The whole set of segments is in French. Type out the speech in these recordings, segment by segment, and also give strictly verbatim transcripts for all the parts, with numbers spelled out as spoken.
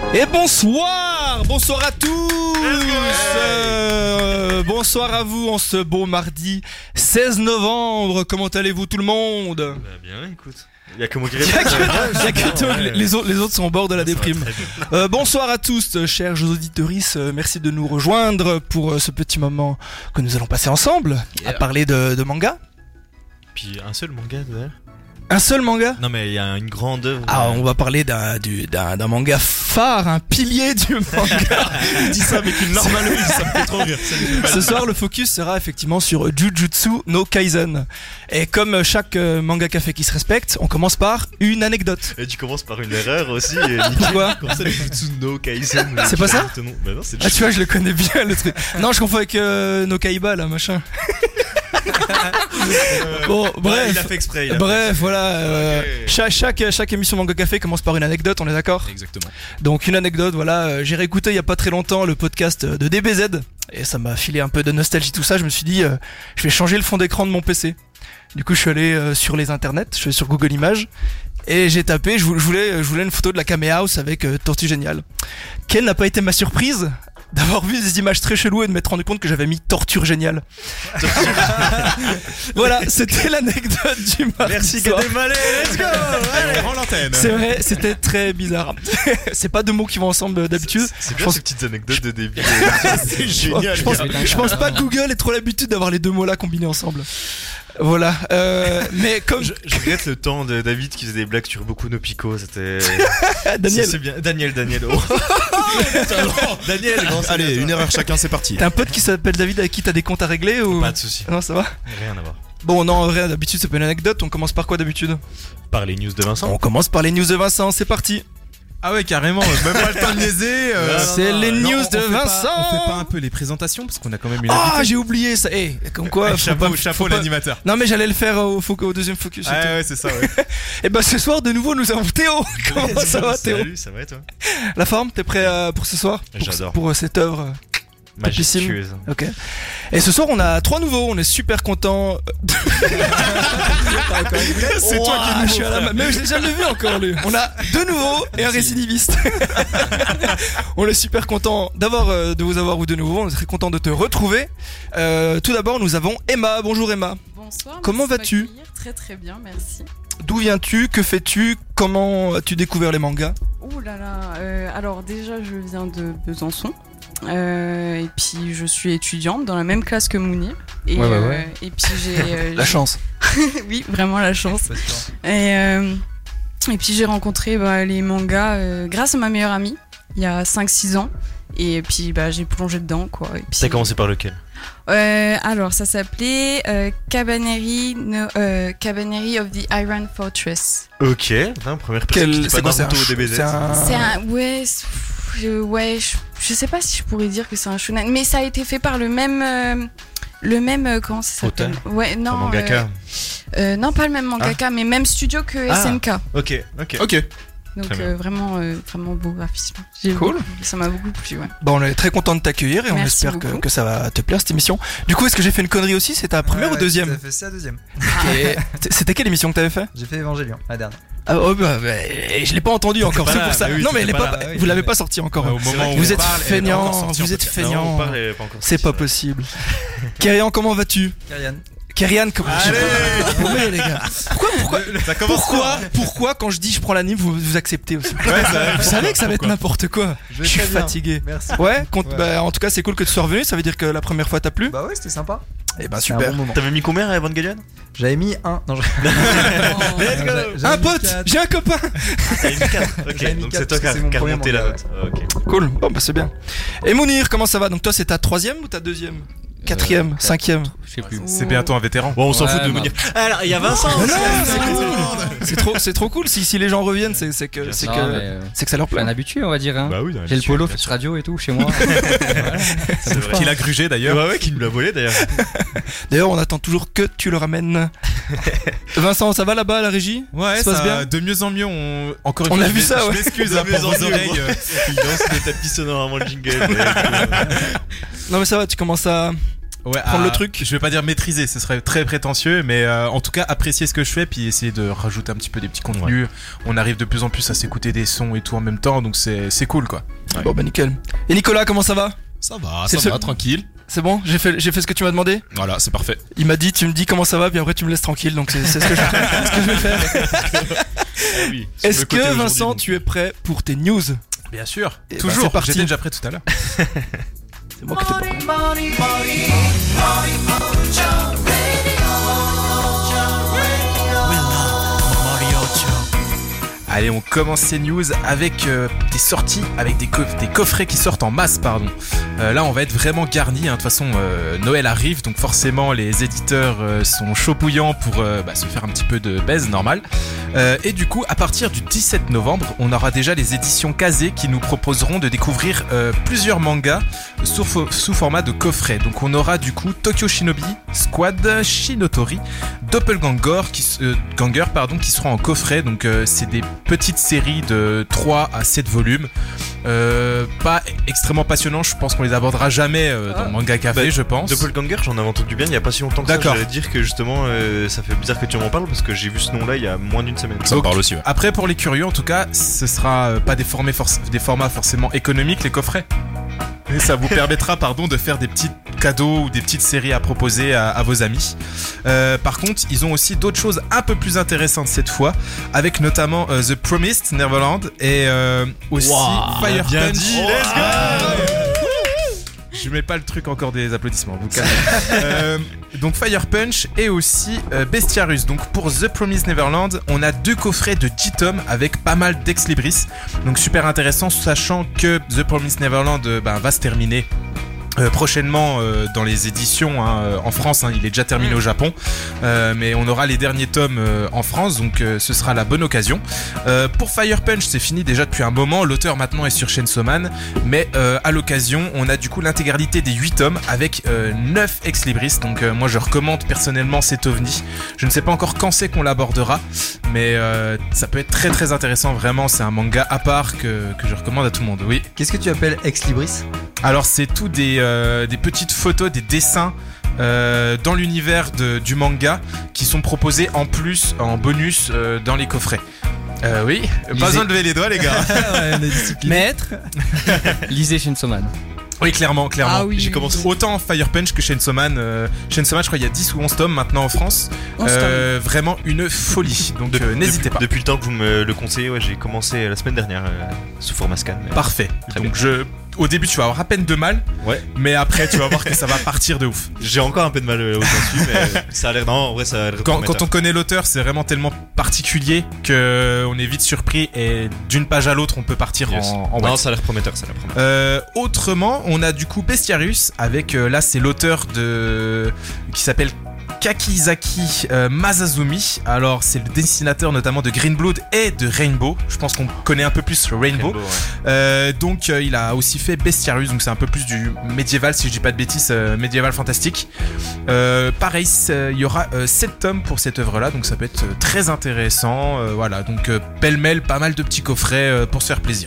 Et bonsoir, bonsoir à tous. euh, Bonsoir à vous en ce beau mardi seize novembre. Comment allez-vous tout le monde? Bah bien, écoute. Il y a que moi qui Il y a que, il y a que toi, les, les autres, les autres sont au bord de la déprime. Euh, bonsoir à tous, chers auditeurs. Euh, merci de nous rejoindre pour euh, ce petit moment que nous allons passer ensemble Yeah. à parler de, de manga. Puis un seul manga d'ailleurs. Un seul manga? Non mais il y a une grande œuvre. Ah, on va parler d'un, du, d'un, d'un manga phare, un pilier du manga. Il dit ça avec une larme à l'œil, ça me fait trop rire. Ce soir, le focus sera effectivement sur Jujutsu no Kaisen. Et comme chaque euh, manga café qui se respecte, on commence par une anecdote. Et tu commences par une erreur aussi. Et Quoi? Comme ça, le Jutsu no Kaisen. C'est pas ça? Bah non, c'est Ah, tu vois, je le connais bien le truc. Non, je confonds avec euh, no Kaiba là, machin. Bon, Ouais, bref. il a fait exprès. il a Bref, voilà. euh, Ok. chaque, chaque, chaque émission Manga Café commence par une anecdote, on est d'accord? fait- Exactement. Donc une anecdote, voilà, euh, j'ai réécouté il y a pas très longtemps le podcast de D B Z et ça m'a filé un peu de nostalgie tout ça. Je me suis dit, euh, je vais changer le fond d'écran de mon P C. Du coup, je suis allé euh, sur les internets, je suis allé sur Google Images et j'ai tapé, je vou- je voulais, je voulais une photo de la Kame House avec euh, Tortue Géniale. Quelle n'a pas été ma surprise d'avoir vu des images très cheloues et de m'être rendu compte que j'avais mis Torture Géniale. Voilà, c'était l'anecdote du mardi Merci soir. Gad Elmaleh, let's go. Allez, rends l'antenne. C'est vrai, c'était très bizarre. C'est pas deux mots qui vont ensemble euh, d'habitude. C'est- C'est Je bien pense- ces petites anecdotes de début. C'est Je pense- génial. Je pense, gars. je pense pas que Google ait trop l'habitude d'avoir les deux mots là combinés ensemble. Voilà. Euh, mais comme Je, je regrette le temps de David qui faisait des blagues sur beaucoup no Pico, c'était. Daniel, C'est bien. Daniel, Daniel. Oh. Daniel, grand, c'est Allez, bien, une toi. erreur chacun, c'est parti. t'as un pote qui s'appelle David avec qui t'as des comptes à régler ou Pas de soucis. non, ça va. Rien à voir. Bon, non, en vrai, d'habitude c'est pas une anecdote. On commence par quoi d'habitude? Par les news de Vincent. On commence par les news de Vincent. C'est parti. Ah ouais, carrément, même pas le temps de niaiser. euh, Non, C'est les non, news on de fait pas- Vincent. on fait pas un peu les présentations parce qu'on a quand même une Ah, invitée. j'ai oublié ça. Eh, comme quoi. Eh, faut chapeau, pas- chapeau faut pas- l'animateur. Non, mais j'allais le faire au, fo- au deuxième focus. Ah ouais, c'est ça, ouais. Et bah ce soir de nouveau nous avons Théo. Comment ça va Théo? Salut, ça va et toi? La forme, t'es prêt euh, pour ce soir? Pour- J'adore. Pour, euh, cette œuvre. euh, Majestueuse. Ok. Et ce soir on a trois nouveaux, on est super contents. C'est toi qui es Ouah, nouveau, je suis à la frère. ma- Mais je l'ai jamais vu encore lui. On a deux nouveaux et un récidiviste. On est super content d'avoir euh, de vous avoir ou de nouveau. On est très content de te retrouver. Euh, tout d'abord nous avons Emma. Bonjour Emma. Bonsoir. Comment merci de vas-tu? m'accueillir. Très très bien, merci. D'où viens-tu? Que fais-tu? Comment as-tu découvert les mangas? Ouh là là. euh, alors déjà, je viens de Besançon. Euh, et puis je suis étudiante dans la même classe que Mounir. Et, Ouais, ouais, euh, ouais. et puis j'ai. euh, La j'ai- chance. Oui, vraiment la chance. Et, euh, et puis j'ai rencontré bah, les mangas euh, grâce à ma meilleure amie il y a cinq six ans. Et puis bah, j'ai plongé dedans quoi. Et puis, T'as commencé par lequel? Euh, alors, ça s'appelait euh, Cabaneri, no, euh, Cabaneri of the Iron Fortress. Ok, hein, première personne qui dit C'est pas quoi? C'est un, Naruto au D B Z. c'est un- C'est un. Ouais, c'est- pff, euh, ouais je, je sais pas si je pourrais dire que c'est un shonen, mais ça a été fait par le même. euh, le même. euh, comment ça s'appelle? Ouais, non. Un mangaka. euh, euh, non, pas le même mangaka, mais même studio que Ah. S N K. Ok, ok. Ok. Donc, Très bien. euh, vraiment, euh, vraiment beau graphisme. J'ai Cool. beaucoup- ça m'a beaucoup plu, ouais. Bon, on est très content de t'accueillir et on Merci espère que, beaucoup. que ça va te plaire cette émission. Du coup, est-ce que j'ai fait une connerie aussi? C'est ta première Ouais, ou ouais, deuxième? tout à fait, c'est la deuxième. Ok. C'était quelle émission que t'avais fait? J'ai fait Evangelion, la dernière. Ah, oh, bah, bah, je l'ai pas entendu encore, pas c'est là, pour ça. bah oui, non, mais t'étais elle est pas pas, là, bah oui, vous l'avez mais- pas sorti encore. Au moment où Vous on êtes parle, elle est pas encore feignant, sortie en vous êtes podcast. feignant. Non, on parle, elle est pas encore C'est sortie, pas ouais. possible. Kyrian, comment vas-tu? Kyrian. Kyrian, comment Allez. Paumé, les gars. Pourquoi, pourquoi, Ça commence pourquoi, fort, hein. pourquoi quand je dis je prends l'anime, vous, vous acceptez aussi? Ouais, ça- Vous savez que ça va être pourquoi n'importe quoi. Je Je suis vais très bien. fatigué. Merci. Ouais, compte- Ouais. bah, en tout cas, c'est cool que tu sois revenu. Ça veut dire que la première fois t'as plu. Bah ouais, c'était sympa. Et ben C'était un super. bon moment. T'avais mis combien à Evangelion? J'avais mis un. Non, je... Let's go. J'avais Un mis pote, quatre. j'ai un copain. T'avais mis quatre. J'avais Ok, mis donc quatre c'est toi parce qui as que c'est mon qui as premier remonté la manga, note. Ok. Cool. Bon, bah c'est bien. Et Mounir, comment ça va? Donc toi, c'est ta troisième ou ta deuxième? Quatrième, cinquième? Je sais plus. C'est bientôt un vétéran. Bon, on s'en Ouais, fout de bah. me dire. Alors, il y a Vincent. Mais non, c'est- c'est cool. C'est trop, c'est trop cool. Si, si les gens reviennent, c'est, c'est que, c'est Non, que, mais, euh, c'est que ça leur je suis un plaît. habitué, on va dire. Hein. Bah oui, J'ai le polo Flex Radio et tout chez moi. Voilà, ça bouge pas. Qu'il a grugé d'ailleurs. Ouais, ouais, qui nous l'a volé d'ailleurs. D'ailleurs, on attend toujours que tu le ramènes. Vincent, ça va là-bas à la régie? Ouais, Ça se passe ça, bien de mieux en mieux. On, encore une On fois, a je vu m'ex- ça, ouais. Je m'excuse De hein, mieux pour en vos mieux, oreilles. gros. Il lance le tapis sonore avant le jingle. Non, mais ça va, tu commences à, Ouais, prendre à- le truc. Je vais pas dire maîtriser, ce serait très prétentieux, mais euh, en tout cas apprécier ce que je fais, puis essayer de rajouter un petit peu des petits contenus. On arrive de plus en plus à s'écouter des sons et tout en même temps, donc c'est c'est cool quoi. Ouais. Bon bah nickel. Et Nicolas, comment ça va? Ça va, C'est ça le va, seul- tranquille. C'est bon? J'ai fait, j'ai fait ce que tu m'as demandé? Voilà, c'est parfait. Il m'a dit, tu me dis comment ça va, puis après tu me laisses tranquille, donc c'est c'est ce que je, ce que je vais faire. Oui, Est-ce que Vincent, tu es prêt pour tes news? Bien sûr, Eh ben, toujours. c'est parti. J'étais déjà prêt tout à l'heure. C'est moi qui t'ai pas. Allez, on commence ces news avec euh, des sorties, avec des, coff- des coffrets qui sortent en masse, pardon. Euh, là, on va être vraiment garni. hein. De toute façon, euh, Noël arrive, donc forcément, les éditeurs euh, sont chauds bouillants pour euh, bah, se faire un petit peu de baise, normal. Euh, et du coup, à partir du dix-sept novembre, on aura déjà les éditions Kazé qui nous proposeront de découvrir euh, plusieurs mangas sous, fo- sous format de coffret. Donc, on aura du coup Tokyo Shinobi, Squad, Shinotori, Doppelganger qui, s- euh, Ganger, pardon, qui seront en coffret. Donc, euh, c'est des petites séries de trois à sept volumes. Euh, pas extrêmement passionnants, je pense qu'on les abordera jamais euh, dans Ah. Manga Café, Bah, je pense. Doppelganger, j'en avais entendu bien il y a pas si longtemps que ça. D'accord. J'allais dire que justement, euh, ça fait bizarre que tu m'en parles parce que j'ai vu ce nom-là il y a moins d'une semaine. Ça me Donc, parle aussi, ouais. Après, pour les curieux, en tout cas, ce sera euh, pas des, formats forc- des formats forcément économiques, les coffrets. Et ça vous permettra, pardon, de faire des petits cadeaux ou des petites séries à proposer à, à vos amis. Euh, par contre, ils ont aussi d'autres choses un peu plus intéressantes cette fois, avec notamment euh, The Promised Neverland et euh, aussi Wow, Fire bien Punch. dit, let's go. Ah, Je mets pas le truc encore des applaudissements, vous calmez. Euh, donc Fire Punch et aussi euh, Bestiarus. Donc pour The Promised Neverland, on a deux coffrets de dix tomes avec pas mal d'ex-libris. Donc super intéressant, sachant que The Promised Neverland euh, ben, va se terminer. Euh, prochainement euh, dans les éditions hein, euh, en France, hein, il est déjà terminé au Japon, euh, mais on aura les derniers tomes euh, en France, donc euh, ce sera la bonne occasion. Euh, pour Fire Punch, c'est fini déjà depuis un moment, l'auteur maintenant est sur Chainsaw Man, mais euh, à l'occasion, on a du coup l'intégralité des huit tomes avec euh, neuf ex-libris, donc euh, moi je recommande personnellement cet ovni. Je ne sais pas encore quand c'est qu'on l'abordera, mais euh, ça peut être très très intéressant, vraiment, c'est un manga à part que, que je recommande à tout le monde, oui. Qu'est-ce que tu appelles ex libris? Alors c'est tout des, euh, des petites photos, des dessins euh, dans l'univers de- du manga qui sont proposés en plus, en bonus euh, dans les coffrets. Euh, oui, Lisez. pas besoin de lever les doigts les gars. Maître, lisez Chainsaw Man. Oui, clairement, clairement. Ah oui, J'ai oui, commencé oui. autant Fire Punch que Chainsaw Man. Euh, Chainsaw Man, je crois il y a dix ou onze tomes maintenant en France. onze Euh, vraiment une folie. Donc Depuis- euh, n'hésitez depuis- pas. Depuis le temps que vous me le conseillez, ouais, j'ai commencé la semaine dernière euh, sous format scan. mais- Parfait. Très Donc je, au début tu vas avoir à peine de mal, Ouais. mais après tu vas voir que ça va partir de ouf. J'ai encore un peu de mal euh, au-dessus, mais ça a l'air. Non, en vrai, ça a l'air Quand, prometteur. quand on connaît l'auteur, c'est vraiment tellement particulier que on est vite surpris et d'une page à l'autre, on peut partir Yes. en, en Non, web. ça a l'air prometteur, ça a l'air prometteur. Euh, autrement, on a du coup Bestiarius avec euh, là c'est l'auteur de qui s'appelle Kakizaki euh, Masazumi. Alors c'est le dessinateur notamment de Green Blood et de Rainbow. Je pense qu'on connaît un peu plus Rainbow. Rainbow, ouais. Euh, donc euh, il a aussi fait Bestiarius, donc c'est un peu plus du médiéval si je dis pas de bêtises, euh, médiéval fantastique. Euh, pareil, c'est- il y aura sept tomes pour cette œuvre là, donc ça peut être euh, très intéressant. Euh, voilà, donc euh, pêle-mêle, pas mal de petits coffrets euh, pour se faire plaisir.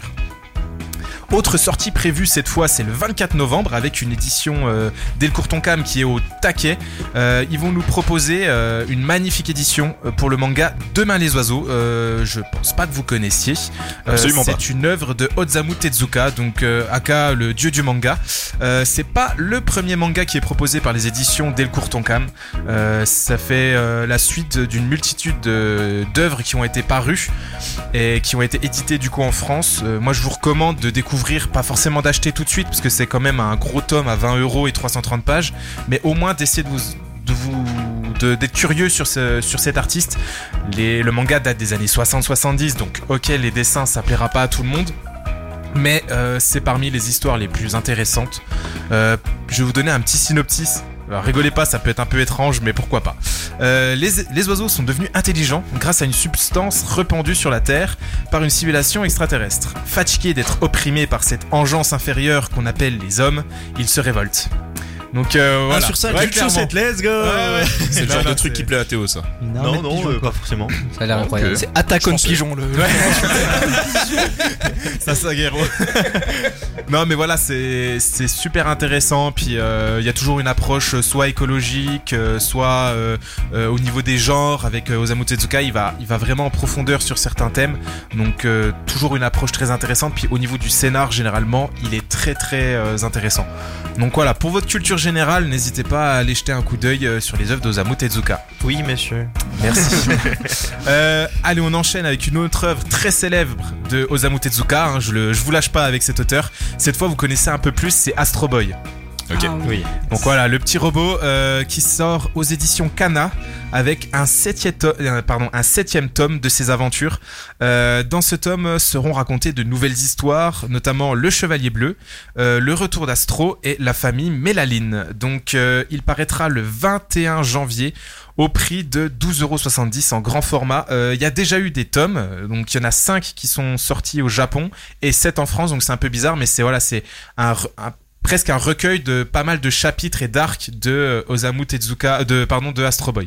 Autre sortie prévue cette fois, c'est le vingt-quatre novembre avec une édition euh, Delcourt Tonkam qui est au taquet. Euh, ils vont nous proposer euh, une magnifique édition euh, pour le manga Demain les oiseaux. Euh, je pense pas que vous connaissiez. Euh, Absolument pas. C'est une œuvre de Osamu Tezuka, donc euh, aka le dieu du manga. Euh, c'est pas le premier manga qui est proposé par les éditions Delcourt Tonkam. Euh, ça fait euh, la suite d'une multitude de- d'œuvres qui ont été parues et qui ont été éditées du coup en France. Euh, moi je vous recommande de découvrir, pas forcément d'acheter tout de suite parce que c'est quand même un gros tome à vingt euros et trois cent trente pages, mais au moins d'essayer de vous de vous de- d'être curieux sur ce sur cet artiste. Les, le manga date des années soixante soixante-dix, donc ok les dessins ça plaira pas à tout le monde, mais euh, c'est parmi les histoires les plus intéressantes. Euh, je vais vous donner un petit synopsis. Alors, rigolez pas, ça peut être un peu étrange, mais pourquoi pas. Euh, les, les oiseaux sont devenus intelligents grâce à une substance répandue sur la Terre par une civilisation extraterrestre. Fatigués d'être opprimés par cette engeance inférieure qu'on appelle les hommes, ils se révoltent. Donc euh, voilà. Ah, sur ça, Ouais, cul de clairement. chaussette, let's go. Ouais, ouais. C'est le Non, genre non, de truc c'est- qui plaît à Théo, ça. Non, non, euh, pas forcément. Ça a l'air incroyable. C'est Attack on pense que- Pigeon le. Ça, ça, Guéro. Non mais voilà, c'est c'est super intéressant. Puis il euh, y a toujours une approche soit écologique, euh, soit euh, euh, au niveau des genres. Avec euh, Osamu Tezuka, il va il va vraiment en profondeur sur certains thèmes. Donc euh, toujours une approche très intéressante. Puis au niveau du scénar, généralement, il est très très euh, intéressant. Donc voilà, pour votre culture générale, n'hésitez pas à aller jeter un coup d'œil euh, sur les œuvres d'Osamu Tezuka. Oui, monsieur. Merci. euh, allez, on enchaîne avec une autre œuvre très célèbre de Osamu Tezuka. Hein, je le je vous lâche pas avec cet auteur. Cette fois, vous connaissez un peu plus, c'est Astro Boy. Ok. Ah, oui. Oui. Donc voilà, le petit robot euh, qui sort aux éditions Kana avec un septième, to- euh, pardon, un septième tome de ses aventures. Euh, dans ce tome seront racontées de nouvelles histoires, notamment le Chevalier Bleu, euh, le retour d'Astro et la famille Mélaline. Donc euh, il paraîtra le vingt et un janvier au prix de douze euros soixante-dix en grand format. Il euh, y a déjà eu des tomes, donc il y en a cinq qui sont sortis au Japon et sept en France, donc c'est un peu bizarre, mais c'est voilà, c'est un, un presque un recueil de pas mal de chapitres et d'arcs de euh, Osamu Tezuka, de pardon, de Astro Boy.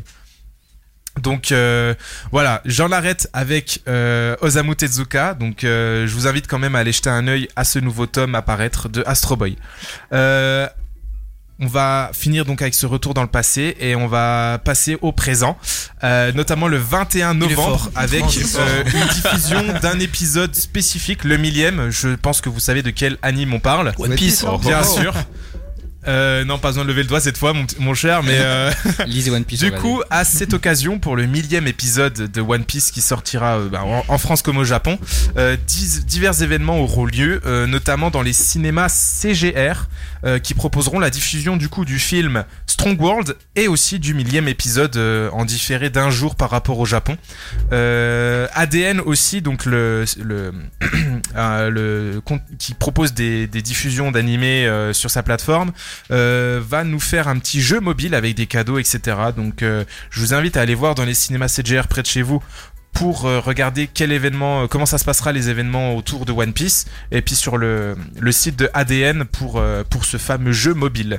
Donc euh, voilà, j'en arrête avec euh, Osamu Tezuka. Donc euh, je vous invite quand même à aller jeter un œil à ce nouveau tome à paraître de Astro Boy. Euh, On va finir donc avec ce retour dans le passé et on va passer au présent, euh, notamment le vingt et un novembre avec euh, une diffusion d'un épisode spécifique, le millième. Je pense que vous savez de quel anime on parle. One Piece. Oh, bien sûr. Euh, non, pas besoin de lever le doigt cette fois, mon, mon cher, mais euh, Lisez One Piece. du regardez. coup, à cette occasion, pour le millième épisode de One Piece qui sortira euh, bah, en, en France comme au Japon, euh, dix, divers événements auront lieu, euh, notamment dans les cinémas C G R, euh, qui proposeront la diffusion du coup du film Strong World et aussi du millième épisode euh, en différé d'un jour par rapport au Japon. Euh, A D N aussi, donc le le, euh, le compte qui propose des, des diffusions d'animés euh, sur sa plateforme. Euh, va nous faire un petit jeu mobile avec des cadeaux, et cetera. Donc, euh, je vous invite à aller voir dans les cinémas C G R près de chez vous pour euh, regarder quel événement, euh, comment ça se passera les événements autour de One Piece, et puis sur le, le site de A D N pour, euh, pour ce fameux jeu mobile.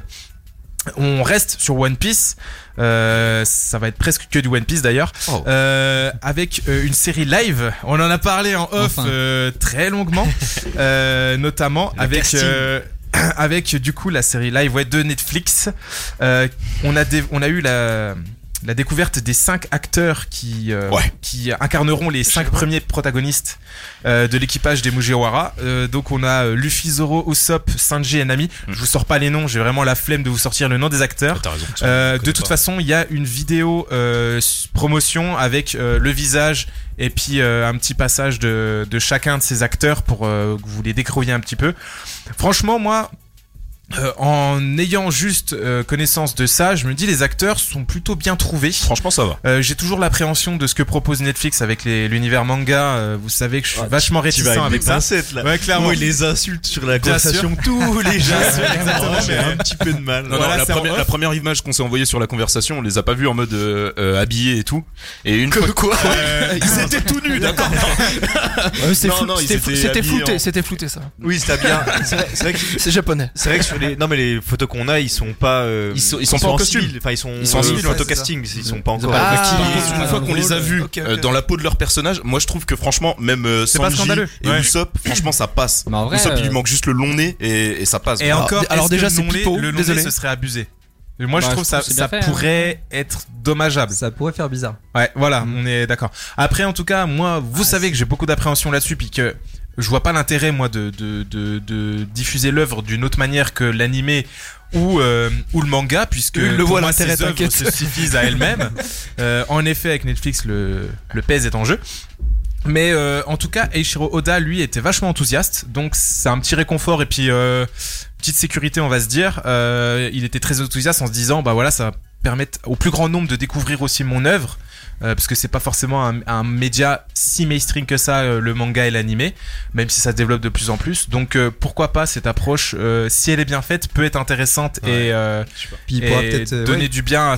On reste sur One Piece, euh, ça va être presque que du One Piece d'ailleurs, Oh. euh, avec euh, une série live. On en a parlé en off Enfin. euh, très longuement, euh, notamment Le avec casting. euh, avec du coup la série live ouais, de Netflix. Euh, on a dé- on a eu la la découverte des cinq acteurs qui euh, Ouais. qui incarneront les cinq premiers protagonistes euh, de l'équipage des Mugiwara. Euh, donc on a euh, Luffy, Zoro, Usopp, Sanji et Nami. Mm. Je vous sors pas les noms, j'ai vraiment la flemme de vous sortir le nom des acteurs. T'as raison. Euh, Je de connais toute pas. façon, il y a une vidéo euh, s- promotion avec euh, le visage et puis euh, un petit passage de, de chacun de ces acteurs pour euh, que vous les découvriez un petit peu. Franchement, moi, euh, en ayant juste euh, connaissance de ça, je me dis les acteurs sont plutôt bien trouvés. Franchement, ça va. Euh, j'ai toujours l'appréhension de ce que propose Netflix avec les, l'univers manga. Euh, vous savez que je suis Ouais, vachement Tu vas réticent avec avec ça. pincettes là. Ouais, clairement. Moi, il les insulte sur la Bien conversation tous les jours. Bien sûr, exactement, Oh, J'ai mais- un petit peu de mal. Non, Voilà, non, la, c'est en première, off. la première image qu'on s'est envoyée sur la conversation, on les a pas vus en mode euh, euh, habillés et tout. Et une fois quoi Euh, ils étaient tout nus, d'accord. Ouais, c'était Non, flou- non, ils c'était étaient flou- c'était habillés flouté, en- c'était flouté ça. Oui, c'était bien. C'est vrai, c'est vrai que C'est japonais. c'est vrai que sur les non mais les photos qu'on a, ils sont pas euh, Ils sont- ils sont pas en costume. civil. Enfin, ils sont Ils sont en euh, civil, photo ouais, c'est casting, ils sont pas Ils ont encore. pas- euh, Ah, Par contre, une fois qu'on les a vus Ok, ok. euh, dans la peau de leur personnage, moi je trouve que franchement, même euh, C'est pas Sanji scandaleux. et Ouais. Usopp, franchement ça passe. Mais en vrai, Usopp, il lui euh, manque juste le long nez et, et ça passe. Et Alors, encore, d- alors est-ce déjà, que c'est le long-nez- Pipo, le long-nez, désolé. ce serait abusé. Et moi, je Bah, trouve je ça, trouve que c'est ça bien fait, pourrait être dommageable. Ça pourrait faire bizarre. Ouais, voilà, Mm. on est d'accord. Après, en tout cas, moi, vous savez que j'ai beaucoup d'appréhension là-dessus, puis que je vois pas l'intérêt, moi, de, de, de, de diffuser l'œuvre d'une autre manière que l'animé ou, euh, ou le manga, puisque Lui, il le pour voit moi, l'intérêt, ces œuvres t'inquiète. se suffisent à elles-mêmes. Euh, en effet, avec Netflix, le, le pèse est en jeu. Mais euh, en tout cas, Eiichiro Oda, lui, était vachement enthousiaste, donc c'est un petit réconfort et puis euh, petite sécurité, on va se dire. Euh, il était très enthousiaste en se disant, bah voilà, ça va permettre au plus grand nombre de découvrir aussi mon œuvre, euh, parce que c'est pas forcément un, un média si mainstream que ça, euh, le manga et l'animé, même si ça se développe de plus en plus. Donc euh, pourquoi pas cette approche, euh, si elle est bien faite, peut être intéressante Ouais. et, euh, Puis il pourra et peut-être euh, donner ouais, du bien à cette œuvre.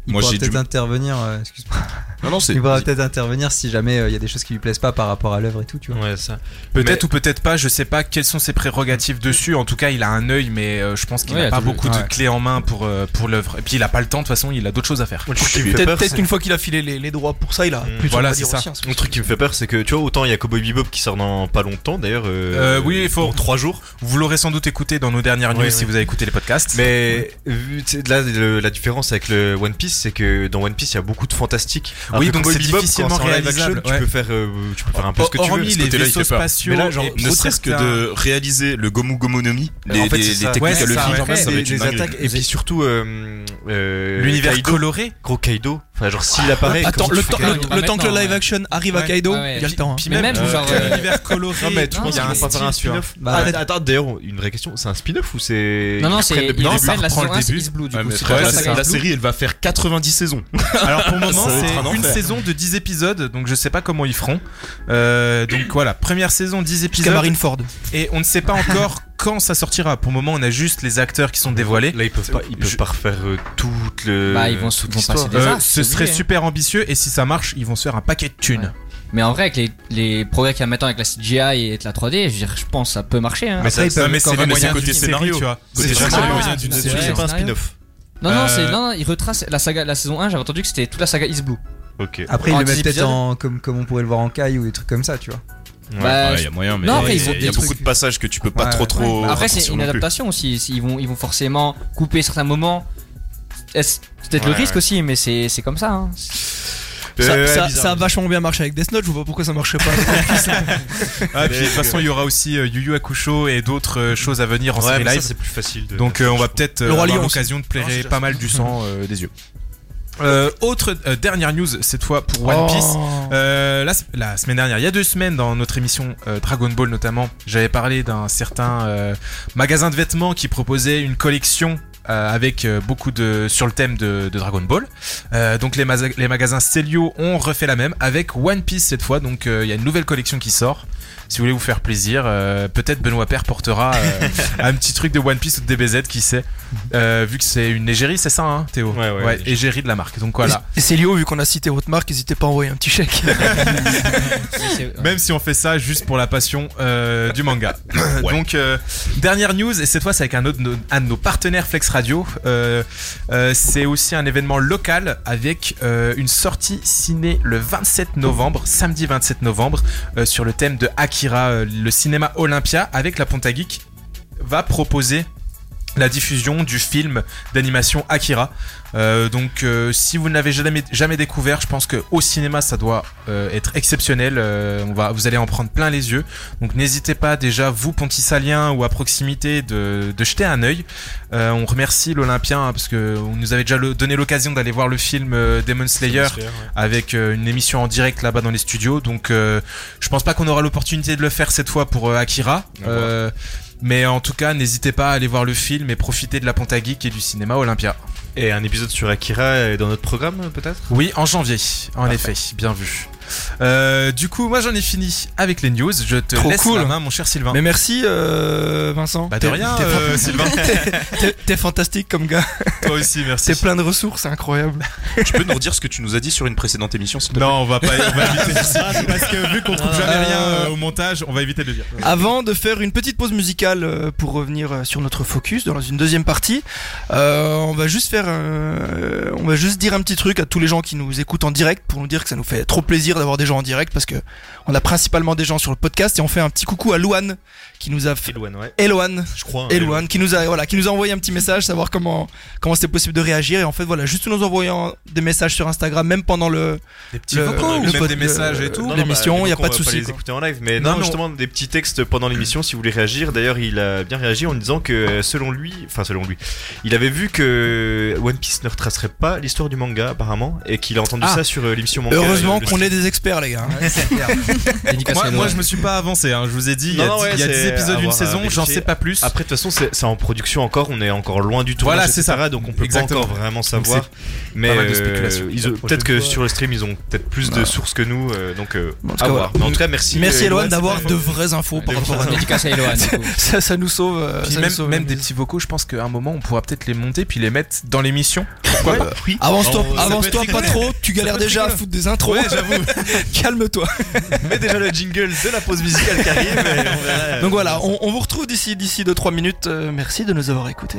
il Moi, pourra j'ai peut-être du- intervenir. euh, excuse-moi. Non, non, c'est. Il pourra peut-être intervenir si jamais il y a des choses qui lui plaisent pas par rapport à l'œuvre et tout, tu vois. Ouais, ça. Peut-être Mais- ou peut-être pas, je sais pas quelles sont ses prérogatives dessus. En tout cas, il a un œil, mais euh, je pense qu'il Ouais, n'a il a pas toujours- beaucoup ouais. de clés en main pour, euh, pour l'œuvre. Et puis il a pas le temps, de toute façon, il a d'autres choses à faire. Moi, le truc qui me fait Peut-être peur, peut-être c'est- qu'une fois qu'il a filé les, les droits pour ça, il a Mm. plus Voilà, de c'est dire ça. aussi, hein, Le truc qui me fait peur, c'est que tu vois, autant il y a Cowboy Bebop qui sort dans pas longtemps d'ailleurs. Euh, oui, il faut- Dans trois jours. Vous l'aurez sans doute écouté dans nos dernières news Ouais, si ouais. vous avez écouté les podcasts. Mais vu, tu sais, là, le- la différence avec le One Piece, c'est que dans One Piece, il y a beaucoup de fantastique. Alors Oui, que donc Cowboy c'est Bebop, difficilement quand c'est en live réalisable, action, ouais. Tu peux faire, euh, tu peux faire un peu ce que tu veux. Hormis ce les côté-là, il vaisseaux fait peur. spatiaux, Mais là, genre, et Ne pour serait-ce que certains- de réaliser le Gomu Gomu no Mi, les, En fait, les, c'est les ça. techniques Ouais, à c'est levier, ça, ouais. ça va les, être une les dinguerie. attaques et puis surtout euh, euh, l'univers Kaido, coloré. gros Kaido. Enfin, genre s'il apparaît. Attends, comment le tu temps, fais le, Kaido le temps que le maintenant, live ouais. action arrive à Ouais. Kaido, Ah ouais. il y a le temps. hein. Puis Mais même, même, genre, euh, l'univers coloré. Non mais tu Non, penses il y a qu'ils un vont pas faire un style, tu vois. spin-off Bah, Attends, attends, d'ailleurs, une vraie question, c'est un spin-off ou c'est Non, non, ils c'est. prennent depuis Ils le non, début ça reprennent la reprend saison le un, c'est début. Is Blue, du Ouais, coup. mais c'est frère, pas la, la saga la Is Blue. série elle va faire quatre-vingt-dix saisons. Alors pour le moment, Ça va être un c'est une enfer. saison de dix épisodes, donc je sais pas comment ils feront. Euh, donc voilà, première saison, dix Jusqu'à épisodes. Marineford. Et on ne sait pas encore quand ça sortira. Pour le moment, on a juste les acteurs qui sont dévoilés. Là ils peuvent pas, ils peuvent Je- pas refaire euh, toute le. Bah, ils vont se- toute vont l'histoire. passer des Euh, arts, ce c'est serait obligé, hein. super ambitieux et si ça marche, ils vont se faire un paquet de thunes. Ouais. Mais en vrai, avec les, les progrès qu'il y a maintenant avec la C G I et avec la trois D, je, veux dire, je pense que ça peut marcher. Hein. Mais Ça, ça, ça, mais c'est quand les même, moyens c'est côté d'une série, scénario. tu vois. Côté C'est scénario, vraiment les ah, moyens d'une c'est C'est série. vrai. pas un scénario. spin-off. Non, non, Euh, c'est, non, non, il retrace la saga, la saison un, j'avais entendu que c'était toute la saga Is Blue. Ok. Après, En ils le dix mettent peut-être épisodes. en comme, comme on pourrait le voir en Kai ou des trucs comme ça, tu vois. Ouais. Bah, Ouais, il y a moyen, mais non, il après, y ils a, ont il y a des beaucoup trucs- de passages que tu peux pas Ouais, trop ouais. trop. Après, c'est raccourcir une non plus. adaptation aussi. Ils vont, ils vont forcément couper certains moments. Est-ce- C'est peut-être le Ouais, risque ouais. aussi, mais c'est, c'est comme ça. Hein. Ça, Euh, ça- bizarre, ça a bizarre. vachement bien marché avec Death Note, je vois pas pourquoi ça marcherait pas. Ah, et puis de toute façon, il y aura aussi euh, Yu Yu Hakusho et d'autres euh, choses à venir en Ouais, série mais ça live. c'est plus facile. de- Donc euh, on va peut-être euh, Le Roi avoir Lion l'occasion de plairer Non, c'est pas mal du sang euh, des yeux. Euh, autre euh, dernière news cette fois pour One Piece. Oh. Euh, la, la semaine dernière, il y a deux semaines dans notre émission euh, Dragon Ball notamment, j'avais parlé d'un certain euh, magasin de vêtements qui proposait une collection euh, avec euh, beaucoup de sur le thème de, de Dragon Ball. Euh, donc les, masa- les magasins Celio ont refait la même avec One Piece cette fois. Donc euh, il y a une nouvelle collection qui sort. Si vous voulez vous faire plaisir, euh, peut-être Benoît Père portera euh, un petit truc de One Piece ou de D B Z, qui sait. Euh, vu que c'est une égérie, c'est ça, hein, Théo? Ouais, ouais, ouais. égérie de la marque. Donc voilà. Et Célio, vu qu'on a cité votre marque, n'hésitez pas à envoyer un petit chèque. C'est- Même si on fait ça juste pour la passion euh, du manga. Donc euh, dernière news, et cette fois c'est avec un, autre, un de nos partenaires Flex Radio. Euh, euh, c'est aussi un événement local avec euh, une sortie ciné le vingt-sept novembre, samedi vingt-sept novembre, euh, sur le thème de Akira, euh, le cinéma Olympia, avec la Ponta Geek va proposer la diffusion du film d'animation Akira. Euh, donc euh, si vous ne l'avez jamais, jamais découvert, je pense qu'au cinéma ça doit euh, être exceptionnel. Euh, on va, vous allez en prendre plein les yeux. Donc n'hésitez pas déjà, vous Pontisaliens ou à proximité, de, de jeter un œil. Euh, on remercie l'Olympien hein, parce que on nous avait déjà le, donné l'occasion d'aller voir le film euh, Demon Slayer avec euh, une émission en direct là-bas dans les studios. Donc euh, je pense pas qu'on aura l'opportunité de le faire cette fois pour euh, Akira. Euh, mais en tout cas, n'hésitez pas à aller voir le film et profiter de la Ponta Geek et du cinéma Olympia. Et un épisode sur Akira est dans notre programme peut-être. Oui, en janvier, en Parfait. effet, bien vu. Euh, du coup, moi j'en ai fini avec les news. Je te Trop laisse cool. la main, mon cher Sylvain. Mais merci euh, Vincent. Bah de T'es- rien, t'es euh, fan- Sylvain. T'es- T'es fantastique comme gars. Toi aussi, merci. T'es plein de ressources, c'est incroyable. Tu peux nous redire ce que tu nous as dit sur une précédente émission, s'il te plaît? Non, on va pas, on va éviter parce que vu qu'on trouve jamais Euh, rien euh, au montage, on va éviter de le dire. Avant de faire une petite pause musicale euh, pour revenir euh, sur notre focus dans une deuxième partie, euh, on va juste faire, euh, on va juste dire un petit truc à tous les gens qui nous écoutent en direct pour nous dire que ça nous fait trop plaisir d'avoir des gens en direct parce que on a principalement des gens sur le podcast et on fait un petit coucou à Louane qui nous a fait Eloane, ouais. Eloane, Je crois. hein, Eloane qui nous a voilà qui nous a envoyé un petit message savoir comment comment c'était possible de réagir et en fait voilà juste nous envoyant des messages sur Instagram même pendant le Des petits le- vocaux, le ou même pod- des messages et euh, tout. Non, non, l'émission, bah, y a les pas de vocaux, on va souci, les quoi. écouter en live, mais Non, non, non. justement des petits textes pendant l'émission si vous voulez réagir. D'ailleurs, il a bien réagi en disant que euh, selon lui, enfin selon lui, il avait vu que One Piece ne retracerait pas l'histoire du manga apparemment et qu'il a entendu Ah. ça sur euh, l'émission manga. heureusement euh, le qu'on est stream. des des experts, les gars. Ouais, c'est clair. Dédicace à Moi, Eloane. moi je me suis pas avancé, hein. Je vous ai dit, il y a, Non, non, dix- ouais, il y a dix c'est épisodes à d'une voir, à saison, j'en vérifier. sais pas plus. Après, de toute façon, c'est c'est en production encore, on est encore loin du tournage, Voilà, et c'est cetera, ça. donc on peut Exactement. pas encore vraiment Donc savoir. Mais pas mal de euh, spéculations. ils ont- La peut-être que prochaine fois. sur le stream, ils ont peut-être plus de sources que nous, euh, donc euh, Bon, en tout à cas, voir. voilà. Mais en tout cas, merci. Merci euh, Eloane Eloane, d'avoir c'est de pas- vraies infos par Les rapport à vraies nous. Dédicace à Eloane, du coup. Ça, ça nous sauve. euh, Puis ça même, nous sauve même la des mise. petits vocaux, je pense qu'à un moment on pourra peut-être les monter puis les mettre dans l'émission. Pourquoi pas Avance-toi, Bon, ça peut avance-toi être pas rigolo. trop. Tu galères peut être déjà à rigolo. foutre des intros. Ouais, j'avoue. Calme-toi. Mets déjà le jingle de la pause musicale qui arrive. et on verra, Donc euh, voilà, on, on vous retrouve d'ici d'ici deux trois minutes. Euh, merci de nous avoir écoutés.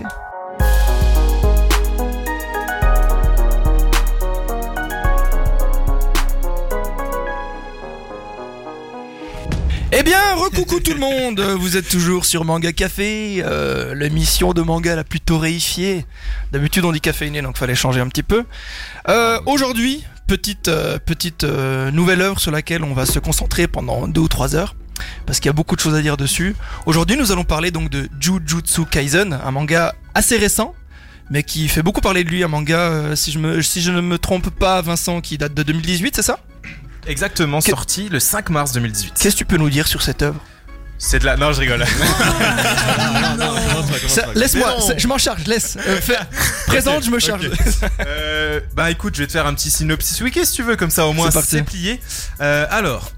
Eh bien, recoucou tout le monde. Vous êtes toujours sur Manga Café, euh, l'émission de manga la plus torréfiée. D'habitude on dit caféiné, donc fallait changer un petit peu. Euh, Aujourd'hui, petite euh, petite euh, nouvelle œuvre sur laquelle on va se concentrer pendant deux ou trois heures. Parce qu'il y a beaucoup de choses à dire dessus. Aujourd'hui, nous allons parler donc de Jujutsu Kaisen, un manga assez récent, mais qui fait beaucoup parler de lui. Un manga, euh, si je me, si je ne me trompe pas, Vincent, qui date de deux mille dix-huit, c'est ça? Exactement, Qu'est- sorti le cinq mars deux mille dix-huit. Qu'est-ce que tu peux nous dire sur cette œuvre? C'est de la. Non, je rigole. Ça- Laisse-moi, ça- je m'en charge, laisse. Euh, fais- Présente, je me charge. Euh, bah écoute, je vais te faire un petit synopsis wiki si tu veux, comme ça au moins C'est parti. c'est plié. Euh, alors,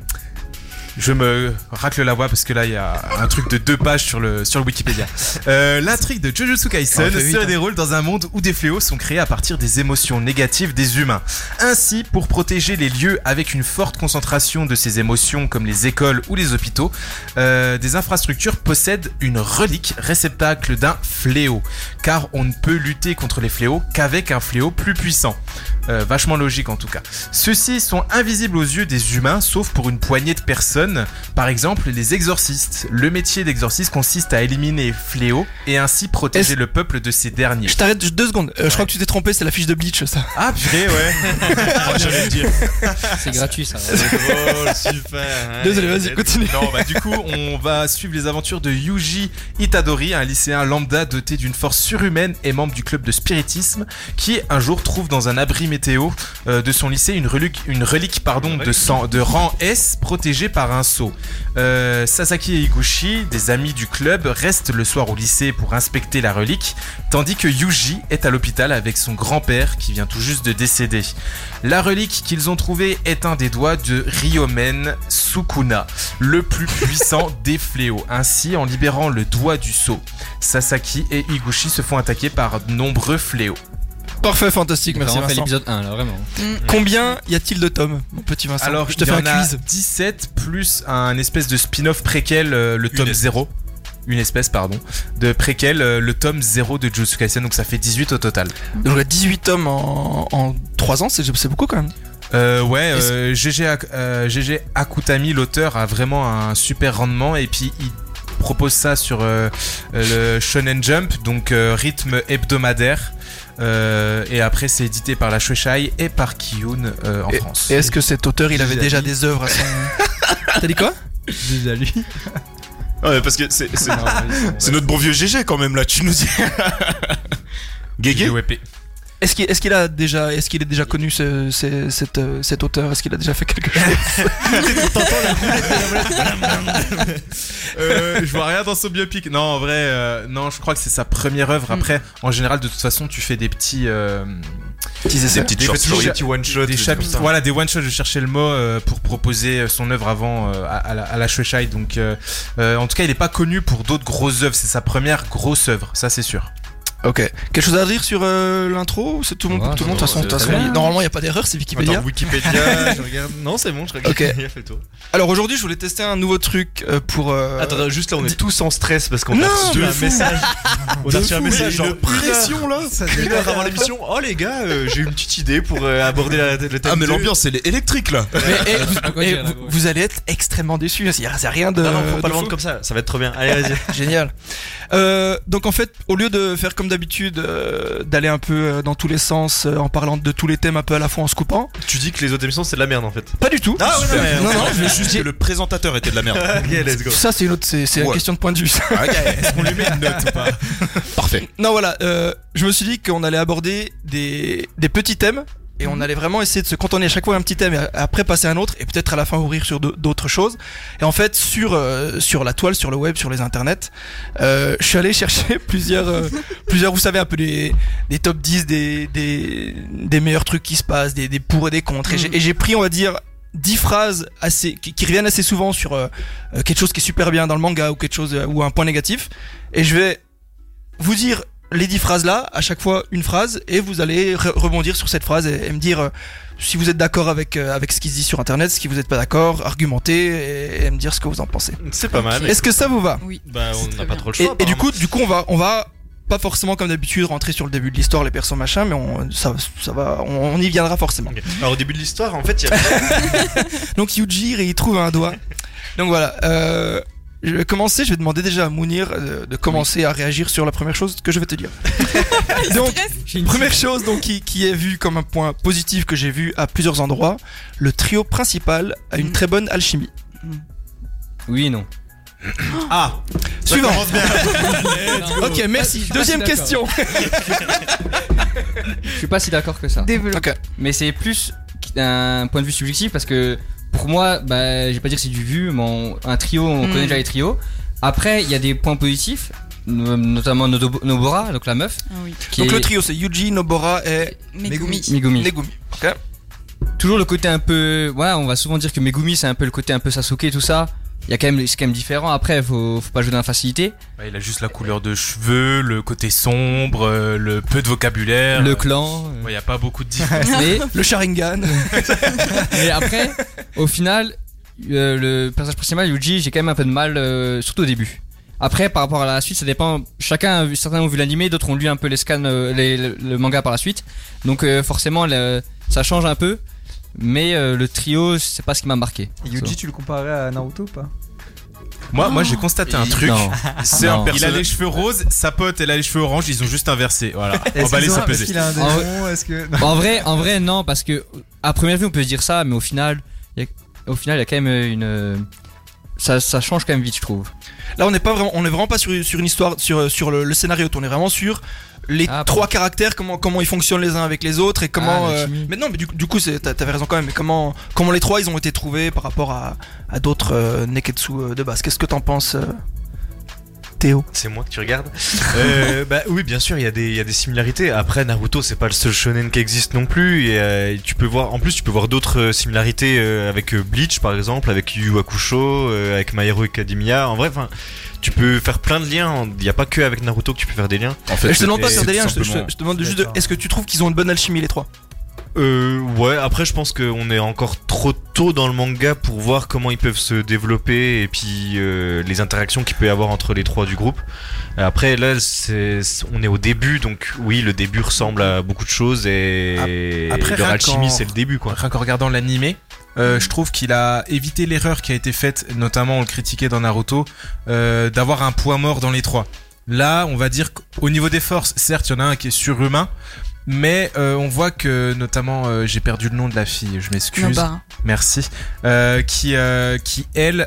je me racle la voix parce que là il y a un truc de deux pages sur le sur le Wikipédia. Euh, L'intrigue de Jujutsu Kaisen On fait vite, se hein. déroule dans un monde où des fléaux sont créés à partir des émotions négatives des humains. Ainsi, pour protéger les lieux avec une forte concentration de ces émotions comme les écoles ou les hôpitaux, euh, des infrastructures possèdent une relique réceptacle d'un fléau. Car on ne peut lutter contre les fléaux qu'avec un fléau plus puissant. Euh, vachement logique en tout cas. Ceux-ci sont invisibles aux yeux des humains sauf pour une poignée de personnes, par exemple les exorcistes. Le métier d'exorciste consiste à éliminer les fléaux et ainsi protéger Est-ce- le peuple de ces derniers. Je t'arrête deux secondes. Euh, Je crois que tu t'es trompé, c'est la fiche de Bleach, ça. Ah purée ouais. J'allais le dire. C'est gratuit ça. C'est drôle, super. hein. Désolé, vas-y, continue. Non, bah du coup, on va suivre les aventures de Yuji Itadori, un lycéen lambda doté d'une force surhumaine et membre du club de spiritisme, qui un jour trouve dans un abri météo euh, de son lycée une relique, une relique pardon, de, sang, de rang S protégée par un sceau. Euh, Sasaki et Higuchi, des amis du club, restent le soir au lycée pour inspecter la relique, tandis que Yuji est à l'hôpital avec son grand-père qui vient tout juste de décéder. La relique qu'ils ont trouvée est un des doigts de Ryomen Sukuna, le plus puissant des fléaux. Ainsi, en libérant le doigt du sceau, Sasaki et Higuchi se font attaquer par de nombreux fléaux. Parfait, fantastique, merci Vraiment fait Vincent. l'épisode un là, vraiment. Combien y a-t-il de tomes, mon petit Vincent? Alors, je te il fais y un en a quiz. dix-sept plus un espèce de spin-off préquel, euh, le tome espèce. zéro. Une espèce, pardon. De préquel, euh, le tome zéro de Jujutsu Kaisen, donc ça fait dix-huit au total. Donc il y a dix-huit tomes en, en trois ans, c'est c'est beaucoup quand même. Euh, ouais, euh, G G, Ak- euh, G G Akutami, l'auteur, a vraiment un super rendement et puis il propose ça sur euh, euh, le Shonen Jump, donc euh, rythme hebdomadaire. Euh, et après, c'est édité par la Shueisha et par Kiyun euh, en Et, France. et est-ce que cet auteur, il avait déjà des œuvres à son... T'as dit quoi? Déjà lui. Ouais, parce que c'est c'est- c'est notre bon vieux G G quand même là, tu nous dis. Guégué G W P. Est-ce qu'il est, qu'il a déjà, est-ce qu'il est déjà connu ce, ce- cet, euh, cet auteur? Est-ce qu'il a déjà fait quelque chose? Euh, je vois rien dans son biopic. Non, en vrai, euh, non, je crois que c'est sa première œuvre. Après, en général, de toute façon, tu fais des petits, euh, Petits essais. petites des short petits stories. cha- petits one-shots, des des chapitres, comme ça. voilà, des one shots. Je cherchais le mot euh, pour proposer son œuvre avant euh, à, à la, à la Shueisha. Donc, euh, euh, en tout cas, il est pas connu pour d'autres grosses œuvres. C'est sa première grosse œuvre, ça c'est sûr. Ok. Quelque chose à dire sur euh, l'intro? C'est tout le monde, Ouais, pour tout le monde. De toute c'est façon, de toute très façon, bien. il- normalement, il n'y a pas d'erreur, c'est Wikipédia. Attends, Wikipédia, je regarde. Non, c'est bon, je regarde. Ok. Il a fait le tour. Alors aujourd'hui, je voulais tester un nouveau truc euh, pour. euh, Attends, attends, juste là, on est tous en stress parce qu'on Non, a reçu de un fou. message. On a reçu un message genre une pression là. une heure avant l'émission. Oh les gars, euh, j'ai une petite idée pour euh, aborder la, le thème. Ah mais deux. l'ambiance elle est électrique là. Mais, eh, vous, À quoi eh, dire, là, vous- gros. vous allez être extrêmement déçus. Il n'y a, il y a rien de. Non, non, faut pas de le vendre faux. comme ça. Ça va être trop bien. Allez, vas-y. Génial. Euh, donc en fait, au lieu de faire comme d'habitude, euh, d'aller un peu euh, dans tous les sens, euh, en parlant de tous les thèmes un peu à la fois en se coupant, Tu dis que les autres émissions c'est de la merde en fait. pas du tout. Ah ouais, non, mais- non, non, je vais Juste que le présentateur était de la merde. Ok, let's go. Ça c'est une autre, c'est c'est une Ouais. question de point de vue. ça. Ok, est-ce qu'on lui met une note ou pas? Parfait. Non voilà, euh, je me suis dit qu'on allait aborder des, des petits thèmes et on allait vraiment essayer de se cantonner à chaque fois à un petit thème et après passer à un autre et peut-être à la fin ouvrir sur d'autres choses. Et en fait, sur euh, sur la toile, sur le web, sur les internets, euh, je suis allé chercher plusieurs euh, plusieurs, vous savez, un peu des des top dix des des des meilleurs trucs qui se passent, des des pour et des contre. Et j'ai et j'ai pris, on va dire, dix phrases assez qui, qui reviennent assez souvent sur euh, quelque chose qui est super bien dans le manga ou quelque chose euh, ou un point négatif, et je vais vous dire les dix phrases là, à chaque fois une phrase, et vous allez re- rebondir sur cette phrase et, et me dire euh, si vous êtes d'accord avec euh, avec ce qui se dit sur internet, si vous n'êtes pas d'accord, argumenter et, et me dire ce que vous en pensez. C'est pas mal. Est-ce que ça vous va? Oui. Bah, on C'est n'a très pas bien. trop le Et, choix. et du coup, du coup, on va on va pas forcément comme d'habitude rentrer sur le début de l'histoire, les persos machin, mais on ça ça va, on, on y viendra forcément. Ok. Alors, au début de l'histoire, en fait, il y a. Donc Yuji et il trouve un doigt. Donc voilà. Euh, je vais commencer. Je vais demander déjà à Mounir euh, de commencer à réagir sur la première chose que je vais te dire. Donc première chose donc qui, qui est vue comme un point positif que j'ai vu à plusieurs endroits, le trio principal a une Mm. très bonne alchimie. Oui et non. Ah, ça Suivant. commence bien. Ok, merci. suis pas Deuxième si question. Je suis pas si d'accord que ça. Développe. Ok. Mais c'est plus d'un point de vue subjectif parce que pour moi, bah, je vais pas dire que c'est du vu, mais on- un trio, on Mm. connaît déjà les trios. Après, il y a des points positifs, no- notamment Nodo- Nobora, donc la meuf, Ah oui. qui Donc est le trio c'est Yuji, Nobora et Megumi. Megumi. Negumi. Ok. Toujours le côté un peu, ouais, on va souvent dire que Megumi c'est un peu le côté un peu Sasuke et tout ça. Il y a quand même, c'est quand même différent. Après, faut, faut pas jouer dans la facilité. Bah, il a juste la couleur de cheveux, le côté sombre, euh, le peu de vocabulaire. Le clan. euh. Il n'y a pas beaucoup de différence. Mais, Le Sharingan. mais après, au final, euh, le personnage principal, Yuji, j'ai quand même un peu de mal, euh, surtout au début. Après, par rapport à la suite, ça dépend. Chacun, a vu- certains ont vu l'animé, d'autres ont lu un peu les scans, euh, les, le, le manga par la suite. Donc euh, forcément, le- ça change un peu. Mais euh, le trio, c'est pas ce qui m'a marqué. Et Yuji, tu le comparais à Naruto ou pas? Moi, moi j'ai constaté un truc. Non. C'est Non. un personnage. Il a les cheveux roses, sa pote, elle a les cheveux orange, ils ont juste inversé. Voilà. On Est-ce va qu'ils laisser ont- Est-ce peser. qu'il a un En démon? Est-ce que. En vrai, en vrai, non, parce que à première vue, on peut se dire ça, mais au final, il y a, au final, il y a quand même une. Ça, ça change quand même vite, je trouve. Là, on n'est pas vraiment, on est vraiment pas sur, sur une histoire, sur, sur le, le scénario. On est vraiment sur les Ah, trois caractères, comment, comment ils fonctionnent les uns avec les autres et comment. Ah, euh, l'alchimie. mais non, mais du, du coup, c'est- t'as- t'avais raison quand même. Mais comment, comment les trois ils ont été trouvés par rapport à, à d'autres euh, Neketsu euh, de base. Qu'est-ce que t'en penses, euh, Théo? C'est moi que tu regardes. euh, bah oui, bien sûr, il y a des il y a des similarités. Après, Naruto, c'est pas le seul shonen qui existe non plus. Et euh, tu peux voir, en plus, tu peux voir d'autres euh, similarités euh, avec euh, Bleach, par exemple, avec Yu Yu Hakusho, euh, avec My Hero Academia. En vrai, enfin, tu peux faire plein de liens. Il y a pas que avec Naruto que tu peux faire des liens. En fait, Mais je te demande pas c'est- sur des liens. Je, te- je te- simplement- je te demande juste, de, D'accord. est-ce que tu trouves qu'ils ont une bonne alchimie les trois? Euh, ouais, après je pense qu'on est encore trop tôt dans le manga pour voir comment ils peuvent se développer et puis euh, les interactions qu'il peut y avoir entre les trois du groupe. Après là, c'est, on est au début, donc oui, le début ressemble à beaucoup de choses et Après, leur rien alchimie qu'en- c'est le début quoi. Rien qu'en regardant l'animé, euh, je trouve qu'il a évité l'erreur qui a été faite, notamment on le critiquait dans Naruto, euh, d'avoir un poids mort dans les trois. Là, on va dire qu'au niveau des forces, certes, il y en a un qui est surhumain, mais euh, on voit que, notamment, euh, j'ai perdu le nom de la fille, je m'excuse. Nobara. Merci. Euh, qui, euh, qui elle,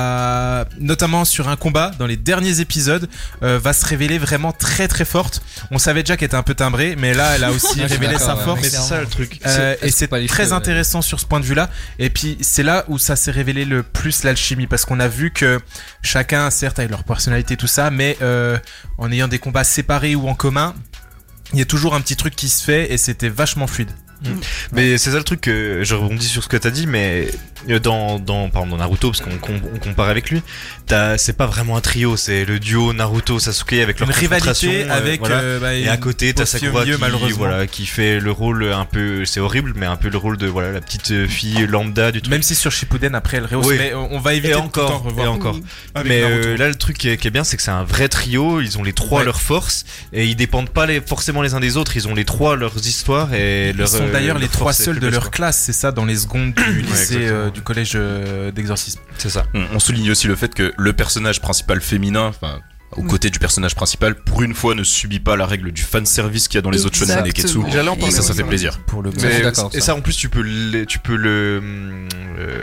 a, notamment sur un combat dans les derniers épisodes, euh, va se révéler vraiment très très forte. On savait déjà qu'elle était un peu timbrée, mais là, elle a aussi Ouais, je suis révélé d'accord, sa ouais, force. Mais c'est ça le truc. Euh, elle et se c'est coupe pas les très cheveux, ouais. intéressant sur ce point de vue-là. Et puis c'est là où ça s'est révélé le plus l'alchimie, parce qu'on a vu que chacun, certes, avec leur personnalité, tout ça, mais euh, en ayant des combats séparés ou en commun, il y a toujours un petit truc qui se fait et c'était vachement fluide. Mais c'est ça le truc que je rebondis sur ce que t'as dit, mais dans, dans, pardon, dans Naruto, parce qu'on com- on compare avec lui, t'as, c'est pas vraiment un trio, c'est le duo Naruto-Sasuke avec leur Une confrontation, rivalité euh, avec. voilà. euh, bah, Et à côté, t'as aussi au Sakura milieu, qui, malheureusement. voilà, qui fait le rôle un peu, c'est horrible, mais un peu le rôle de voilà la petite fille lambda du truc. Même si sur Shippuden après elle rehausse, Oui. mais on va éviter Et de tout le temps encore, revoir. et encore. Avec Mais Naruto. euh, là, le truc qui est, qui est bien, c'est que c'est un vrai trio. Ils ont les trois Ouais. leurs forces et ils dépendent pas les, forcément les uns des autres. Ils ont les trois leurs histoires et Ils leurs. sont d'ailleurs euh, les leurs trois forces et seuls de faiblesses, leur quoi. classe, c'est ça, dans les secondes du lycée, exactement. euh, du collège euh, d'exorcisme. C'est ça. On, on souligne aussi le fait que le personnage principal féminin, enfin, aux côtés du personnage principal, pour une fois, ne subit pas la règle du fanservice qu'il y a dans les autres shonen Neketsu. Exactement. J'allais en Et parler, ça, ça ouais, fait ouais. plaisir. Pour le Ouais, je Mais- suis d'accord, et ça. ça, en plus, tu peux le, tu peux le, euh,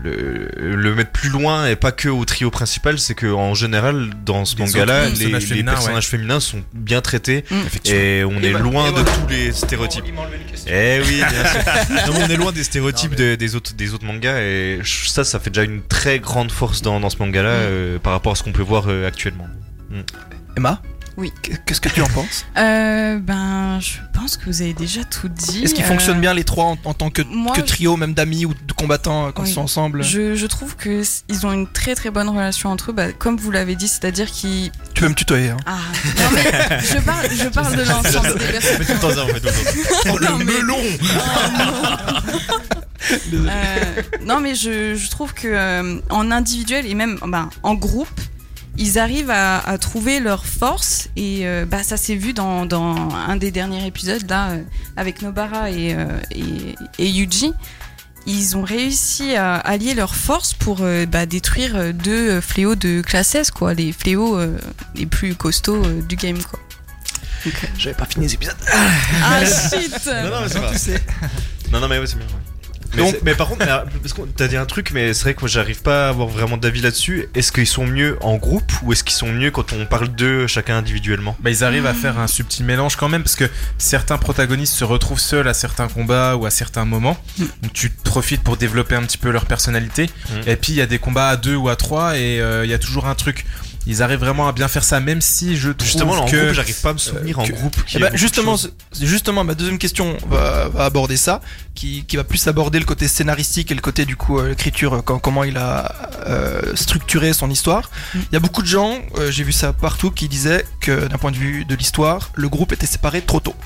le, le mettre plus loin et pas que au trio principal. C'est que en général, dans ce Les manga-là, autres les, personnages les féminins, personnages féminins sont bien traités Effectivement. et on Et est bah- loin et de voilà. tous les stéréotypes. Eh oui, bien sûr. Non, mais on est loin des stéréotypes non, mais... de, des, autres, des autres mangas et ça, ça fait déjà une très grande force dans, dans ce manga-là mm. euh, par rapport à ce qu'on peut voir euh, actuellement. Mm. Emma ? Oui. Qu'est-ce que tu en penses ? euh, Ben, je pense que vous avez déjà tout dit. Est-ce qu'ils euh... fonctionnent bien les trois en, en tant que, Moi, que trio, même d'amis ou de combattants quand oui. ils sont ensemble ? je, je trouve que ils ont une très très bonne relation entre eux, bah, comme vous l'avez dit, c'est-à-dire qu'ils. Tu peux me tutoyer. Hein. Ah, non mais je parle, je parle de l'ensemble des personnes. Fais tout le temps ça, on fait tout le temps. Oh, le mais... melon. Oh, non. euh, non mais je, je trouve que euh, en individuel et même ben, en groupe. Ils arrivent à, à trouver leur force et euh, bah, ça s'est vu dans, dans un des derniers épisodes là euh, avec Nobara et, euh, et, et Yuji. Ils ont réussi à allier leurs forces pour euh, bah, détruire deux fléaux de classe S, quoi, les fléaux euh, les plus costauds euh, du game, quoi. Donc, euh... J'avais pas fini les épisodes. Ah shit. Non non mais c'est pas. Tu sais. Non non mais ouais, c'est bien. Ouais. Mais, Donc, mais par contre, parce que t'as dit un truc, mais c'est vrai que moi j'arrive pas à avoir vraiment d'avis là-dessus. Est-ce qu'ils sont mieux en groupe ou est-ce qu'ils sont mieux quand on parle d'eux chacun individuellement ? Bah ils arrivent à faire un subtil mélange quand même parce que certains protagonistes se retrouvent seuls à certains combats ou à certains moments. Donc tu profites pour développer un petit peu leur personnalité. Mmh. Et puis il y a des combats à deux ou à trois et il euh, y a toujours un truc. Ils arrivent vraiment à bien faire ça, même si je trouve justement, là, en que groupe, j'arrive pas à me souvenir euh, en que... groupe. Eh bah, justement, justement, ma deuxième question va, va aborder ça, qui, qui va plus aborder le côté scénaristique et le côté du coup euh, l'écriture, quand, comment il a euh, structuré son histoire. Il mm. y a beaucoup de gens, euh, j'ai vu ça partout, qui disaient que d'un point de vue de l'histoire, le groupe était séparé trop tôt.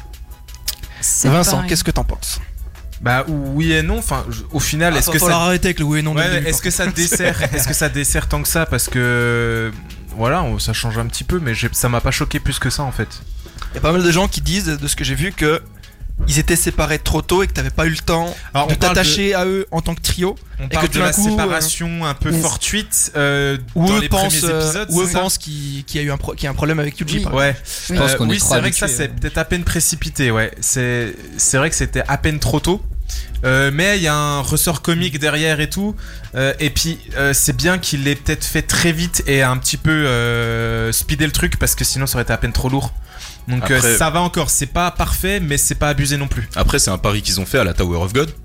C'est Vincent, pareil. Qu'est-ce que t'en penses ? Bah oui et non. Enfin, au final, ah, est-ce que ça arrêter avec le oui et non ouais, est-ce que ça dessert Est-ce que ça dessert tant que ça ? Parce que voilà, ça change un petit peu, mais ça m'a pas choqué plus que ça en fait. Il y a pas mal de gens qui disent, de ce que j'ai vu, que ils étaient séparés trop tôt et que t'avais pas eu le temps Alors, de t'attacher de... à eux en tant que trio. On et parle que de la coup, séparation euh... un peu ou... fortuite euh, ou dans eux les pensent, premiers épisodes. Ou eux pensent qu'il, qu'il y a eu un, pro... qu'il y a un problème avec Yuji. Oui, par ouais. Je pense euh, qu'on oui, est c'est vrai habitué, que ça c'est euh... peut-être à peine précipité. Ouais, c'est c'est vrai que c'était à peine trop tôt. Euh, mais il y a un ressort comique derrière et tout euh, et puis euh, c'est bien qu'il l'ait peut-être fait très vite et un petit peu euh, speedé le truc parce que sinon ça aurait été à peine trop lourd. Donc Après... euh, ça va encore, c'est pas parfait mais c'est pas abusé non plus. Après c'est un pari qu'ils ont fait à la Tower of God.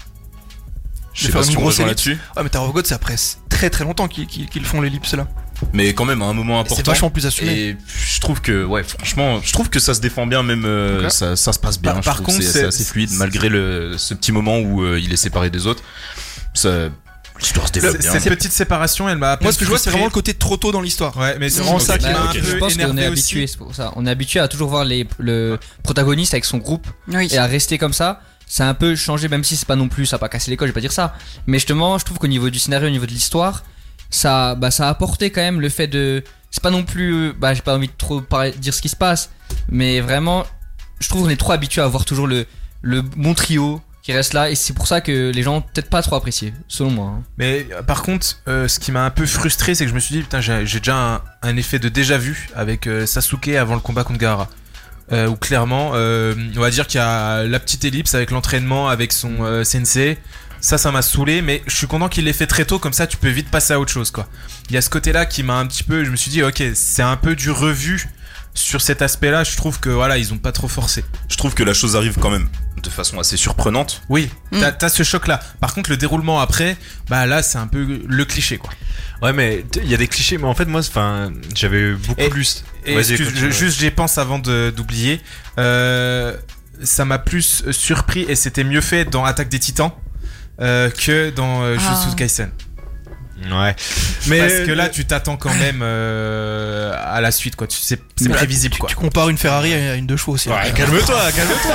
Je sais pas si on rejoint là-dessus. Ah mais Tower of God c'est après très très longtemps qu'ils, qu'ils, qu'ils font l'ellipse là. Mais quand même à un moment important. C'est vachement plus assumé. Et je trouve que ouais franchement je trouve que ça se défend bien même euh, okay. ça, ça se passe bien. Par, je par trouve contre c'est, c'est, c'est assez fluide c'est... malgré le, ce petit moment où euh, il est séparé des autres. Ça, l'histoire se développe le, bien. Cette petite séparation elle m'a. Moi ce que je vois c'est vraiment le côté trop tôt dans l'histoire. Ouais mais c'est vraiment okay. ça qui bah, m'a un okay. peu Je pense qu'on est habitué, aussi. C'est pour ça. On est habitué à toujours voir les, le protagoniste avec son groupe oui. et à rester comme ça. Ça a un peu changé même si c'est pas non plus ça a pas cassé l'école, je vais pas dire ça. Mais justement je trouve qu'au niveau du scénario, au niveau de l'histoire, ça bah ça a apporté quand même le fait de c'est pas non plus bah j'ai pas envie de trop parler, dire ce qui se passe mais vraiment je trouve qu'on est trop habitué à voir toujours le le bon trio qui reste là et c'est pour ça que les gens ont peut-être pas trop apprécié selon moi hein. Mais par contre euh, ce qui m'a un peu frustré c'est que je me suis dit putain j'ai, j'ai déjà un, un effet de déjà vu avec euh, Sasuke avant le combat contre Gaara euh, où clairement euh, on va dire qu'il y a la petite ellipse avec l'entraînement avec son euh, sensei. Ça, ça m'a saoulé, mais je suis content qu'il l'ait fait très tôt, comme ça tu peux vite passer à autre chose, quoi. Il y a ce côté-là qui m'a un petit peu, je me suis dit, ok, c'est un peu du revu sur cet aspect-là. Je trouve que voilà, ils ont pas trop forcé. Je trouve que la chose arrive quand même de façon assez surprenante. Oui, mm. t'as, t'as ce choc-là. Par contre, le déroulement après, bah là, c'est un peu le cliché, quoi. Ouais, mais il y a des clichés, mais en fait, moi, enfin, j'avais beaucoup et, plus. Et excuse, je, juste, j'y pense avant de, d'oublier. Euh, ça m'a plus surpris et c'était mieux fait dans Attaque des Titans. Euh, que dans euh, Jujutsu ah. Kaisen. Ouais. Mais parce que là tu t'attends quand même euh, à la suite quoi. Tu sais, c'est mais prévisible tu, quoi. Tu compares une Ferrari à une deux chevaux aussi. Ouais, calme-toi, calme-toi.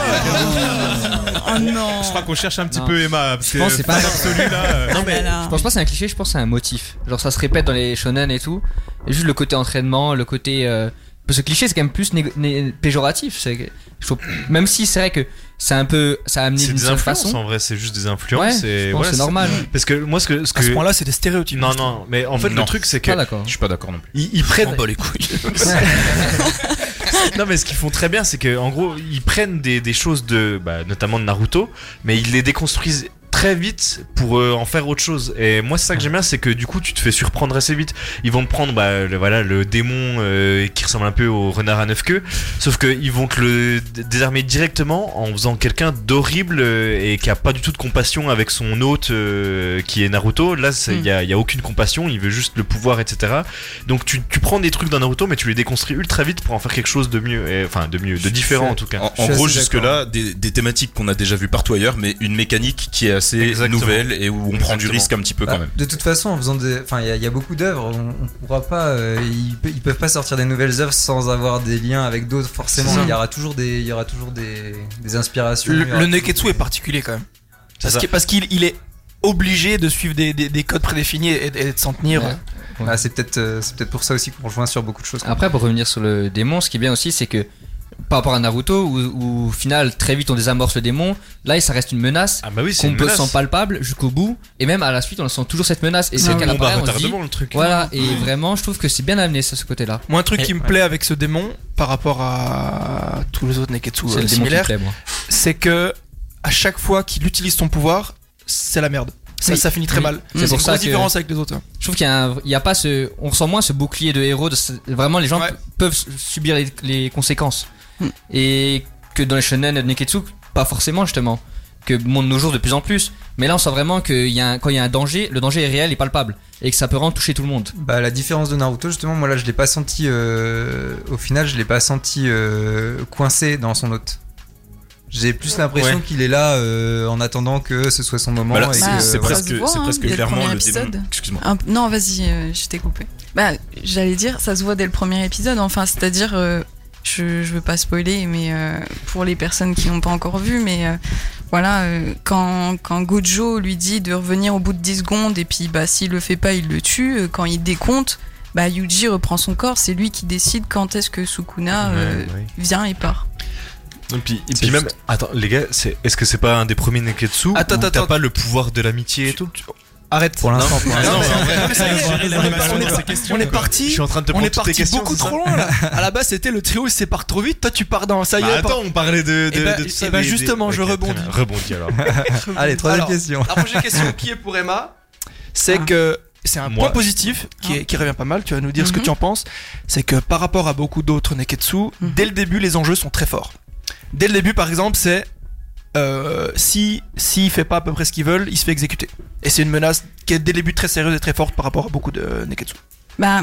Oh non. Je crois qu'on cherche un petit non. peu Emma parce je que pense c'est pas absolu là. Euh... Non mais je pense pas que c'est un cliché, je pense que c'est un motif. Genre ça se répète dans les shonen et tout. Et juste le côté entraînement, le côté euh... ce cliché c'est quand même plus né- né- péjoratif. C'est... Faut... Même si c'est vrai que c'est un peu ça a amené c'est d'une certaine façon. En vrai, c'est juste des influences. Ouais, et je pense voilà, c'est normal. Parce que moi, ce que, ce que... à ce point-là, c'est des stéréotypes. Non, non, mais en fait, non. le truc, c'est que. Pas d'accord. Je suis pas d'accord non plus. Ils, ils prennent. Oh, bah, les couilles. Non, mais ce qu'ils font très bien, c'est que en gros, ils prennent des, des choses de, bah, notamment de Naruto, mais ils les déconstruisent très vite pour euh, en faire autre chose. Et moi, c'est ça que j'aime bien, c'est que du coup, tu te fais surprendre assez vite. Ils vont te prendre, bah, le, voilà, le démon euh, qui ressemble un peu au renard à neuf queues, sauf que ils vont te le désarmer directement en faisant quelqu'un d'horrible euh, et qui a pas du tout de compassion avec son hôte euh, qui est Naruto. Là, il mm. y, a, y a aucune compassion, il veut juste le pouvoir, et cetera. Donc tu, tu prends des trucs dans Naruto, mais tu les déconstruis ultra vite pour en faire quelque chose de mieux, et, enfin de mieux, de différent en tout cas. En, en gros, jusque-là, des, des thématiques qu'on a déjà vues partout ailleurs, mais une mécanique qui est assez Exactement. nouvelle et où on Exactement. prend du risque un petit peu bah, quand même. De toute façon, en faisant des, enfin, il y, y a beaucoup d'œuvres, on, on pourra pas, euh, ils, ils peuvent pas sortir des nouvelles œuvres sans avoir des liens avec d'autres. Forcément, il y aura toujours des, il y aura toujours des, des inspirations. Le, le Neketsu des... est particulier quand même. Parce, qu', parce qu'il il est obligé de suivre des, des, des codes prédéfinis et, et de s'en tenir. Ouais. Ouais. Ah, c'est peut-être, euh, c'est peut-être pour ça aussi qu'on rejoint sur beaucoup de choses. Après, pour revenir sur le démon, ce qui est bien aussi, c'est que par rapport à Naruto, où, où au final très vite on désamorce le démon, là ça reste une menace ah bah oui, qu'on peut sent palpable jusqu'au bout, et même à la suite on sent toujours cette menace. Et c'est qu'à l'appareil on se dit, le truc. voilà, et mmh. vraiment je trouve que c'est bien amené ça, ce côté-là. Moi un truc et, qui me ouais. plaît avec ce démon par rapport à tous les autres Neketsu c'est euh, le similaires, plaît, c'est que à chaque fois qu'il utilise son pouvoir, c'est la merde. Ça, oui. ça finit très oui. mal. C'est, c'est pour une ça grosse que différence avec les autres. Je trouve qu'il y a, un, il y a pas ce, on ressent moins ce bouclier de héros. De ce, vraiment, les gens ouais. p- peuvent subir les, les conséquences. Mm. Et que dans les shonen de Neketsu, pas forcément justement. Que bon, de nos jours de plus en plus. Mais là, on sent vraiment que y a un, quand il y a un danger, le danger est réel et palpable, et que ça peut vraiment toucher tout le monde. Bah la différence de Naruto, justement, moi là, je l'ai pas senti. Euh, au final, je l'ai pas senti euh, coincé dans son hôte. J'ai plus l'impression ouais. qu'il est là euh, en attendant que ce soit son moment. Bah là, et c'est, que, c'est, voilà. presque, voit, c'est hein, presque clairement le, le démon. Excuse-moi. Un, non, vas-y, euh, je t'ai coupé. Bah, j'allais dire, ça se voit dès le premier épisode. Enfin, c'est-à-dire, euh, je, je veux pas spoiler, mais euh, pour les personnes qui n'ont pas encore vu, mais euh, voilà, euh, quand, quand Gojo lui dit de revenir au bout de dix secondes, et puis bah, s'il le fait pas, il le tue, euh, quand il décompte, bah, Yuji reprend son corps, c'est lui qui décide quand est-ce que Sukuna euh, ouais, ouais. vient et part. Et puis, et puis même, juste... attends les gars, c'est, est-ce que c'est pas un des premiers Neketsu attends, où attends, t'as attends. pas le pouvoir de l'amitié et tout? Arrête. Pour l'instant, pour l'instant. On est parti. Je suis en train de te on est prendre toutes tes parti questions. beaucoup trop loin là. À la base, c'était le trio, il se sépare trop vite. Toi, tu pars dans ça y est. Bah, attends, on parlait de, de, et bah, de tout ça. Et bah des, justement, des... je okay, rebondis. Rebondis alors. Allez, troisième alors, question. La prochaine question qui est pour Emma, c'est ah. que c'est un Moi. point positif qui, est, qui revient pas mal. Tu vas nous dire mm-hmm. ce que tu en penses. C'est que par rapport à beaucoup d'autres Neketsu, mm-hmm. dès le début, les enjeux sont très forts. Dès le début, par exemple, c'est euh, si s'il fait pas à peu près ce qu'ils veulent, il se fait exécuter. Et c'est une menace qui est dès le début très sérieuse et très forte par rapport à beaucoup de Neketsu. Bah,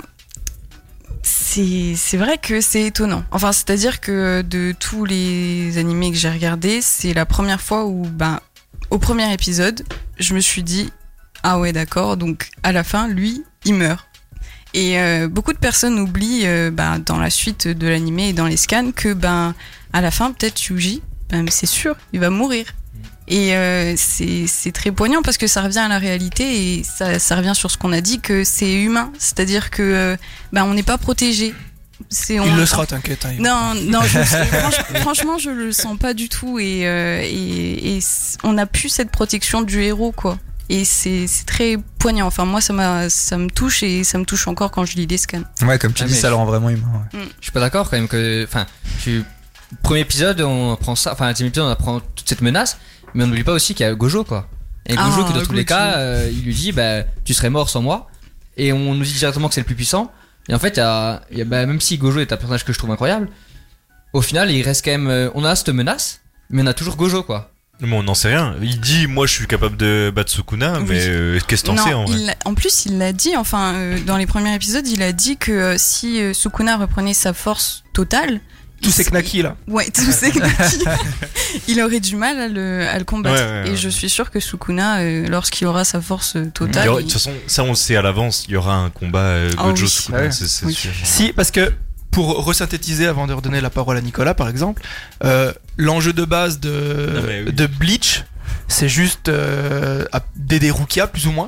c'est c'est vrai que c'est étonnant. Enfin, c'est-à-dire que de tous les animés que j'ai regardés, c'est la première fois où, bah, au premier épisode, je me suis dit ah ouais d'accord, donc à la fin, lui, il meurt. Et euh, beaucoup de personnes oublient euh, bah, dans la suite de l'animé et dans les scans que ben à la fin peut-être Yuji, ben, c'est sûr, il va mourir. Et euh, c'est, c'est très poignant parce que ça revient à la réalité et ça, ça revient sur ce qu'on a dit, que c'est humain, c'est-à-dire que euh, ben, on n'est pas protégé. C'est, on, il le sera, t'inquiète. Hein, non, non, je, franchement, franchement, je le sens pas du tout et, euh, et, et on n'a plus cette protection du héros, quoi. Et c'est, c'est très poignant. Enfin, moi, ça, m'a, ça me touche et ça me touche encore quand je lis les scans. Ouais, comme tu ah, dis, ça le rend vraiment humain. Ouais. Mm. Je suis pas d'accord quand même que. Enfin, je... premier épisode, on apprend ça. Enfin, deuxième épisode, on apprend toute cette menace. Mais on n'oublie pas aussi qu'il y a Gojo, quoi. Et Gojo, ah, que dans tous les cas, euh, il lui dit bah, tu serais mort sans moi. Et on nous dit directement que c'est le plus puissant. Et en fait, y a, y a, bah, même si Gojo est un personnage que je trouve incroyable, au final, il reste quand même. Euh, on a cette menace, mais on a toujours Gojo, quoi. Mais on n'en sait rien. Il dit moi je suis capable de battre Sukuna, oui. mais euh, qu'est-ce que t'en non, sais en vrai il, En plus, il l'a dit, enfin, euh, dans les premiers épisodes, il a dit que euh, si euh, Sukuna reprenait sa force totale. Tous ces knacki là. Ouais, tous ces knacki. Il aurait du mal à le, à le combattre. Ouais, ouais, ouais. Et je suis sûr que Sukuna, euh, lorsqu'il aura sa force totale. De toute il... façon, ça on le sait à l'avance, il y aura un combat euh, Gojo Sukuna. Oh, oui. c'est, c'est oui. sûr. Si, parce que. Pour resynthétiser avant de redonner la parole à Nicolas par exemple, euh, l'enjeu de base de, non, oui. de Bleach, c'est juste euh, d'aider Rukia plus ou moins.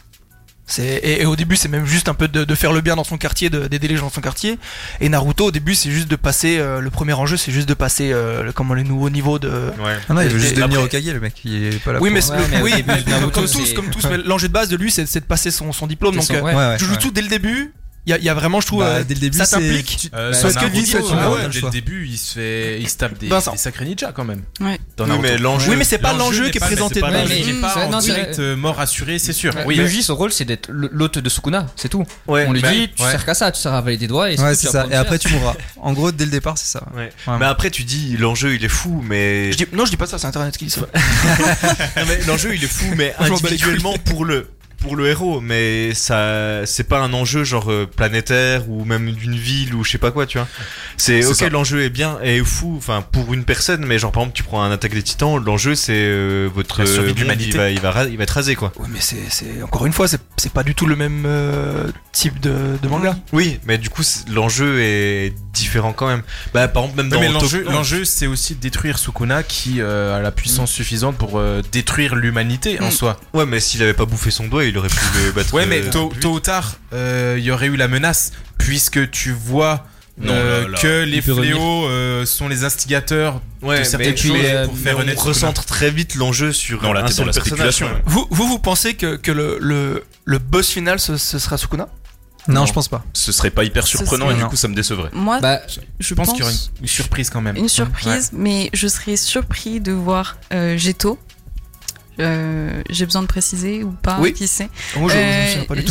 C'est, et, et au début c'est même juste un peu de, de faire le bien dans son quartier, de, d'aider les gens dans son quartier. Et Naruto au début c'est juste de passer, euh, le premier enjeu c'est juste de passer euh, comment, les nouveaux niveaux de... Ouais. Ah non, il veut juste devenir Hokage le mec, il est pas là oui, pour... mais, ouais, le, mais oui, début, comme, comme tous, comme tous, mais l'enjeu de base de lui c'est, c'est de passer son, son diplôme. C'est donc son, ouais. euh, ouais, ouais, Jujutsu ouais. dès le début... Il y, a- il y a vraiment, je trouve, Bah, euh, dès le début, ça c'est- t'implique. tu- Euh, Soit dans que Naruto, vie, soit tu euh, meurs, ouais, t'as le dès choix. le début, il se fait, il se tape des, Vincent. des sacrés ninjas quand même. Ouais. Dans Oui, Naruto. mais l'enjeu. Oui, mais c'est pas l'enjeu n'est qui est pas- présenté c'est pas dedans. l'enjeu Mais- qui est pas Ouais, en non, c'est direct vrai. euh, mort assuré, c'est sûr. Ouais, Oui. Yuji, son rôle, c'est d'être l'hôte de Sukuna, c'est tout. Ouais, On lui mais- dit, tu ouais. sers qu'à ça, tu sers à avaler des doigts et Ouais, tout, c'est tu vas ça. prendre Et après, cher. tu mourras. En gros, dès le départ, c'est ça. Ouais. Vraiment. Mais après, tu dis l'enjeu il est fou, mais. Je dis- non, je dis pas ça, c'est Internet qui dit ça. Non, mais l'enjeu il est fou, mais Je m'en bats les individuellement pour le pour le héros, mais ça c'est pas un enjeu genre euh, planétaire ou même d'une ville ou je sais pas quoi, tu vois. C'est C'est ok, ça. l'enjeu est bien est fou, enfin pour une personne, mais genre par exemple tu prends un attaque des Titans, l'enjeu c'est euh, votre La survie monde, de l'humanité. il va il va ra- il va être rasé quoi. Ouais, mais c'est, c'est encore une fois, c'est, c'est pas du tout le même euh, type de, de manga. Oui, mais du coup c'est- l'enjeu est différent quand même. Bah par exemple même Ouais, dans mais l'enjeu, Top- l'enjeu, c'est aussi de détruire Sukuna qui euh, a la puissance suffisante pour euh, détruire l'humanité en Mm. soi. Ouais, mais s'il avait pas bouffé son doigt, il aurait pu le battre. Ouais, mais euh, tôt, plus tôt ou tard, euh, il y aurait eu la menace puisque tu vois Non, euh, là, là. que les Il peut revenir. fléaux euh, sont les instigateurs Ouais, de certaines mais, choses mais, pour euh, faire on renaître Sukuna. recentre très vite l'enjeu sur Non, là, un t'es dans seul la personnage. spéculation. quand même. Vous, vous, vous pensez que, que le, le, le boss final, ce, ce sera Sukuna? Non, Non. je pense pas. Ce serait pas hyper Ce surprenant serait- et du non. coup ça me décevrait. Moi, Bah, je, Je pense qu'il y aura une, une surprise quand même. une surprise, Ouais. mais je serais surpris de voir euh, Geto. Euh, j'ai besoin de préciser ou pas Oui. qui c'est. Moi, je, je me Euh, souviens pas du tout.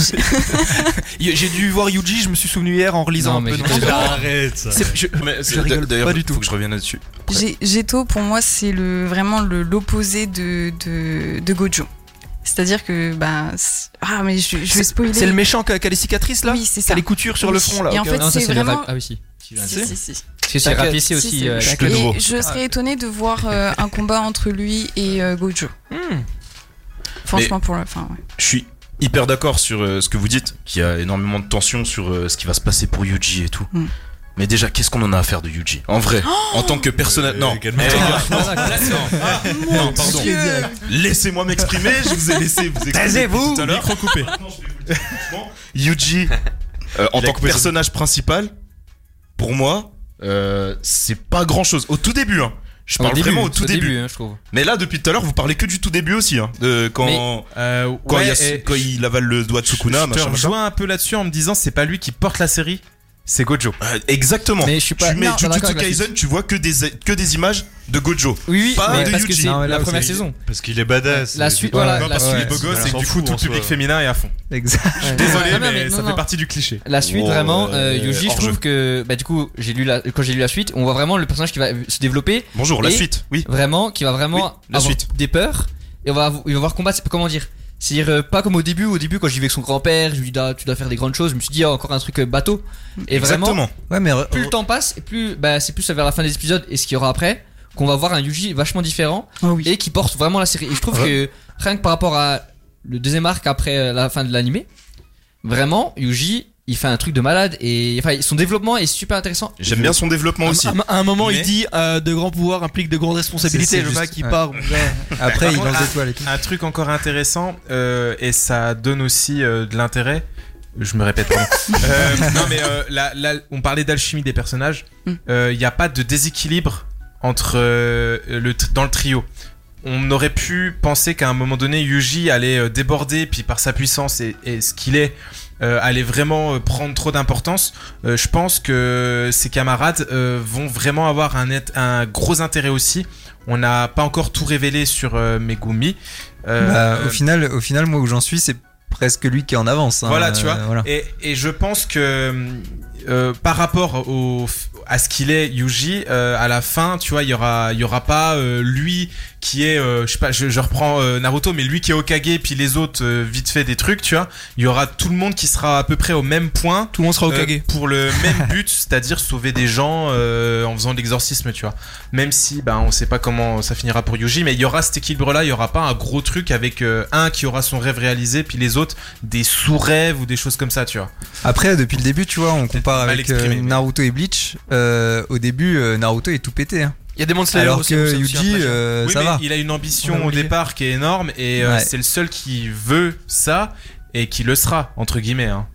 J'ai dû voir Yuji, je me suis souvenu hier en relisant Non, un mais peu. j'étais- non. Arrête ça. C'est- je- Mais je rigole d'ailleurs, pas du tout. faut que je revienne là-dessus. J'ai- Geto, pour moi, c'est le, vraiment le- l'opposé de, de, de Gojo. C'est-à-dire que, bah. c'est- Ah, mais je, je vais spoiler. C'est le méchant qui a, qui a les cicatrices là? Oui, c'est Qui ça. a les coutures sur Oui. le front là. Et en ok. fait, non, ça c'est c'est le vraiment- rap. Ah oui, si. Si, si, si. Parce que c'est T'inquiète. rapetissé Si, aussi. si. euh, Je te Et nouveau. je serais étonnée de voir euh, un combat entre lui et euh, Gojo. Hmm. Franchement, pour la fin, ouais. Je suis hyper d'accord sur euh, ce que vous dites, qu'il y a énormément de tension sur euh, ce qui va se passer pour Yuji et tout. Mm. Mais déjà, qu'est-ce qu'on en a à faire de Yuji? En vrai, en tant que personnage. Euh, non, calme-toi. Eh, non, ah, non, pardon. Laissez-moi m'exprimer, je vous ai laissé vous exprimer Taisez-vous. tout à l'heure. Micro coupé. Maintenant, je vais vous le dire franchement. Yuji, euh, en Il a tant que coupé son- personnage principal, pour moi, euh, c'est pas grand chose. Au tout début, hein. Je Au parle début, vraiment au tout début. hein, je trouve. Mais là, depuis tout à l'heure, vous parlez que du tout début aussi, hein. De quand, Mais- Euh, quand, ouais, il, y a- et quand il avale le doigt de Sukuna, je te machin, machin. rejoins un peu là-dessus en me disant c'est pas lui qui porte la série, c'est Gojo. Euh, exactement. Mais je suis pas. tu mets non, pas Jujutsu d'accord avec la Kaisen, suite. tu vois que des, que des images de Gojo. Oui, oui, Pas mais de parce que Yuji. c'est Non, mais là, la première c'est- saison. Parce qu'il est badass. La c'est- suite, c'est- voilà, Pas la parce qu'il est suite. beau gosse on et que s'en du coup fout, tout en le public soi. féminin est à fond. Exact. Désolé, Non, non, mais, mais non, ça non. fait partie du cliché. La suite, Oh, vraiment, euh, euh, Yuji, je hors trouve jeu. que, bah, du coup, j'ai lu la, quand j'ai lu la suite, on voit vraiment le personnage qui va se développer, Bonjour, la Et- suite, oui. vraiment, qui va vraiment Oui, la avoir suite. des peurs, et on va, il va voir combattre, comment dire, c'est-à-dire, euh, pas comme au début, au début, quand j'y vais avec son grand-père, je lui dis, ah, tu dois faire des grandes choses, je me suis dit, ah, encore un truc euh, bateau. Et vraiment, Exactement. Ouais, mais re- plus le temps passe, et plus, bah, c'est plus vers la fin des épisodes et ce qu'il y aura après, qu'on va voir un Yuji vachement différent, Oh oui. et qui porte vraiment la série. Et je trouve que, rien que par rapport à le deuxième arc après euh, la fin de l'animé, vraiment, Yuji, il fait un truc de malade, et, enfin, son développement est super intéressant. J'aime bien son développement aussi. À, à un moment, Mais- il dit euh, de grands pouvoirs impliquent de grandes responsabilités. C'est- c'est Le mec juste- qui ouais. part. après, il Par lance contre, des toiles et tout. Un truc encore intéressant, euh, et ça donne aussi euh, de l'intérêt. Je me répète, pardon. Euh, non, mais euh, là, là, on parlait d'alchimie des personnages. Il Mm. n'y a pas de déséquilibre entre euh, le tr- dans le trio. On aurait pu penser qu'à un moment donné, Yuji allait euh, déborder, puis par sa puissance et, et ce qu'il est, euh, allait vraiment euh, prendre trop d'importance. Euh, je pense que ses camarades euh, vont vraiment avoir un, net- un gros intérêt aussi. On n'a pas encore tout révélé sur euh, Megumi. Euh, Bah, au final, au final, moi où j'en suis, c'est presque lui qui est en avance. hein, Voilà, tu vois. euh, voilà. Et, et je pense que euh, par rapport au, à ce qu'il est, Yuji, euh, à la fin, tu vois, il y aura, il y aura pas euh, lui qui est, euh, je sais pas, je, je reprends euh, Naruto, mais lui qui est Hokage, puis les autres euh, vite fait des trucs, tu vois. Il y aura tout le monde qui sera à peu près au même point. Tout le monde sera au euh, Kage. pour le même but, c'est-à-dire sauver des gens euh, en faisant de l'exorcisme, tu vois. Même si, ben, on sait pas comment ça finira pour Yuji, mais il y aura cet équilibre-là. Il y aura pas un gros truc avec euh, un qui aura son rêve réalisé, puis les autres des sous-rêves ou des choses comme ça, tu vois. Après, depuis le début, tu vois, on compare mal avec exprimé, euh, mais- Naruto et Bleach. Euh, au début, euh, Naruto est tout pété. Hein. Il y a des Monster Alors aussi, que c'est aussi un Yuji, plagiat. euh, oui, ça mais va. il a une On ambition a au oublié. départ qui est énorme et euh, Ouais. c'est le seul qui veut ça et qui le sera entre guillemets. Hein.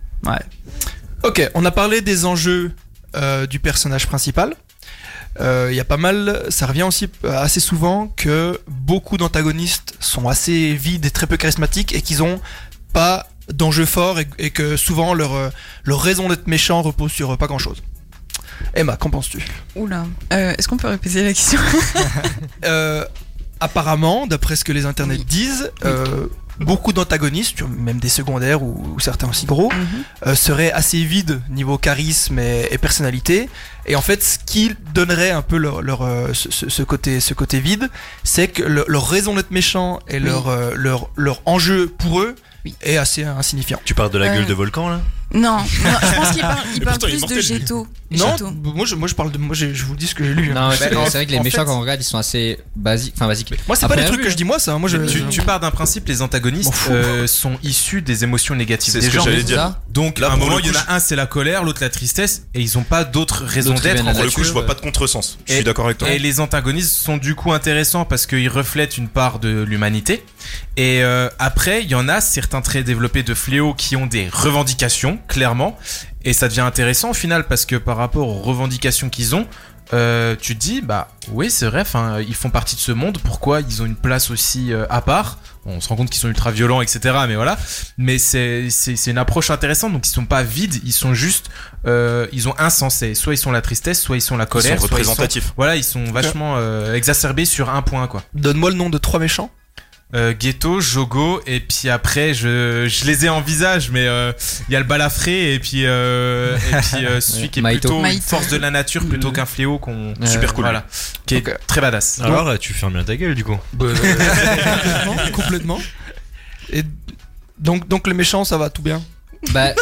Ok, on a parlé des enjeux euh, du personnage principal. Euh, Il y a pas mal, ça revient aussi euh, assez souvent que beaucoup d'antagonistes sont assez vides et très peu charismatiques et qu'ils ont pas d'enjeux forts et, et que souvent leur, euh, leur raison d'être méchant repose sur euh, pas grand chose. Emma, qu'en penses-tu? Oula, euh, est-ce qu'on peut répéter la question? euh, Apparemment, d'après ce que les internets Oui. disent, euh, beaucoup d'antagonistes, même des secondaires ou, ou certains aussi gros, Mm-hmm. euh, seraient assez vides niveau charisme et, et personnalité. Et en fait, ce qui donnerait un peu leur, leur euh, ce, ce- ce côté, ce côté vide, c'est que le- leur raison d'être méchant et Oui. leur, euh, leur, leur enjeu pour eux Oui. est assez insignifiant. Tu parles de la Euh, gueule de volcan là? Non, non, je pense qu'il parle, il Mais parle pourtant, il est plus de mortel, lui. Géto. Non, Géto. moi je, moi je parle de, moi j'ai- je vous dis ce que j'ai lu. hein. Non, c'est Bah, en- c'est vrai que les en méchants fait- quand on regarde ils sont assez basiques, enfin basiques. Moi c'est Après, pas des on a trucs vu, que je dis moi ça. Moi je. Tu, tu pars d'un principe, les antagonistes M'en fous. euh, sont issus des émotions négatives C'est des ce que gens. j'allais C'est dire. ça. Donc Là, à un pour moment, le il y en coup, a un, c'est la colère, l'autre la tristesse, et ils ont pas d'autres raisons D'autres d'être. viennent à Pour le coup, je nature, vois euh, pas de contresens. Je Et- suis d'accord avec toi. Et les antagonistes sont du coup intéressants parce qu'ils reflètent une part de l'humanité. Et euh, après, il y en a certains traits développés de Fléau qui ont des revendications, clairement. Et ça devient intéressant au final parce que par rapport aux revendications qu'ils ont, euh, tu te dis, bah oui, c'est vrai, enfin, ils font partie de ce monde. Pourquoi ils ont une place aussi euh, à part? Bon, on se rend compte qu'ils sont ultra violents, et cetera. Mais voilà. Mais c'est c'est c'est une approche intéressante. Donc ils sont pas vides, ils sont juste, euh, ils ont un sens. C'est soit ils sont la tristesse, soit ils sont la Ils colère, sont soit ils sont- représentatifs. voilà, ils sont vachement euh, exacerbés sur un point, quoi. Donne-moi le nom de trois méchants. Euh, Ghetto, Jogo, et puis après, je, je les ai en visage, mais euh, il y a le balafré, et puis, euh, et puis euh, celui qui est Maito. plutôt une Maito. force de la nature plutôt qu'un fléau, qu'on Ouais, super cool, ouais. voilà, qui est Ok. très badass. Alors là, tu fermes bien ta gueule du coup. complètement, complètement. Et donc donc les méchants ça va tout bien. Bah,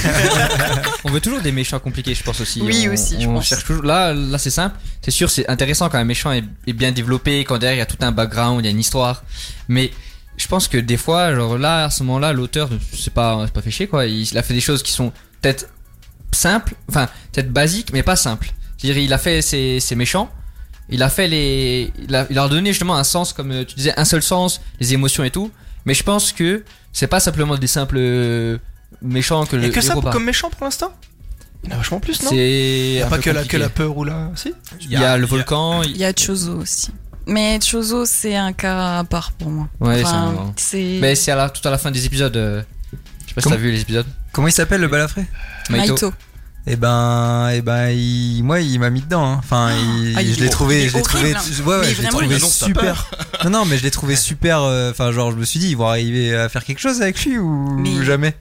on veut toujours des méchants compliqués, je pense aussi. Oui, on, aussi, je on pense. cherche toujours. Là, là, c'est simple. C'est sûr, c'est intéressant quand un méchant est, est bien développé, quand derrière il y a tout un background, il y a une histoire. Mais je pense que des fois, genre là, à ce moment-là, l'auteur, c'est pas, c'est pas fait chier quoi. Il, il a fait des choses qui sont peut-être simples, enfin peut-être basiques, mais pas simples. C'est-à-dire, il a fait ses, ses méchants. Il a fait les, il a, il leur a donné justement un sens, comme euh, tu disais, un seul sens, les émotions et tout. Mais je pense que c'est pas simplement des simples euh, méchants que Il y le a que ça héros pour- bat. comme méchant pour l'instant. Il y en a vachement plus non. C'est Il y a un pas peu que la, que compliqué. la peur ou la. Si. Il y a le volcan. Il y a Chozo aussi. Mais Chozo, c'est un cas à part pour moi. Ouais, Enfin, c'est c'est. Mais c'est à la, tout à la fin des épisodes. euh, Je sais pas si Comment t'as vu les épisodes. Comment il s'appelle le balafré? Maito. Eh ben, eh ben, il, moi, il m'a mis dedans. Hein. Enfin, il- Ah, il je l'ai est trouvé, horrible, je l'ai trouvé, hein. ouais, ouais, Mais je l'ai vraiment, trouvé il annonce, t'as super. Non, non, mais je l'ai trouvé super. euh, Enfin, genre, je me suis dit, ils vont arriver à faire quelque chose avec lui ou Mais- jamais.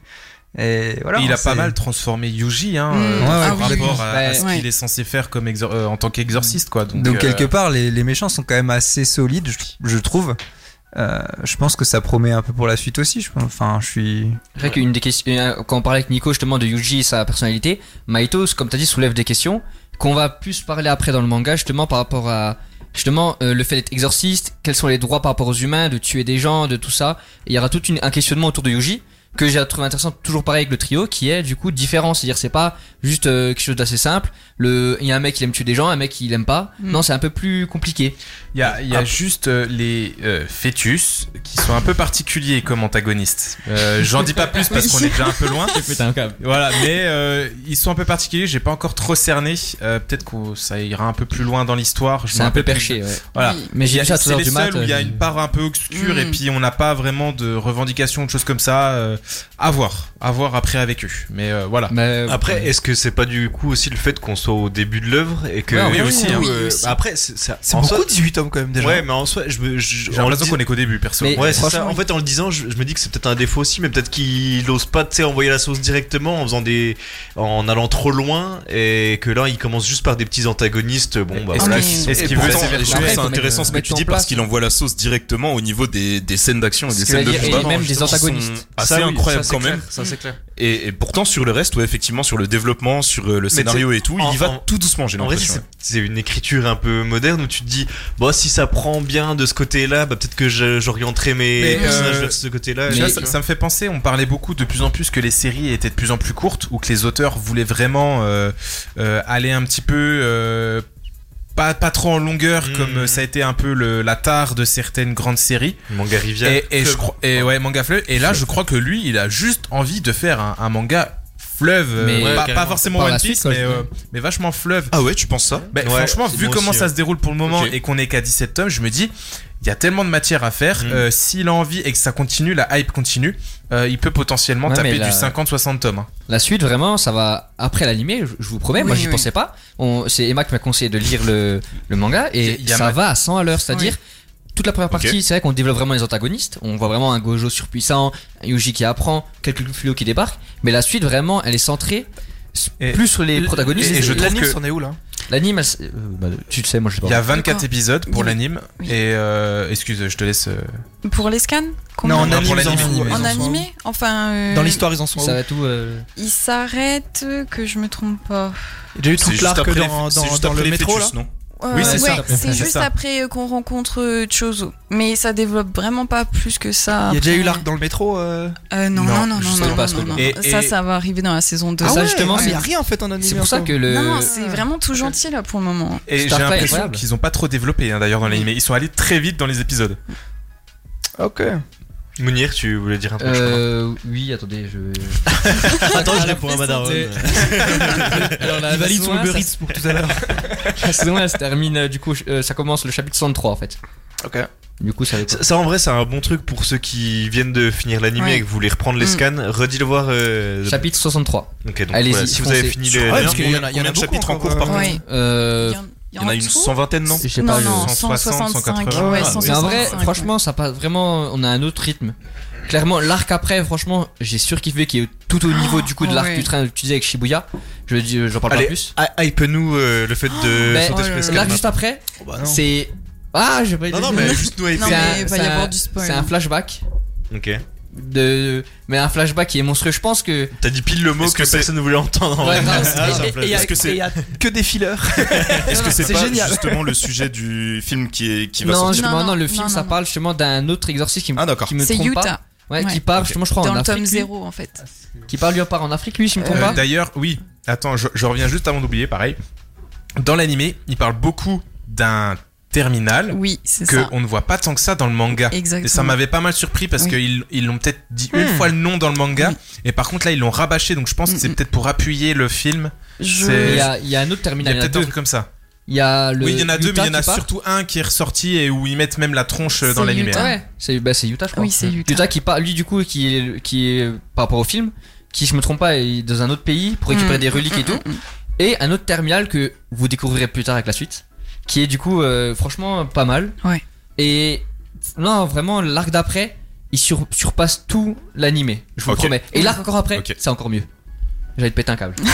Et voilà. Et il a c'est- pas mal transformé Yuji, hein, Mmh. euh, Ouais, par ouais, rapport oui, oui. à, à Ouais. ce qu'il Ouais. est censé faire comme exor- euh, en tant qu'exorciste, quoi. Donc, Donc euh, quelque part, les, les méchants sont quand même assez solides, je, je trouve. Euh, je pense que ça promet un peu pour la suite aussi. Je, pense. Enfin, je suis. C'est vrai qu'une des questions, euh, quand on parlait avec Nico justement de Yuji et sa personnalité, Maito, comme t'as dit, soulève des questions qu'on va plus parler après dans le manga justement par rapport à justement euh, le fait d'être exorciste, quels sont les droits par rapport aux humains, de tuer des gens, de tout ça. Et il y aura tout une, un questionnement autour de Yuji que j'ai trouvé intéressant, toujours pareil avec le trio, qui est du coup différent. C'est-à-dire c'est pas juste euh, quelque chose d'assez simple. Le, il y a un mec qui aime tuer des gens, un mec qui l'aime pas. Mm. Non, c'est un peu plus compliqué. Il y a, il y a Ah. juste euh, les euh, fœtus qui sont un peu particuliers comme antagonistes. Euh, J'en dis pas plus parce Oui. qu'on est déjà un peu loin. Putain, quand même. Voilà, mais euh, ils sont un peu particuliers. J'ai pas encore trop cerné. Euh, Peut-être que ça ira un peu plus loin dans l'histoire. Je C'est me un peu rappelle plus. perché, ouais. Voilà. Oui. Mais j'ai Il y a- vu ça à c'est trois heures les du mat. seuls où il y a euh, une part un peu obscure Mm. et puis on n'a pas vraiment de revendications ou de choses comme ça. Euh, à voir, à voir après avec eux. Mais euh, voilà. mais- Après, est-ce que c'est pas du coup aussi le fait qu'on soit au début de l'œuvre et que Ouais, oui, du aussi, coup, hein. Oui, euh, aussi. bah après, c'est ça- C'est en beaucoup soi- dix-huit tomes quand même déjà. Ouais, mais en soi, je me, je, J'ai en le l'impression dis- qu'on est qu'au début, perso. Mais- Ouais, c'est ça. franchement, En fait, en le disant, je, je me dis que c'est peut-être un défaut aussi, mais peut-être qu'il ose pas, tu sais, envoyer la sauce directement en faisant des, en allant trop loin, et que là, il commence juste par des petits antagonistes. Bon, bah Est-ce voilà. mais- qu'il est-ce Et qu'il veut pourtant, sévère- je trouve que Après, c'est faut intéressant mettre- ce que mettre tu en dis parce place. qu'il envoie la sauce directement au niveau des, des scènes d'action et des Ce que scènes de j'allais dire, combat. et même des qui sont antagonistes. assez Ça, oui, incroyables ça, c'est quand même. clair, ça, c'est clair. Et, et pourtant sur le reste, ouais, effectivement, sur le développement, sur euh, le scénario et tout, en- il y va en- tout doucement, j'ai En vrai, l'impression. c'est c'est une écriture un peu moderne où tu te dis, bon, si ça prend bien de ce côté-là, bah peut-être que je- j'orienterai mes Mais, personnages euh, vers ce côté-là. Tu et vois, tu ça, vois. ça me fait penser, on parlait beaucoup de plus en plus que les séries étaient de plus en plus courtes ou que les auteurs voulaient vraiment euh, euh, aller un petit peu euh, pas, pas trop en longueur Mmh. comme euh, ça a été un peu le, la tare de certaines grandes séries. Manga Rivière. Et, et je Fleuve. crois, et ouais, manga fleuve. Et là, je crois que lui, il a juste envie de faire un, un manga fleuve, Mais- euh, Ouais, pas, carrément. pas forcément Par One la Piece, suite, quoi, mais, je euh, dis. mais vachement fleuve. Ah ouais, tu penses ça? Bah, Ouais, franchement, c'est vu moi comment aussi, ça ouais. se déroule pour le moment Ok. et qu'on est qu'à dix-sept tomes, je me dis, il y a tellement de matière à faire. Mm. euh, S'il a envie et que ça continue, la hype continue, euh, il peut potentiellement Ouais, taper mais la- du cinquante soixante tomes. hein. La suite, vraiment, ça va après l'animé, je, je vous promets. Moi, Oui, j'y oui. pensais pas. On- C'est Emma qui m'a conseillé de lire le, le manga et Il y a ça ma- va à cent à l'heure. C'est-à-dire, toute la première Ok. partie, c'est vrai qu'on développe vraiment les antagonistes. On voit vraiment un Gojo surpuissant, un Yuji qui apprend, quelques fléaux qui débarquent. Mais la suite, vraiment, elle est centrée s- Et- plus sur les protagonistes. et je trouve L'anime, que- c'en est où là? L'anime, elle s- euh, bah, tu le sais, moi je sais pas. Il y a vingt-quatre D'accord. épisodes pour Oui. l'anime. Oui. Et euh, excuse, je te laisse. euh, Pour les scans Non, combien en Non, anime, pour ils en l'anime. sont- En ils en En sont animé Enfin. où euh, Dans l'histoire, ils en sont Ça où? va tout. euh, Il s'arrête, euh, que je me trompe pas. Il y a eu C'est tout juste l'arc après les- dans, c'est dans, juste dans après le les métro là. fœtus, non? Euh, Oui, c'est ouais, ça. C'est C'est juste ça. après euh, qu'on rencontre euh, Chozo. Mais ça développe vraiment pas plus que ça. Il y a déjà après. eu l'arc dans le métro. euh... Euh, non, Non, non, non, je non, sais non, pas non, ce que- non, non. Et- Ça, et- ça va arriver dans la saison deux. Ah Ah ça, ouais, justement, ah, mais il y a c'est- rien en fait en anime. C'est pour ça encore. que le. Non, non, c'est vraiment tout gentil là pour le moment. Et j'ai Starfire est l'impression incroyable. qu'ils ont pas trop développé hein, d'ailleurs dans l'anime. Ils sont allés très vite dans les épisodes. Ok. Mounir, tu voulais dire un truc, je crois. Euh, oui, attendez, je. Attends, je réponds à Madaron. c'est- Alors la Il valide saison son un, Uber ça- Eats pour tout à l'heure. La saison un, elle se termine, euh, du coup, euh, ça commence le chapitre soixante-trois en fait. Ok. Du coup, ça va Ça, ça, en vrai, c'est un bon truc pour ceux qui viennent de finir l'anime Ouais. et que vous voulez reprendre les Mm. scans. Redis-le voir. euh, Chapitre soixante-trois. Ok, donc Allez-y, voilà, si vous avez foncez. fini Ouais, les. parce qu'il y en a, il y en Combien a de beaucoup chapitres en encore, cours par euh, contre? Ouais. Euh. Il y en a une dessous cent vingtaine, non? Je sais pas. Non, le- non, cent soixante, cent soixante-cinq. cent quatre-vingts. Ouais, Ah, cent oui. Mais en vrai, soixante-cinq, franchement, ça passe vraiment. On a un autre rythme. Clairement, l'arc après, franchement, j'ai surkiffé qui est tout au niveau du coup de oh, l'arc ouais. du train que tu disais avec Shibuya. Je dis, j'en parle Allez, pas plus. hy- hype-nous euh, le fait de Mais- sauter oh sur là les là. scans. L'arc juste après, Oh, bah non. c'est. Ah, je vais pas Non, dire- non, mais juste nous hype. Non, C'est mais un- il va y c'est avoir un- du spoil. C'est un flashback. Ok. De... Mais un flashback qui est monstrueux. Je pense que. T'as dit pile le mot Est-ce que, que c'est- personne ne voulait entendre. en Ouais, vrai. grave. Ah, c'est un Et- et il y a- Est-ce que c'est- et il y a que des fillers. Est-ce que c'est c'est pas génial. justement le sujet du film qui est qui va Non, sortir? justement, Non, non, non, le film non, ça non. parle justement d'un autre exorciste qui me, Ah d'accord. qui me C'est trompe pas. Utah, Ouais, Ouais. qui part justement, je crois, en dans le Afrique. tome lui. zéro en fait. Qui part lui part en Afrique, lui, si je me trompe Euh, pas. D'ailleurs, oui. Attends, je, je reviens juste avant d'oublier. Pareil. Dans l'animé, il parle beaucoup d'un terminal Oui, c'est que ça. on ne voit pas tant que ça dans le manga. Exactement. Et ça m'avait pas mal surpris parce Oui. qu'ils ils l'ont peut-être dit une Hmm. fois le nom dans le manga. Oui. Et par contre là ils l'ont rabâché donc je pense que c'est Mm, mm. peut-être pour appuyer le film. Je- c'est- Il y a, il y a un autre Il y a terminal. Il y en a peut-être un deux. truc comme ça. Il y a le. oui il y en a deux mais Utah il y en a qui part. surtout un qui est ressorti et où ils mettent même la tronche euh, dans C'est l'animé. Utah. Ouais, c'est bah, c'est Utah, je crois. Oui, c'est Utah. Utah qui part, lui, du coup, qui est, qui est par rapport au film, qui, si je me trompe pas, est dans un autre pays pour récupérer Mm. des reliques et tout. Mm, mm, Et un autre terminal que vous découvrirez plus tard avec la suite, qui est du coup, euh, franchement, pas mal. Ouais. Et non, vraiment, l'arc d'après, il sur- surpasse tout l'animé, je vous Ok. promets. Et l'arc encore après, Ok. c'est encore mieux. J'allais te péter un câble.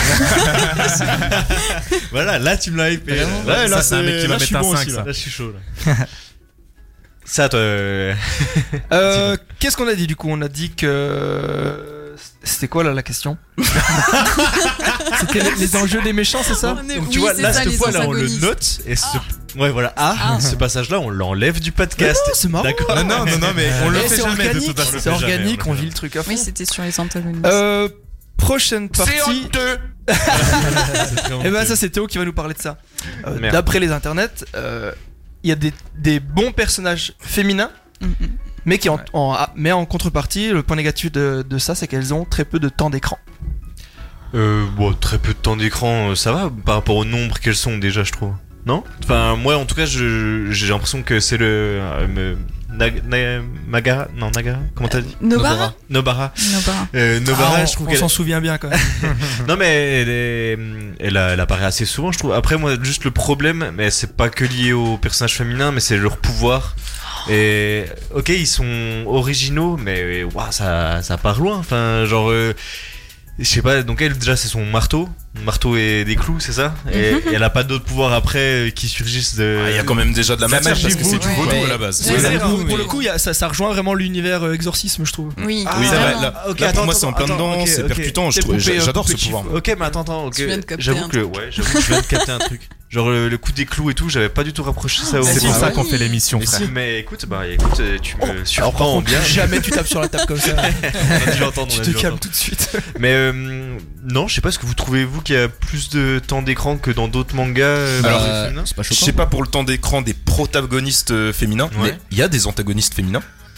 Voilà, là tu me l'as hypé. Vraiment Ouais, là Ça, c'est un mec qui va là, je suis mettre un bon cinq, aussi, là. ça. Là, je suis chaud là. Ça, toi. euh, Euh, Qu'est-ce qu'on a dit du coup? On a dit que. C'était quoi là la question? C'était les, les enjeux des méchants, c'est ça? On est- Donc oui, tu vois, c'est là, ça, cette les fois, là, on le antagonistes. note. Et ce. Ouais, voilà. Ah, ce passage-là, on l'enlève du podcast. C'est marrant. D'accord. Non non non non mais on le Eh, fait c'est jamais de organique, toute façon. le c'est fait jamais, organique, on le on fait vit le truc à fond. Oui, c'était sur les antagonistes. Euh, prochaine partie. honteux. Et ben ça c'est Théo qui va nous parler de ça. Euh, Merde. D'après les internets, euh, il y a des, des bons personnages féminins, Mm, mm. mais qui en, en- ah, mais en contrepartie, le point négatif de, de ça, c'est qu'elles ont très peu de temps d'écran. Euh, bon, très peu de temps d'écran, euh, ça va par rapport au nombre qu'elles sont déjà, je trouve. Non? Enfin, moi, en tout cas, je- j'ai l'impression que c'est le. euh, me- Nag- Na- Magara? Non, Nagara? Comment t'as dit? Nobara Nobara. Nobara. Euh, Nobara, Ah, on je trouve on qu'elle. s'en souvient bien quand même. Non, mais elle, est... elle, a- elle apparaît assez souvent, je trouve. Après, moi, juste le problème, mais c'est pas que lié aux personnages féminins, mais c'est leur pouvoir. Et ok, ils sont originaux, mais ouah, ça, ça part loin. Enfin, genre, euh, je sais pas. Donc elle, déjà, c'est son marteau, marteau et des clous, c'est ça. Et, et elle a pas d'autres pouvoirs après euh, qui surgissent de. Ah, il y a quand même déjà de la La matière magie parce que c'est vaudou. du vaudou Ouais. à la base. Ouais, Ouais, c'est pour, vrai, pour le mais- coup, il y a- ça, ça rejoint vraiment l'univers euh, exorcisme, je trouve. Oui, Ah, Oui, c'est vrai. vraiment. Là, Ok, là, pour attends, moi, c'est en plein attends, dedans, ok, c'est ok. percutant. Je T'es trouve- poupée, J'adore poupée ce chiffre. pouvoir. Ok, mais attends, attends. ok. Tu viens de capter J'avoue un que, ouais, j'avoue que je viens de capter un truc. Genre le, le coup des clous et tout, j'avais pas du tout rapproché ça au. C'est si, pour ah ça ouais. qu'on fait l'émission Mais, frère. si, mais écoute, bah écoute, euh, tu me Alors par surprends contre, bien. jamais tu tapes sur la table comme ça. On a dû l'entendre, tu on a te dû calmes l'entendre. tout de suite. Mais euh, non, je sais pas, est-ce que vous trouvez vous qu'il y a plus de temps d'écran que dans d'autres mangas euh, Alors, plus Euh, féminins c'est pas Je choquant. sais pas pour le temps d'écran des protagonistes euh, féminins, Ouais. mais il y a des antagonistes féminins.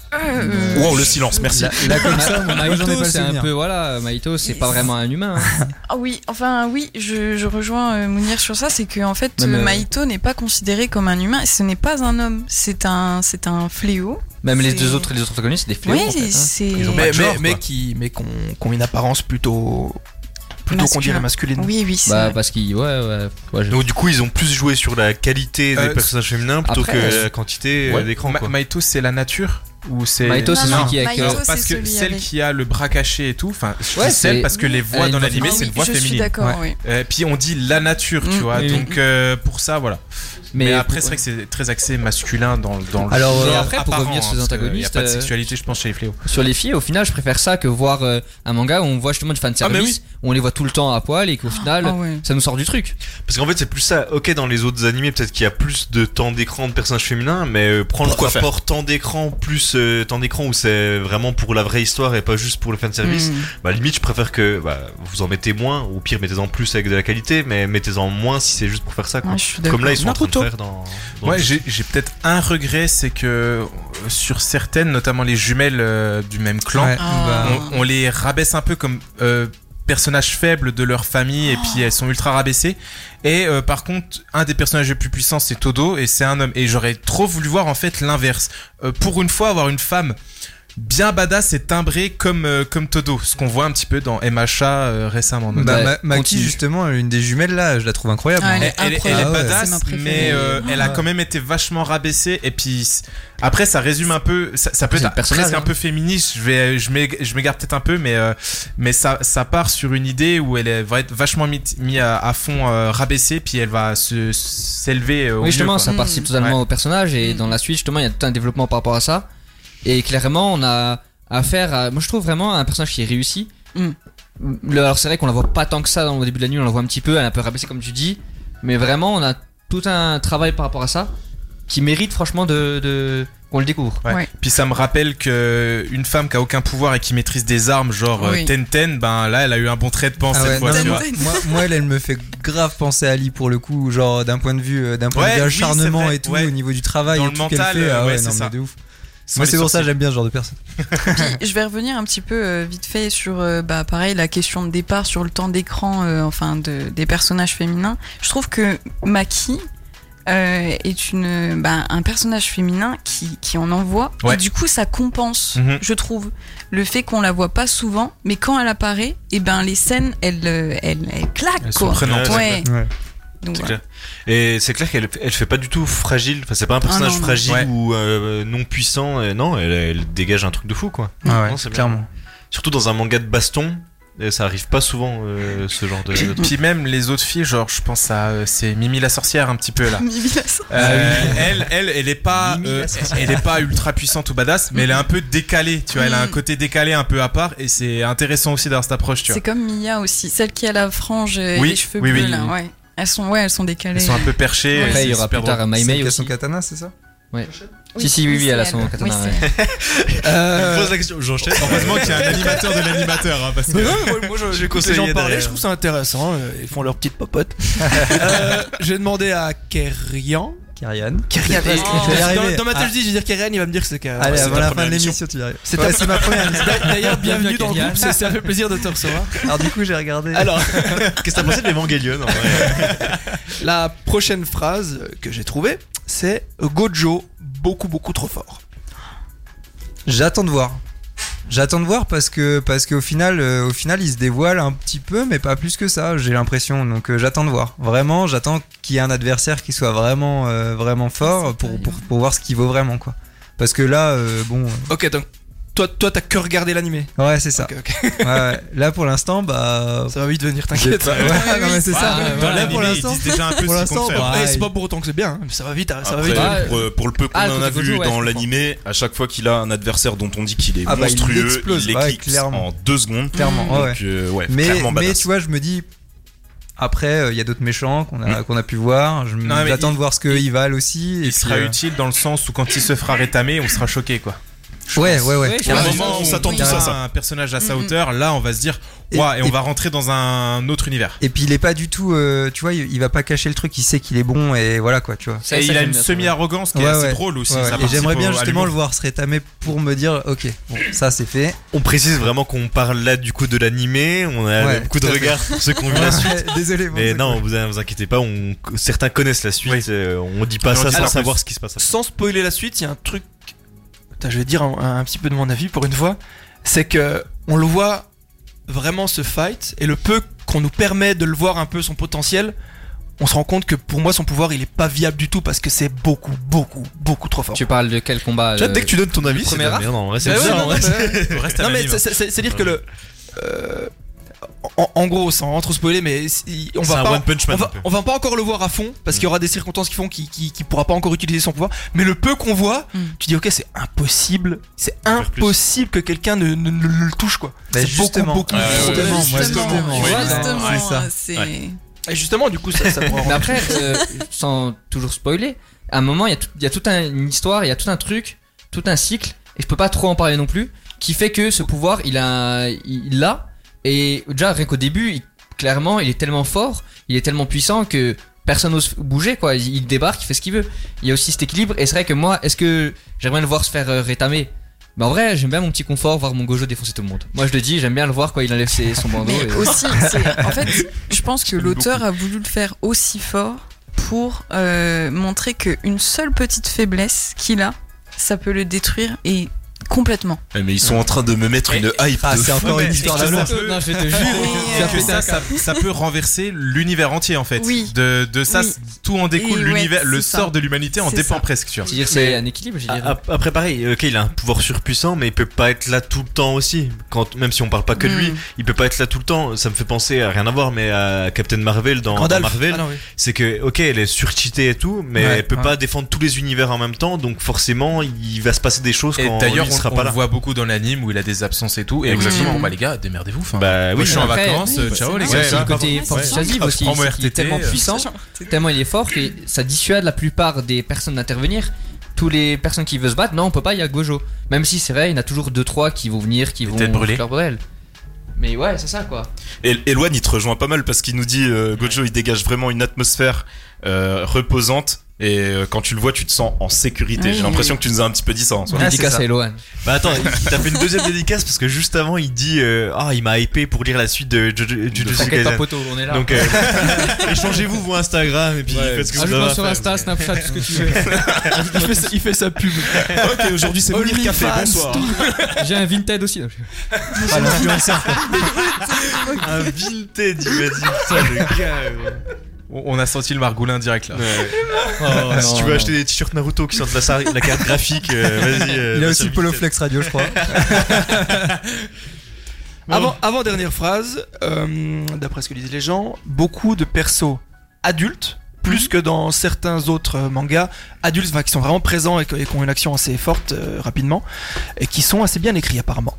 Euh, Wow, le silence, merci. Là, là, comme ça, moi, Maito, j'en ai pas le c'est un souvenir. peu voilà, Maito, c'est pas vraiment un humain. hein. Ah oui, enfin oui, je, je rejoins euh, Mounir sur ça, c'est que en fait Même, euh, euh, Maito n'est pas considéré comme un humain, ce n'est pas un homme, c'est un c'est un fléau. Même les C'est- deux autres, les autres protagonistes, c'est des fléaux. Oui, en fait, hein. c'est Ils ont Mais, pas de genre, mais, mais quoi. qui, mais qu'on, qu'on une apparence plutôt, plutôt qu'on dirait masculine. Oui, oui, c'est Bah vrai. parce qu'ils ouais ouais. ouais je- Donc du coup, ils ont plus joué sur la qualité Euh, des personnages féminins plutôt après, que euh, la quantité Ouais. d'écran. Ma- quoi. Maito, c'est la nature ou c'est Maito, c'est Non, celui non, qui est avec. Maito, euh, c'est parce que celui celle avec- qui a le bras caché et tout, enfin, je Ouais, dis celle c'est- parce que les elle voix a dans une voix l'animé, Ah c'est oui, une voix je suis féminine. d'accord, Ouais. oui. Euh, puis on dit la nature, tu Mm, vois. oui, Donc euh, pour ça, voilà. Mais, Mais après, c'est vrai que c'est très axé masculin dans, dans le Alors, genre euh, après, pour apparent, revenir sur les hein, parce que antagonistes, il y a pas de euh, sexualité, je pense, chez les fléaux. Sur les filles, au final, je préfère ça que voir euh, un manga où on voit justement du fan Ah, mais service, où on les voit tout le temps à poil et qu'au final, Ah ouais. ça nous sort du truc. Parce qu'en fait, c'est plus ça. Ok, dans les autres animés, peut-être qu'il y a plus de temps d'écran de personnages féminins, mais euh, prendre Pourquoi le rapport temps d'écran plus euh, temps d'écran où c'est vraiment pour la vraie histoire et pas juste pour le fanservice, Mm. bah limite, je préfère que bah, vous en mettez moins, ou au pire, mettez-en plus avec de la qualité, mais mettez-en moins si c'est juste pour faire ça. Quoi. Ouais, je suis Comme d'accord. là, ils sont en train de Naruto. faire dans. dans Ouais, le- j'ai j'ai peut-être un regret, c'est que euh, sur certaines, notamment les jumelles euh, du même clan, Ouais, Ah. bah, on, on les rabaisse un peu comme euh, personnages faibles de leur famille et puis elles sont ultra rabaissées. Et euh, par contre, un des personnages les plus puissants, c'est Todo et c'est un homme. Et j'aurais trop voulu voir en fait l'inverse. Euh, pour une fois, avoir une femme bien badass et timbrée comme euh, comme Todo, ce qu'on voit un petit peu dans M H A euh, récemment. bah, Ouais, Ma- Maki, continue. justement, une des jumelles là, je la trouve incroyable. Ah, hein. elle est Elle, elle est- elle est incroyable. Ah ouais. badass, C'est ma préférée. mais euh, elle a Ouais. quand même été vachement rabaissée. Et puis c- après, ça résume un peu. Ça, ça peut C'est être le personnage, presque un hein. peu féministe. Je vais, je m'ég- je m'égare peut-être un peu, mais euh, mais ça, ça part sur une idée où elle est, va être vachement mis, mis à, à fond euh, rabaissée, puis elle va se s'élever euh, au Oui, justement, mieux, ça quoi. participe Mm. totalement Ouais. au personnage et Mm. dans la suite, justement, il y a tout un développement par rapport à ça. Et clairement, on a affaire à, moi je trouve vraiment un personnage qui est réussi. Mm. Le- alors c'est vrai qu'on la voit pas tant que ça dans le début de la nuit, on la voit un petit peu, elle est un peu rabaissée comme tu dis, mais vraiment on a tout un travail par rapport à ça qui mérite franchement de, de qu'on le découvre. Ouais. Ouais. Puis ça me rappelle que une femme qui a aucun pouvoir et qui maîtrise des armes, genre euh, Oui. Tenten, ben là, elle a eu un bon traitement Ah cette ouais, fois. non, tu moi, vois. moi, moi, elle, elle me fait grave penser à Ali pour le coup, genre d'un point de vue, euh, d'un point Ouais, de vue oui, c'est acharnement vrai, et tout, ouais. au niveau du travail Dans et le tout qu'elle mental, fait. Ah euh, ouais, ouais, non, c'est mais ça. de ouf. Sans Moi, les c'est pour ça sourcils. que j'aime bien ce genre de personne. Puis, je vais revenir un petit peu euh, vite fait sur, euh, bah, pareil, la question de départ sur le temps d'écran, euh, enfin, de, des personnages féminins. Je trouve que Maki euh, est une, bah, un personnage féminin qui, qui en envoie. Ouais. Et du coup, ça compense, Mhm. je trouve, le fait qu'on la voit pas souvent, mais quand elle apparaît, et ben les scènes, elles, euh, elles, elles claquent, Elles sont quoi. prenantes. Ouais. Ouais. Donc, C'est voilà. clair. Et c'est clair qu'elle elle fait pas du tout fragile. Enfin, c'est pas un personnage non, non. fragile Ouais. ou euh, non puissant. Et non, elle, elle dégage un truc de fou, quoi. Ah ouais, Non, c'est bien. clairement. Surtout dans un manga de baston, et ça arrive pas souvent euh, ce genre de. de truc. Puis même les autres filles, genre je pense à euh, c'est Mimi la sorcière un petit peu là. Mimi la sorcière. Euh, elle, elle, elle est pas, Mimi euh, la sorcière. elle est pas ultra puissante ou badass, mais elle est un peu décalée. Tu vois, elle a un Mm. côté décalé un peu à part, et c'est intéressant aussi d'avoir cette approche. Tu vois. C'est comme Mia aussi, celle qui a la frange et Oui, les cheveux oui, bleus oui, là, oui. ouais. Elles sont, ouais, elles sont décalées. Elles sont un peu perchées. Après, c'est il y aura super plus tard drôle. un My Celle May qui a aussi. son katana, c'est ça? Si, si, oui, oui, c'est elle a son katana, Oui, ouais. c'est- Euh, Pose la question, j'enchaîne. Heureusement qu'il y a un animateur de l'animateur, hein, parce que. mais non, mais moi, moi, je- j'écoute les gens conseillé parler, derrière. je trouve ça intéressant. euh, Ils font leur petite popote. euh, J'ai demandé à Kerian. Kerian. Kerian. Je vais y Dans, arriver. dans ma tête, Ah. je dis, je vais dire Kerian, il va me dire que c'est Kerian. Allez, Ouais, avant c'est la ta fin de première l'émission, tu y arrives. C'est Ouais, ta- c'est ma première émission. D'ailleurs, bienvenue dans le Kerian. groupe, c'est- ça fait plaisir de te recevoir. Alors, du coup, j'ai regardé. Alors, Qu'est-ce que t'as pensé de l'Evangelion en vrai la prochaine phrase que j'ai trouvée, c'est Gojo, beaucoup, beaucoup trop fort. J'attends de voir. J'attends de voir parce que parce qu'au final, euh, au final, il se dévoile un petit peu, mais pas plus que ça. J'ai l'impression. Donc, euh, j'attends de voir. Vraiment, j'attends qu'il y ait un adversaire qui soit vraiment, euh, vraiment fort pour, pour pour voir ce qu'il vaut vraiment, quoi. Parce que là, euh, bon, euh, Ok, donc, toi, toi, t'as que regardé l'animé. ouais, c'est ça. Ok, ok. Ouais, ouais. Là, pour l'instant, bah, Ça va vite venir, j'ai t'inquiète. pas- ouais, non, mais c'est ça. Ouais, Dans voilà. Là, pour l'animé, ils l'instant, disent déjà un peu pour ce qu'ils l'instant, comptent faire. bah, Ouais, Ah, c'est il- pas pour autant que c'est bien, hein, mais ça va vite, ça va Après, vite. Ouais. pour, euh, pour le peu qu'on Ah, le en a côté vu Gojo, ouais, dans je l'animé, à chaque fois qu'il a un adversaire dont on dit qu'il est Ah bah, il monstrueux, explose, il ouais, l'éclipse clairement. en deux secondes. Clairement, ouais, ouais. Donc, euh, ouais, Mais, clairement mais badass. tu vois, je me dis. Après, il y a d'autres méchants qu'on a, Mm. qu'on a pu voir. Je me- Non, mais J'attends il- de voir ce qu'ils valent aussi. et Il puis, sera euh, utile dans le sens où quand il se fera rétamer, on sera choqué quoi. Ouais, ouais, ouais. Ouais, je À un pense. moment, on s'attend on tous à a ça. un personnage à sa Mhm. hauteur, là on va se dire Et- ouais, et on et- va rentrer dans un autre univers. Et puis il est pas du tout, euh, tu vois, il, il va pas cacher le truc, il sait qu'il est bon et voilà quoi, tu vois. Ça, Et ça, il a j'aime une bien, ça, semi-arrogance qui est Ouais, assez ouais. drôle aussi. Ouais, ça ouais. Et participe j'aimerais bien au- à justement le l'humour. voir se rétamer pour me dire, ok, bon, ça c'est fait. On précise vraiment qu'on parle là du coup de l'animé. On a Ouais, beaucoup de tout à fait. regards pour ceux qui ont vu la suite. Désolé. pour Mais ça, non, quoi. vous, vous inquiétez pas, on, certains connaissent la suite. Oui. euh, on dit pas Mais on ça dit sans pas savoir plus. ce qui se passe. après. Sans spoiler la suite, il y a un truc. Putain, je vais dire un, un petit peu de mon avis pour une fois. C'est que on le voit vraiment se fight et le peu qu'on nous permet de le voir un peu son potentiel, on se rend compte que pour moi son pouvoir il est pas viable du tout parce que c'est beaucoup, beaucoup, beaucoup trop fort. Tu parles de quel combat Tu vois, euh, dès que tu donnes ton avis, c'est de premier la arc merde. En vrai, c'est Bah ouais, bizarre, non, en vrai. non, mais- Le reste à Non mais l'anime. c'est- c'est c'est dire que le. euh, en, en gros, sans trop spoiler, mais si- on C'est va un pas. One Punch On Man. va, un peu. on va pas encore le voir à fond parce qu'il y aura des circonstances qui font qu'il qui, qui pourra pas encore utiliser son pouvoir. Mais le peu qu'on voit, Mm. tu dis ok, c'est impossible, c'est faire plus. impossible que quelqu'un ne, ne- ne le touche quoi. Bah, c'est justement. beaucoup, beaucoup. Ouais, ouais, trop ouais. bien. Justement, moi, justement, Tu vois, Justement, c'est ça. c'est. Ouais. Et justement, du coup, ça, ça pourra Mais après, euh, sans toujours spoiler, à un moment, il y a, tout- il y a toute un- une histoire, il y a tout un truc, tout un cycle, et je peux pas trop en parler non plus, qui fait que ce pouvoir, il a, il l'a, et déjà rien qu'au début, il- clairement, il est tellement fort, il est tellement puissant que personne n'ose bouger, quoi. Il, il débarque, il fait ce qu'il veut. Il y a aussi cet équilibre, et c'est vrai que moi, est-ce que j'aimerais le voir se faire euh, rétamer? Mais en vrai, j'aime bien mon petit confort, voir mon Gojo défoncer tout le monde. Moi, je le dis, j'aime bien le voir quand il enlève ses- son bandeau. Mais et- aussi, c'est- en fait, je pense que l'auteur a voulu le faire aussi fort pour euh, montrer qu'une seule petite faiblesse qu'il a, ça peut le détruire et complètement. Ouais, mais ils sont en train de me mettre une hype Ah, de c'est fou. encore une mais- histoire et que d'amour. ça peut- Non, je vais te Mais, jure. Et euh, que ça, ça, ça peut renverser l'univers entier en fait. Oui. De, de ça, Oui. c'est- tout en découle. Et ouais, L'univers, le c'est sort ça. de l'humanité en C'est dépend ça. presque, tu vois. C'est-à-dire, c'est un équilibre, je dirais. Ah, ap- Après pareil, ok, il a un pouvoir surpuissant, mais il peut pas être là tout le temps aussi. Quand, même si on parle pas que de lui, Mm. il peut pas être là tout le temps. Ça me fait penser à rien à voir, mais à Captain Marvel dans, dans Gandalf. Marvel. Ah non, oui. C'est que ok, elle est surcheatée et tout, mais Ouais, elle peut ouais. pas défendre tous les univers en même temps, donc forcément il va se passer des choses Et quand d'ailleurs, lui on, sera on pas le là. voit beaucoup dans l'anime où il a des absences et tout. Et Exactement. exactement, bon bah les gars, démerdez-vous. Enfin, Bah moi oui, je suis en après, vacances, oui, euh, ciao c'est les vrai. gars. C'est le côté Ouais, force c'est dissuasive ça. aussi, Prends mon c'est qu'il est R T T, tellement euh, puissant, tellement il est fort que ça dissuade la plupart des personnes d'intervenir. Tous les personnes qui veulent se battre, non on peut pas, il y a Gojo. Même si c'est vrai, il y en a toujours deux trois qui vont venir, qui vont têtes brûlées. foutre leur bordel. Mais ouais, c'est ça quoi. Et Eloane, il te rejoint pas mal parce qu'il nous dit euh, Gojo, il dégage vraiment une atmosphère euh, reposante. Et euh, quand tu le vois, tu te sens en sécurité. Oui, J'ai l'impression oui. que tu nous as un petit peu dit ça en soi. Ouais, Dédicace c'est ça. à Eloane. Bah attends, il il t'a fait une deuxième dédicace parce que juste avant il dit euh, ah il m'a hypé pour lire la suite de Jujutsu T'inquiète pas Kaisen. poteau, on est là. Donc euh, échangez-vous vos Instagram et puis Ouais. faites ce que vous avez Ajoute-moi à sur faire, Insta, parce que- Snapchat, tout ce que tu veux. il, fait, sa- il fait sa pub. Ok, aujourd'hui c'est Mounir Café, bonsoir. J'ai un Vinted aussi. Ah, l'influenceur, quoi. Un Vinted, il m'a dit putain le gars. euh. On on a senti le margoulin direct là. Ouais. si tu veux acheter des t-shirts Naruto qui sortent de la, sa- la carte graphique, euh, vas-y. euh, Il a va aussi sur Polo Vinted. Flex Radio, je crois. Avant, avant dernière phrase, euh, d'après ce que disent les gens, beaucoup de persos adultes, plus que dans certains autres euh, mangas, adultes enfin, qui sont vraiment présents et, que- et qui ont une action assez forte euh, rapidement, et qui sont assez bien écrits apparemment.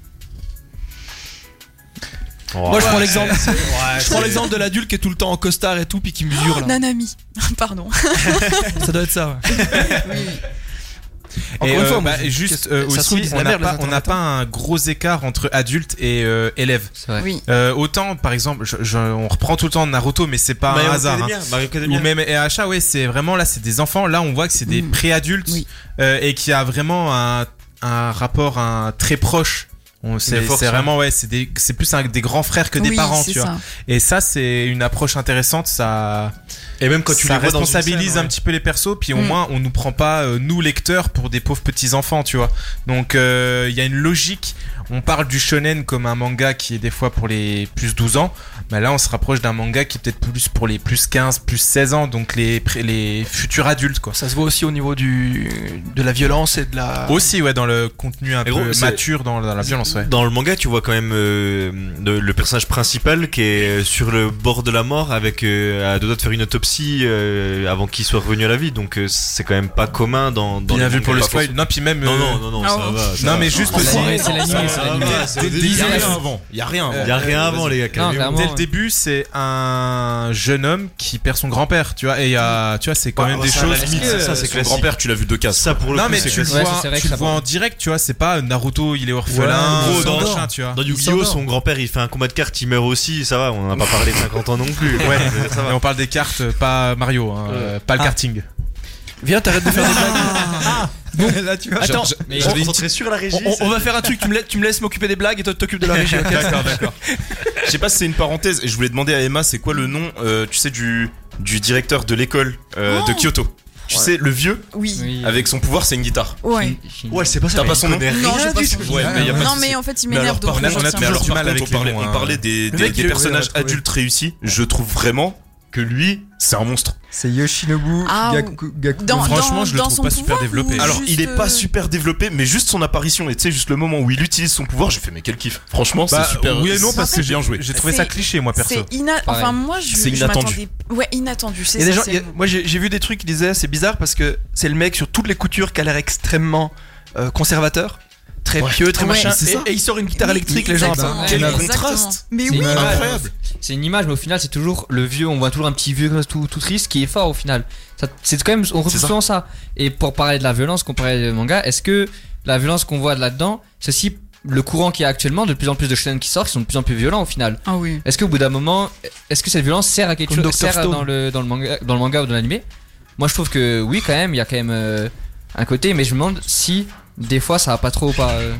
Oh, Moi je prends ouais, l'exemple, c'est- ouais, je prends c'est- l'exemple de l'adulte qui est tout le temps en costard et tout, puis qui mesure là. Nanami. Pardon. Ça doit être ça. Ouais. Oui, oui. Encore Et une euh, fois, moi, bah, je- juste qu'est-ce- euh, ça se trouve, ils aussi, disent on la n'a merde, les pas, on n'a internet, pas un gros écart entre adulte et euh, élève. C'est vrai. Oui. Euh, autant, par exemple, je- je- on reprend tout le temps Naruto, mais c'est pas My un Hero hasard. hein. Academia, My Hero Ou Academia. même E H A, ouais, c'est vraiment là, c'est des enfants. Là, on voit que c'est des Mm. pré-adultes Oui. euh, et qui a vraiment un, un rapport un, très proche. On- C'est force, c'est ouais. vraiment ouais, c'est des- c'est plus un- des grands frères que des Oui, parents, c'est tu vois. ça. Et ça, c'est une approche intéressante. Ça, Et même quand tu ça les vois dans une responsabilise scène, un ouais. petit peu les persos, puis au Mm. moins on nous prend pas euh, nous lecteurs pour des pauvres petits enfants, tu vois. Donc euh, il y a une logique. On parle du shonen comme un manga qui est des fois pour les plus douze ans, mais là on se rapproche d'un manga qui est peut-être plus pour les plus quinze, plus seize ans, donc les pré- les futurs adultes quoi. Ça se voit aussi au niveau du, de la violence et de la. Aussi ouais, dans le contenu un Et peu gros, c'est- mature dans, dans la violence, ouais. Dans le manga, tu vois quand même euh, le, le personnage principal qui est sur le bord de la mort avec euh, à deux doigts de faire une autopsie euh, avant qu'il soit revenu à la vie. Donc euh, c'est quand même pas commun dans. dans Bien les vu pour le mangas. spoil. Non, puis même. Non euh, non non non, Ah ça ouais. va. ça Non va. mais juste C'est aussi. l'animé, c'est l'animé, Ça va, c'est Ah, l'animé. bah, c'est au Dès- début, dès- y a dès- rien avant. Y a rien avant. Il y a rien avant, les gars. Non, calmez-vous. clairement. Dès le début, c'est un jeune homme qui perd son grand-père, tu vois, et il y a, tu vois, c'est quand Ouais, même des ça, choses. à la limite, ça, ça, c'est c'est son classique. grand-père, tu l'as vu de casse. Ça, pour le Non coup, mais c'est tu le classique. Ouais, vois, ça, c'est vrai tu que le ça vois va. en direct, tu vois, c'est pas Naruto, il est orphelin, Ouais, gros, il dans s'endort. machin, tu vois. Dans Il Yu-Gi-Oh, s'endort. son grand-père il fait un combat de cartes, il meurt aussi, ça va, on en a pas parlé de cinquante ans non plus. Ouais, ça mais va. on parle des cartes, pas Mario, hein, euh, pas le Ah. karting. Viens, t'arrêtes de faire des blagues. Là, tu vois. Attends, Mais Je on, vais concentrer sur la régie. on- on va faire un truc, tu me, la- tu me laisses m'occuper des blagues et toi tu t'occupes de la régie. ok D'accord, d'accord. Je sais pas si c'est une parenthèse, et je voulais demander à Emma, c'est quoi le nom, euh, tu sais, du, du directeur de l'école euh, de Oh. Kyoto. Tu sais, le vieux, Oui. Oui. avec son pouvoir, c'est une guitare. Ouais. Ouais, c'est pas ça. T'as mais pas il son nom connaît Non, rien j'ai pas du son tout. nom. Ouais, mais y a pas de Non, souci. mais en fait, il Mais m'énerve alors, donc. par- on a- je on a retiens toujours Mais alors, du par mal contre, avec on les parlait, noms, on hein. parlait des, Le des, mec, des il- personnages ouais, ouais, adultes réussis. Je trouve vraiment que lui, c'est un monstre. C'est Yoshinobu Ah, Gaku. Gaku- Dans, Franchement, dans- je le dans trouve son pas super pouvoir développé. ou Alors, juste, il est pas euh, super développé, mais juste son apparition et tu sais, juste le moment où il utilise son pouvoir, j'ai fait, mais quel kiff. Franchement, Bah, c'est super. oui et non, c'est parce que bien joué. J'ai trouvé ça C'est- cliché, moi, perso. C'est ina... Pareil. Enfin, moi, je, C'est je inattendu. m'attendais. Ouais, inattendu. C'est Il y a des ça, gens, c'est il y a- le mot. moi j'ai j'ai vu des trucs qui disaient c'est bizarre parce que c'est le mec sur toutes les coutures qui a l'air extrêmement euh, conservateur, très Ouais. pieux, très Ouais, machin, c'est et, ça. et il sort une guitare Mais- électrique, les gens. exactement. bah, Quel Ouais, contraste. Mais C'est oui, une image. Incroyable. C'est une image, mais au final, c'est toujours le vieux. On voit toujours un petit vieux comme ça, tout, tout triste qui est fort au final. Ça- C'est quand même, on retrouve C'est ça. souvent ça. Et pour parler de la violence, qu'on parlait de manga, est-ce que la violence qu'on voit là-dedans, c'est aussi le courant qu'il y a actuellement, de plus en plus de shonen qui sortent, qui sont de plus en plus violents au final. Ah oui. Est-ce qu'au bout d'un moment, est-ce que cette violence sert à quelque Comme chose, docteur sert Stone. dans le dans le manga, dans le manga ou dans l'animé? Moi, je trouve que oui, quand même, il y a quand même euh, un côté, mais je me demande si des fois ça va pas trop ou pas. euh.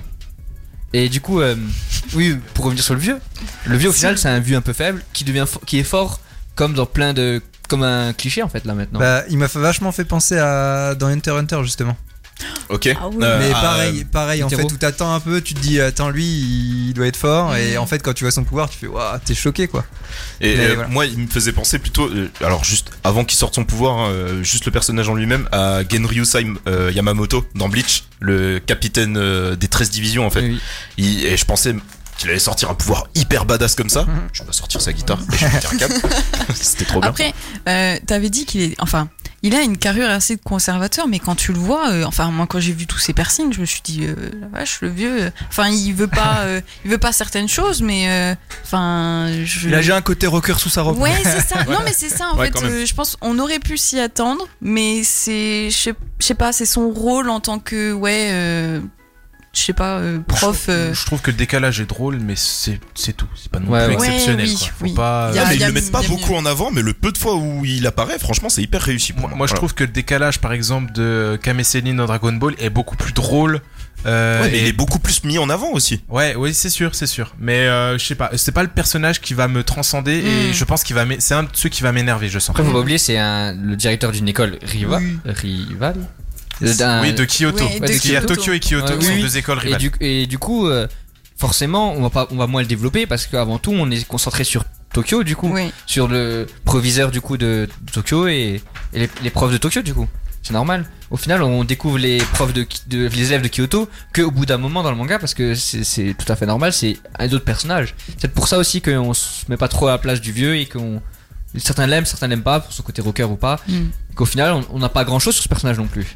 Et du coup, euh, oui, pour revenir sur le vieux, le vieux au final, c'est un vieux un peu faible qui devient, fo- qui est fort, comme dans plein de, comme un cliché en fait là maintenant. Bah, il m'a fait vachement fait penser à dans Hunter x Hunter justement. Ok. Ah oui. Euh, Mais ah, pareil, pareil en fait, hétéro. tout t'attends un peu, tu te dis attends lui il doit être fort et Mm. en fait quand tu vois son pouvoir tu fais waouh t'es choqué quoi. Et Mais euh, voilà. moi, il me faisait penser plutôt, euh, alors juste avant qu'il sorte son pouvoir, hein, euh, juste le personnage en lui-même, à Genryusai euh, Yamamoto dans Bleach, le capitaine euh, des treize divisions en fait. Oui, oui. Il- et je pensais qu'il allait sortir un pouvoir hyper badass comme ça. Mhm. Je vais sortir sa guitare et je vais péter un câble. C'était trop bien. Après, euh, t'avais dit qu'il est. Enfin, il a une carrure assez de conservateur, mais quand tu le vois, euh, enfin, moi, quand j'ai vu tous ces piercings, je me suis dit, euh, la vache, le vieux. euh, Enfin, il veut pas, euh, il veut pas certaines choses, mais. euh, Enfin, je. Il a déjà un côté rocker sous sa robe. Ouais, c'est ça. Non, mais c'est ça. En Ouais, fait, quand même. euh, je pense on aurait pu s'y attendre, mais c'est, je sais- je sais pas, c'est son rôle en tant que, ouais, euh, je sais pas, euh, prof. euh, Je trouve que le décalage est drôle, mais c'est c'est tout. C'est pas non Ouais, plus ouais. exceptionnel. Ouais, oui, quoi. Faut oui. pas. Il y a- Ah, mais il ils y a le mettent pas mieux, il y a beaucoup mieux. en avant, mais le peu de fois où il apparaît, franchement, c'est hyper réussi. Pour Moi, moi, je Voilà. trouve que le décalage, par exemple, de Kame Sennin dans Dragon Ball est beaucoup plus drôle. euh, Ouais, mais et- il est beaucoup plus mis en avant aussi. Ouais, oui, c'est sûr, c'est sûr. Mais euh, je sais pas, c'est pas le personnage qui va me transcender et Mm. je pense qu'il va, m'é- c'est un de ceux qui va m'énerver, je sens. Après, faut pas oublier, c'est un, le directeur d'une école riva, Oui. rival. D'un- Oui, de Kyoto. Ouais, de Il y a Kyoto. Tokyo et Kyoto, Ouais, qui oui. sont deux écoles Et rivales. du, et du coup, euh, forcément, on va pas, on va moins le développer parce qu'avant tout, on est concentré sur Tokyo, du coup, Oui. sur le proviseur du coup de Tokyo et, et les, les profs de Tokyo, du coup. C'est normal. Au final, on découvre les profs de, de les élèves de Kyoto que au bout d'un moment dans le manga parce que c'est c'est tout à fait normal. C'est un autre personnage. C'est pour ça aussi qu'on se met pas trop à la place du vieux et qu'on certains l'aiment, certains l'aiment pas pour son côté rocker ou pas. Mm. Qu'au final, on- on n'a pas grand chose sur ce personnage non plus.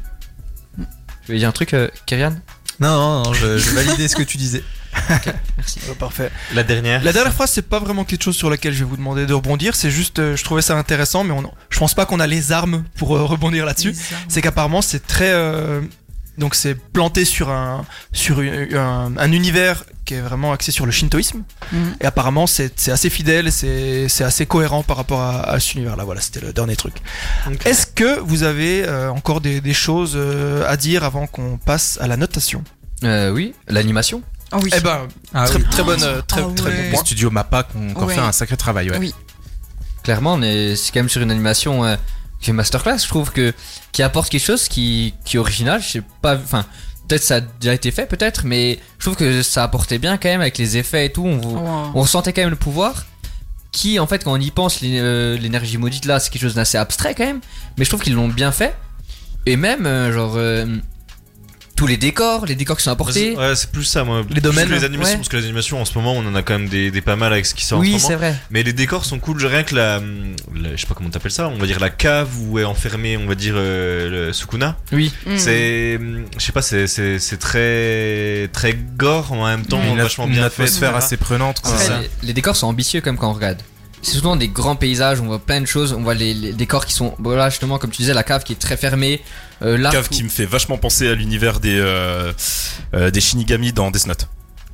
Tu veux dire un truc, euh, Kyrian? Non non, non je, je validais ce que tu disais. Merci. Euh, parfait. La dernière. La dernière phrase, c'est pas vraiment quelque chose sur laquelle je vais vous demander de rebondir, c'est juste, euh, je trouvais ça intéressant, mais on, je pense pas qu'on a les armes pour euh, rebondir là-dessus. C'est qu'apparemment, c'est très. euh, donc, c'est planté sur un, sur une- un, un univers qui est vraiment axé sur le shintoïsme. Mhm. Et apparemment, c'est c'est assez fidèle, c'est c'est assez cohérent par rapport à, à cet univers-là. Voilà, c'était le dernier truc. Ok. Est-ce que vous avez euh, encore des, des choses euh, à dire avant qu'on passe à la notation? Euh, oui, l'animation. Oh oui. Eh ben, Ah très, oui. très bonne, euh, très, Ah très ouais. bon Les point. studios Mappa qui ont encore Ouais. fait un sacré travail, ouais. Oui. Clairement, on est, c'est quand même sur une animation euh, qui est masterclass. Je trouve que qui apporte quelque chose qui, qui est original. Je sais pas, enfin, peut-être ça a déjà été fait, peut-être, mais je trouve que ça apportait bien quand même avec les effets et tout. On, Oh. on ressentait quand même le pouvoir. Qui, en fait, quand on y pense, l'é- euh, l'énergie maudite là, c'est quelque chose d'assez abstrait quand même. Mais je trouve qu'ils l'ont bien fait. Et même, euh, genre, euh, tous les décors, les décors qui sont apportés. Ouais, c'est plus ça, moi. Les Plus domaines, que les animations, ouais. parce que les animations, en ce moment, on en a quand même des, des pas mal avec ce qui sort Oui, en ce c'est moment. vrai. Mais les décors sont cool. Rien que la, la- je sais pas comment t'appelles ça, on va dire la cave où est enfermé, on va dire euh, le Sukuna. Oui. Mm. C'est, je sais pas, c'est, c'est, c'est très, très gore en même temps, Une, vachement une bien fait. atmosphère et cetera. assez prenante, quoi. Après, ça. les, les décors sont ambitieux comme quand on regarde. C'est souvent des grands paysages, on voit plein de choses, on voit les, les décors qui sont, voilà justement comme tu disais, la cave qui est très fermée, euh, l'arc Cave où- qui me fait vachement penser à l'univers des euh, euh, des Shinigami dans Death Note.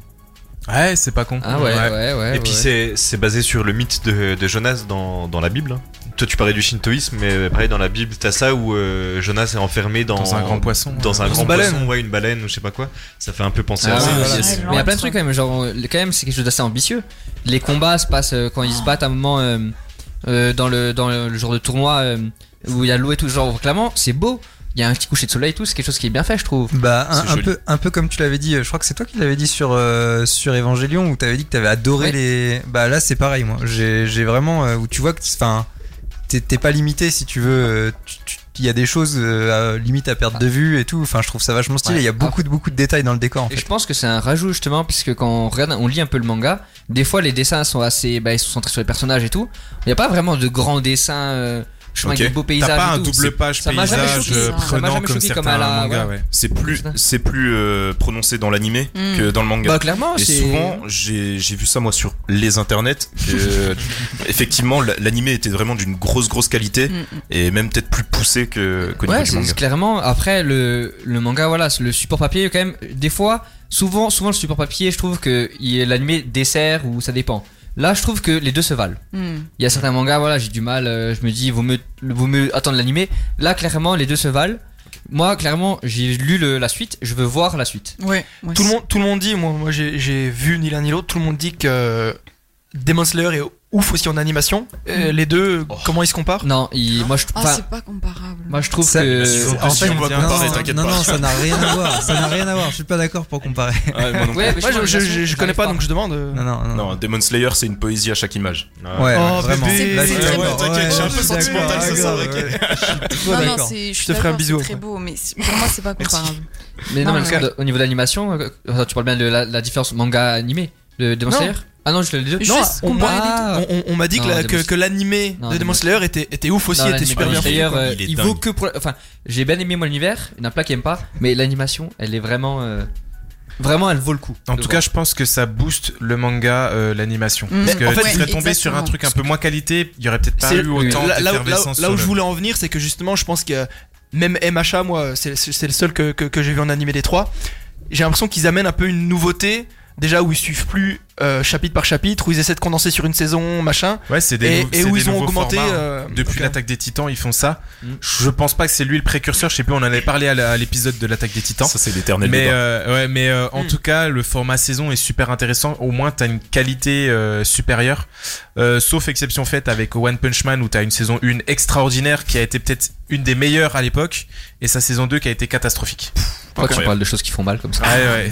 Ouais, c'est pas con. Ah ouais, ouais, ouais. ouais Et puis ouais. c'est, c'est basé sur le mythe de, de Jonas dans, dans la Bible. hein. Toi tu parlais du shintoïsme, mais pareil dans la Bible t'as ça où euh, Jonas est enfermé dans, Dans un grand poisson. dans un Dans grand une baleine. poisson, ouais, une baleine ou je sais pas quoi. Ça fait un peu penser Ah à ça. ouais, voilà. yes. Ouais, Mais il y a plein de l'antre. trucs quand même, genre le- quand même c'est quelque chose d'assez ambitieux. Les combats se passent euh, quand ils se battent à un moment euh, euh, dans le dans le, le genre de tournoi euh, où il y a l'eau et tout, genre clairement c'est beau. Il y a un petit coucher de soleil et tout, c'est quelque chose qui est bien fait, je trouve. Bah, un, C'est un joli. peu, un peu comme tu l'avais dit, je crois que c'est toi qui l'avais dit sur, euh, sur Evangelion où t'avais dit que t'avais adoré Ouais. les. Bah là, c'est pareil, moi. J'ai j'ai vraiment. euh, où tu vois que. Enfin, t'es t'es pas limité si tu veux. euh, tu- tu- Il y a des choses euh, à- limite à perte de vue et tout. Enfin, je trouve ça vachement stylé. Ouais. Il y a beaucoup de, beaucoup de détails dans le décor en Et fait. je pense que c'est un rajout justement, puisque quand on regarde, on lit un peu le manga, des fois les dessins sont assez, bah, ils sont centrés sur les personnages et tout. Il n'y a pas vraiment de grands dessins, euh, je sais pas, Ok. avec des beaux paysages. T'as pas et un tout. double page ça m'a jamais paysage choqué, euh, ça. Ça m'a prenant jamais comme choqué certains comme à la- mangas, ouais. ouais. C'est plus c'est plus euh, prononcé dans l'animé Mm. que dans le manga. Bah clairement, Et c'est. souvent, j'ai j'ai vu ça moi sur les internets. que, effectivement, la- l'animé était vraiment d'une grosse grosse qualité Mm. et même peut-être plus poussé que qu'au Ouais, niveau du c'est manga. c'est clairement. Après, le, le manga, voilà, c'est le support papier, quand même, des fois, souvent, souvent le support papier, je trouve que il- l'animé dessert ou ça dépend. Là, je trouve que les deux se valent. Mm. Il y a certains mangas, voilà, j'ai du mal, euh, je me dis, vaut mieux, vaut mieux attendre l'animé. Là, clairement, les deux se valent. Moi, clairement, j'ai lu le- la suite, je veux voir la suite. Ouais, moi Tout le aussi. monde, tout le monde dit, moi, moi j'ai j'ai vu ni l'un ni l'autre, tout le monde dit que Demon Slayer est ouf aussi en animation. Euh, les deux, comment ils se comparent? Non, il- moi, je, Ah, enfin, c'est pas comparable. moi, je trouve Ça- que. c'est- en fait, on va non, comparer, non, t'inquiète non, pas. non, ça n'a rien à voir. Ça n'a rien à voir. Je suis pas d'accord pour comparer. Ouais, moi non plus. Ouais, mais Moi, je, je, l'animation, je- je connais j'arrive pas, donc je demande. euh. Non, non, non. Non, Demon Slayer, c'est une poésie à chaque image. Ouais, Oh, vraiment. bébé. Là, je suis Ouais, d'accord. ouais, t'inquiète, je suis un peu je suis sentimental, d'accord, c'est ça, ouais, ok. ouais. Je suis Non, non, d'accord. c'est, je suis te ferai un d'accord, bisou c'est très après. beau, mais c'est- pour moi, c'est pas comparable. Mais non, Non, mais mais parce que ouais. au niveau d'animation, euh, enfin, tu parles bien de la, la différence manga-animé de Demon Non. Slayer. Ah non, je les deux. Non, Juste on, comparer Ah. on- on- on m'a dit que, Non, la- Demon que, Slayer. que l'animé Non, de Demon Demon Slayer était, était ouf aussi, Non, était l'animé super de bien Demon fait. Slayer, quoi. euh, Il est il dingue. vaut que pour. Enfin, j'ai bien aimé moi l'univers. Il y en a plein qui aiment pas, mais l'animation, elle est vraiment. euh, Vraiment, elle vaut le coup. En de tout voir. cas, je pense que ça booste le manga, euh, l'animation. Mm. Parce que Mais en fait, tu serais ouais, tombé sur un exactement. truc un peu moins qualité, il y aurait peut-être pas C'est- eu autant là, là, où- là, d'effervescence. où- là sur où je le- voulais en venir, c'est que justement, je pense que même M H A, moi, c'est c'est le seul que, que, que j'ai vu en animé des trois. J'ai l'impression qu'ils amènent un peu une nouveauté. Déjà où ils suivent plus euh, chapitre par chapitre, où ils essaient de condenser sur une saison, machin, Ouais, c'est des et, nou- et c'est où des ils ont nouveaux augmenté. formats, hein. euh, Depuis ok. l'attaque des Titans, ils font ça. Mm. Je pense pas que c'est lui le précurseur. Je sais plus, on en avait parlé à la- à l'épisode de l'attaque des Titans. Ça, c'est l'éternel Mais, débat. euh, ouais, mais euh, en Mm. tout cas, le format saison est super intéressant. Au moins, t'as une qualité euh, supérieure. Euh, sauf exception faite avec One Punch Man où t'as une saison un extraordinaire qui a été peut-être une des meilleures à l'époque et sa saison deux qui a été catastrophique. Pourquoi tu incroyable. parles de choses qui font mal comme ça? Ouais, ouais.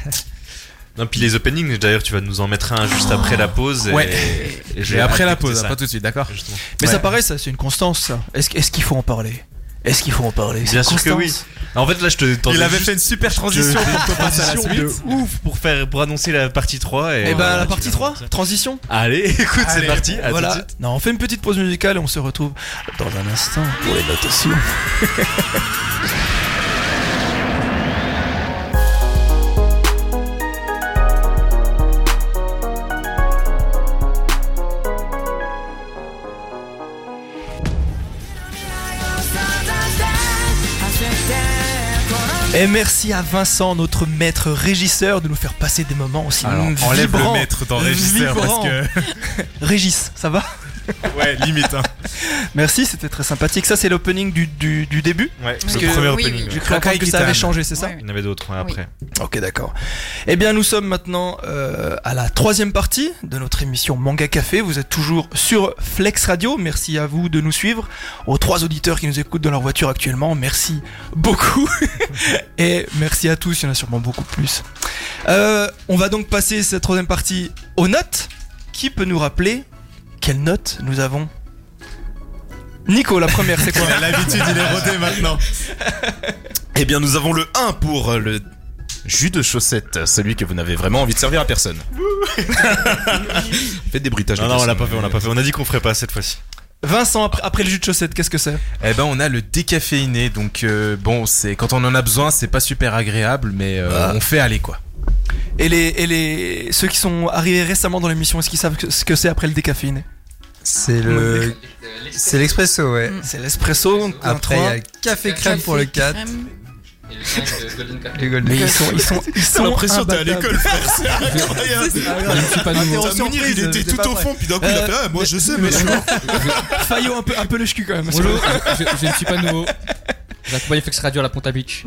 Non, puis les openings, d'ailleurs, tu vas nous en mettre un juste après la pause. Et, Ouais. et Et j'ai après hâte la d'écouter pause, ça. hein, pas tout de suite, d'accord? Justement. Mais Ouais. ça paraît, ça, c'est une constance, ça. Est-ce que- est-ce qu'il faut en parler? Est-ce qu'il faut en parler? C'est Bien une sûr que oui. constance. En fait, là, je te Il tendais avait juste- fait une super je- transition je- pour qu'on passe à la transition suite. de ouf pour faire pour annoncer la partie trois. Et, Et ben voilà, la tu partie vas trois, annoncer. transition. Allez, écoute, c'est Allez, parti. À tout de Voilà. suite. Non, on fait une petite pause musicale et on se retrouve dans un instant pour les notations. Et merci à Vincent, notre maître régisseur, de nous faire passer des moments aussi Alors, enlève vibrants. le maître dans Régisseur parce Vibrant. que. Régis, ça va? Ouais, limite, hein. Merci, c'était très sympathique. Ça, c'est l'opening du, du, du début. Ouais, Parce le que- premier oui, opening. oui, ouais. J'ai cru entendre que ça Kakai avait Kitan. changé, c'est ça? Ouais. Il y en avait d'autres ouais, après. Ok, d'accord. Eh bien, nous sommes maintenant euh, à la troisième partie de notre émission Manga Café. Vous êtes toujours sur Flex Radio. Merci à vous de nous suivre. Aux trois auditeurs qui nous écoutent dans leur voiture actuellement, merci beaucoup. Et merci à tous, il y en a sûrement beaucoup plus. Euh, on va donc passer cette troisième partie aux notes. Qui peut nous rappeler quelles notes nous avons? Nico, la première, c'est quoi? Il a l'habitude, il est rodé maintenant. Eh Eh bien, nous avons le un pour le jus de chaussette, celui que vous n'avez vraiment envie de servir à personne. Faites des bruitages. Non, non, on l'a pas fait, on l'a pas fait. On a dit qu'on ferait pas cette fois-ci. Vincent, après, après le jus de chaussette, qu'est-ce que c'est? Eh ben, on a le décaféiné. Donc, euh, bon, c'est quand on en a besoin, c'est pas super agréable, mais euh, Ah. on fait aller quoi. Et les, et les ceux qui sont arrivés récemment dans l'émission, est-ce qu'ils savent que- ce que c'est après le décaféiné? C'est le. C'est l'expresso, ouais. C'est l'espresso. donc un Après, il y trois. a le café crème pour le quatre. Crème. Les Golden Mais ils Café. sont, ils sont, ils sont l'impression que t'es à imbattables. l'école, frère. C'est incroyable. Je ne suis pas nouveau. Interruption. Mounir, il était c'est tout pas au vrai. fond, puis d'un coup, il a Euh, fait, ah, moi, je sais, mais- monsieur. Fayot un peu, un peu le cul quand même. Bonjour, je, je ne suis pas nouveau. J'accompagne Flex Radio à la Ponta Beach.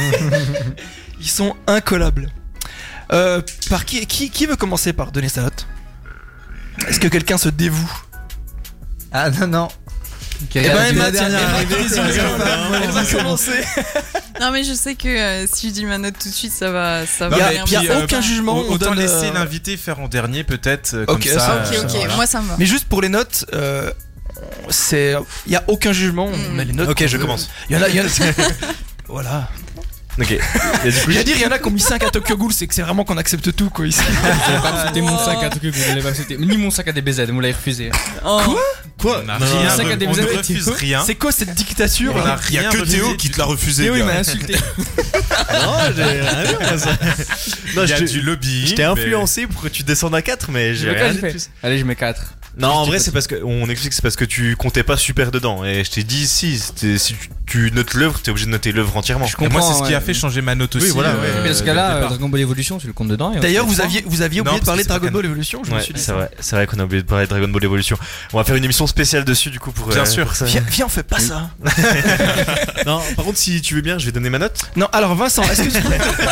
Ils sont incollables. Euh, par qui, qui, qui veut commencer par donner sa note? Est-ce que quelqu'un se dévoue? Ah non, non. Qui Eh ben, regarde Emma, du- tiens, dernière Emma, arrivée, vas-y, c'est vas-y, la elle va- femme, elle va c'est bon. commencer. Non, mais je sais que euh, si je dis ma note tout de suite, ça va, ça Il y va. a- venir il y a bien. aucun jugement, on Autant donne, laisser euh, l'invité faire en dernier, peut-être. euh, Comme Ok, ça. ça, euh, Ok, ok, voilà. moi ça me va. Mais juste pour les notes, euh, c'est, il y a aucun jugement. On Mm. met les notes. Ok, qu'on je veut. commence. Il y en a, il y en a. Voilà. Ok. Et du coup, Je veux dire, il y en a qui ont mis cinq à Tokyo Ghoul, c'est que c'est vraiment qu'on accepte tout quoi ici. Vous n'avez pas accepté mon sac à Tokyo, vous n'avez pas accepté. Ni mon sac à D B Z, vous l'avez refusé. Oh. quoi On a Non, rien, non, non, on vous ne avez- refuse rien. C'est quoi cette dictature On a là Il y a rien que refusé Théo du qui te tout. l'a refusé, Et oui, il m'a gars. insulté. Non, j'ai rien vu, moi, ça. Non, Il y a je du lobby. je t'ai influencé pour que tu descendes à quatre, mais j'ai J'ai rien rien dit de fait. plus. Allez, je mets quatre. Non, en vrai, c'est parce que on explique, c'est parce que tu comptais pas super dedans. Et je t'ai dit, si, c'était- si tu, tu notes l'œuvre, t'es obligé de noter l'œuvre entièrement. Je Et moi, c'est ce qui ouais. a fait changer ma note aussi. Oui, voilà, ouais. euh, Mais dans ce dès cas-là, le euh, départ. Dragon Ball Evolution, tu le comptes dedans. et on D'ailleurs, fait vous trois. aviez, vous aviez Non, oublié de parce parler que de c'est Dragon pas Ball Evolution. Je me Ouais, suis dit. c'est vrai, c'est vrai qu'on a oublié de parler de Dragon Ball Evolution. On va faire une émission spéciale dessus, du coup, pour. Bien euh, sûr. pour ça. Viens, viens, on fait pas ça. Non, par contre, si tu veux bien, je vais donner ma note. Non, alors Vincent, est-ce que tu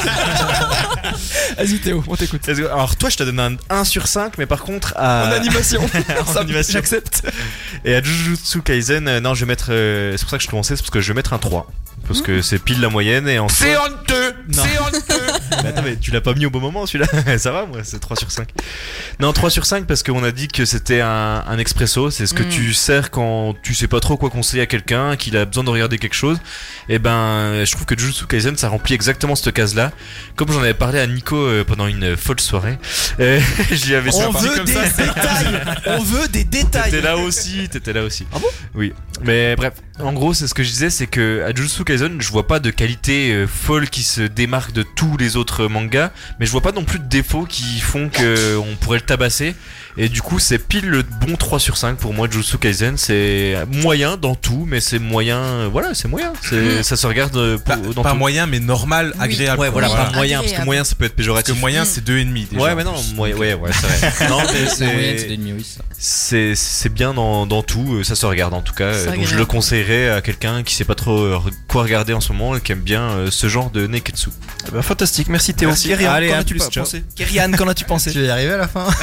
Vas-y Théo, on t'écoute. Est-ce que- Alors, toi, je te donne un un sur cinq, mais par contre, à. En animation. En Ça, animation. J'accepte. Et à Jujutsu Kaisen, euh, non, je vais mettre. euh, c'est pour ça que je te lançais, c'est parce que je vais mettre un trois. Parce que c'est pile la moyenne et en soi- C'est honteux. Non. C'est honteux. Mais attends, mais tu l'as pas mis au bon moment celui-là. Ça va, moi, c'est trois sur cinq. Non, trois sur cinq parce qu'on a dit que c'était un, un expresso. C'est ce que Mm. tu sers quand tu sais pas trop quoi conseiller à quelqu'un, qu'il a besoin de regarder quelque chose. Et ben, je trouve que Jujutsu Kaisen, ça remplit exactement cette case-là. Comme j'en avais parlé à Nico euh, pendant une folle soirée, euh, je lui avais On sorti veut comme des ça. détails. On veut des détails. T'étais là aussi, t'étais là aussi. Ah bon? Oui. Mais bref, en gros, c'est ce que je disais, c'est que à Jujutsu Kaisen, je vois pas de qualité euh, folle qui se démarque de tous les autres mangas, mais je vois pas non plus de défauts qui font que on pourrait le tabasser. Et du coup, c'est pile le bon trois sur cinq pour moi. Jujutsu Kaisen, c'est moyen dans tout, mais c'est moyen. euh, Voilà, c'est moyen. C'est, Mm. ça se regarde euh, pour- Pas, dans pas tout. moyen, mais normal, Oui. agréable. Ouais, voilà, Oui, pas agréable. moyen, parce que moyen, ça peut être Parce que péjoratif. moyen, Mm. c'est deux et demi déjà. Ouais, mais non, moyen, ouais, ouais, c'est vrai. non, mais La moyenne, c'est c'est. des demi, oui, ça. C'est, c'est bien dans, dans tout, euh, ça se regarde en tout cas. C'est euh, Donc je agréable. le conseillerais à quelqu'un qui sait pas trop euh, quoi regarder en ce moment et qui aime bien euh, ce genre de neketsu. Ah bah, fantastique, merci Théo. Merci. Kyrian, Allez, qu'en à as-tu plus, pas ciao. pensé Kyrian, qu'en as-tu pensé? Tu vas y arriver à la fin.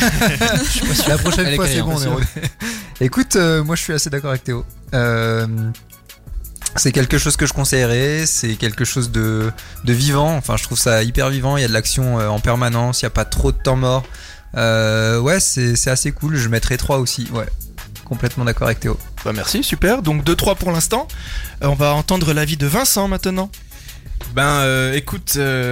La prochaine Elle est fois, c'est carrée, bon, on est impressionnant. rodé. Écoute, euh, moi je suis assez d'accord avec Théo. Euh, c'est quelque chose que je conseillerais, c'est quelque chose de, de vivant. Enfin, je trouve ça hyper vivant. Il y a de l'action euh, en permanence, il n'y a pas trop de temps mort. Euh, ouais, c'est c'est assez cool. Je mettrais trois aussi. Ouais, complètement d'accord avec Théo. Bah merci, super. Donc deux trois pour l'instant. Euh, on va entendre l'avis de Vincent maintenant. Ben euh, écoute,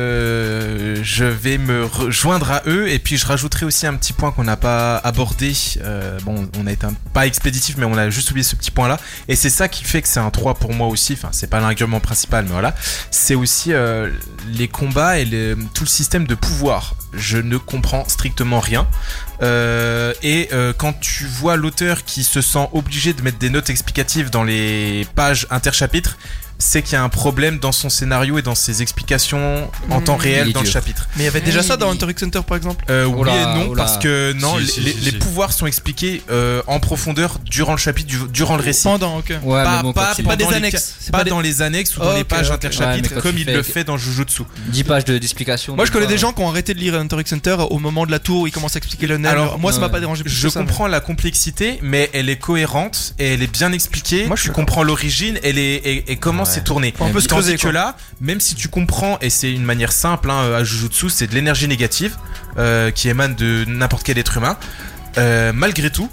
euh, je vais me rejoindre à eux et puis je rajouterai aussi un petit point qu'on n'a pas abordé. Euh, bon, on a été un, pas expéditif, mais on a juste oublié ce petit point-là. Et c'est ça qui fait que c'est un trois pour moi aussi. Enfin, c'est pas l'argument principal, mais voilà. C'est aussi euh, les combats et le, tout le système de pouvoir. Je ne comprends strictement rien. Euh, et euh, quand tu vois l'auteur qui se sent obligé de mettre des notes explicatives dans les pages interchapitres, c'est qu'il y a un problème dans son scénario et dans ses explications en Mmh. temps réel Il est dans le dur. chapitre. Mais il y avait déjà Oui, ça dans oui. Hunter x Hunter par exemple. Euh, oui Oh là, et non, oh là. parce que non, Si, les, si, les- si, les si. pouvoirs sont expliqués euh, en profondeur durant le chapitre, du- durant le récit. Pendant, ok. Ouais, Pas- mais bon, pas- quand C'est il- pas des pendant les annexes. ca- C'est Pas pas des- dans les annexes ou dans Ok, les pages ok. interchapitres Ouais, mais quand comme tu il fais- le fait dans Jujutsu. dix pages de- d'explication. Moi je des connais fois, des gens qui ont arrêté de lire Hunter x Hunter au moment de la tour où ils commencent à expliquer le nerf. Alors, moi ça m'a ouais. pas dérangé plus Je que ça, comprends la complexité, mais elle est cohérente et elle est bien expliquée. Moi, je suis tu comprends l'origine elle est, et, et comment Ouais. c'est tourné. Faut un peu se Tandis creuser, que quoi. là, même si tu comprends, et c'est une manière simple hein, à Jujutsu, c'est de l'énergie négative euh, qui émane de n'importe quel être humain. Euh, malgré tout,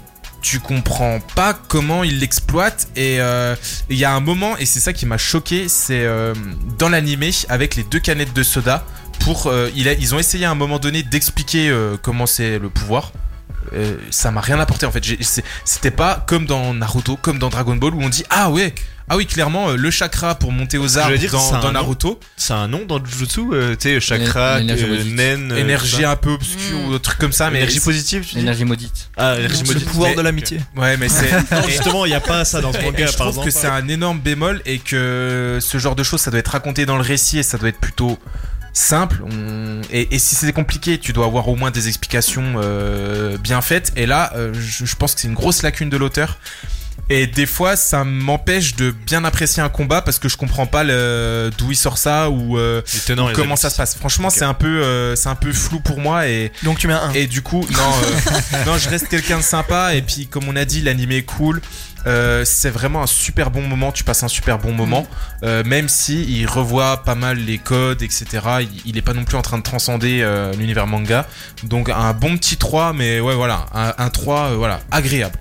tu comprends pas comment il l'exploite. Et il euh, y a un moment, et c'est ça qui m'a choqué, c'est euh, dans l'animé avec les deux canettes de soda. Pour, euh, il a, ils ont essayé à un moment donné d'expliquer euh, comment c'est le pouvoir. Euh, ça m'a rien apporté en fait. J'ai, c'est, c'était pas comme dans Naruto, comme dans Dragon Ball où on dit ah ouais, ah oui clairement euh, le chakra pour monter aux arbres dire, dans, dans un Naruto. Nom, c'est un nom dans le Jujutsu, euh, tu sais chakra, L'énergie euh, maudite. nen, euh, Énergie ça. un peu obscure Mm. ou autre truc comme ça, mais énergie c'est- positive, tu dis. L'énergie maudite. Ah, énergie C'est le maudite. pouvoir Mais- de l'amitié. Ouais, mais c'est Non, justement, il y a pas ça dans ce Et- manga. et je par trouve que exemple. c'est un énorme bémol et que ce genre de choses, ça doit être raconté dans le récit et ça doit être plutôt simple. On- Et, et si c'est compliqué, tu dois avoir au moins des explications euh, bien faites. Et là, euh, je, je pense que c'est une grosse lacune de l'auteur. Et des fois, ça m'empêche de bien apprécier un combat parce que je comprends pas le, d'où il sort ça ou euh, Les tenants, les comment ça se passe. Franchement, Ok. c'est un peu, euh, c'est un peu flou pour moi et Donc tu mets un. et du coup, non, euh, non, je reste quelqu'un de sympa. Et puis, comme on a dit, l'animé est cool. Euh, c'est vraiment un super bon moment. Tu passes un super bon moment, euh, même si il revoit pas mal les codes, et cetera. Il, il est pas non plus en train de transcender euh, l'univers manga. Donc, un bon petit trois, mais ouais, voilà, un, un trois, euh, voilà, agréable.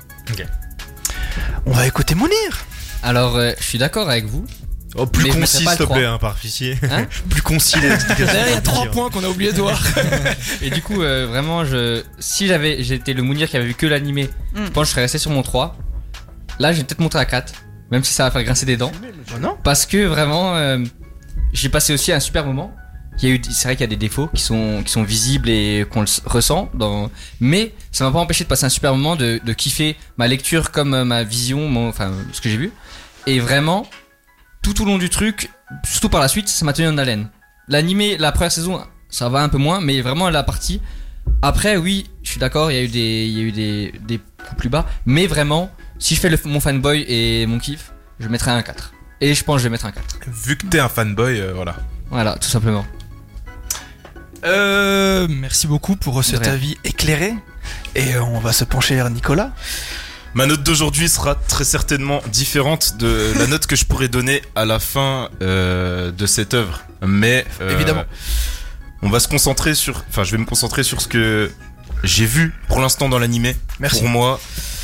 On va écouter Mounir. Alors, euh, je suis d'accord avec vous. Oh, plus Mais je concis, mettrais pas s'il te le trois. plaît, hein, par fichier. Hein Plus concis les explications. Derrière, il y a trois points qu'on a oublié de voir. Et du coup, euh, vraiment, je, si j'avais, j'étais le Mounir qui avait vu que l'animé, Mm. je pense que je serais resté sur mon trois. Là, j'ai peut-être monté à quatre, même si ça va faire grincer des dents. Non. Parce que vraiment, euh, j'ai passé aussi un super moment. Il y a eu, c'est vrai qu'il y a des défauts qui sont, qui sont visibles et qu'on le s- ressent. Dans... Mais ça m'a pas empêché de passer un super moment, de, de kiffer ma lecture comme euh, ma vision, mon, enfin ce que j'ai vu. Et vraiment, tout au long du truc, surtout par la suite, ça m'a tenu en haleine. L'animé, la première saison, ça va un peu moins, mais vraiment la partie. Après, oui, je suis d'accord, il y a eu des, il y a eu des, des points plus bas, mais vraiment, si je fais le, mon fanboy et mon kiff, je mettrai un quatre. Et je pense que je vais mettre un quatre. Vu que t'es un fanboy, euh, voilà. Voilà, tout simplement. Euh, merci beaucoup pour cet rien. avis éclairé. Et euh, on va se pencher vers Nicolas. Ma note d'aujourd'hui sera très certainement différente de la note que je pourrais donner à la fin euh, de cette œuvre. Mais euh, Évidemment. on va se concentrer sur, enfin, je vais me concentrer sur ce que j'ai vu pour l'instant dans l'animé. Merci. Pour moi,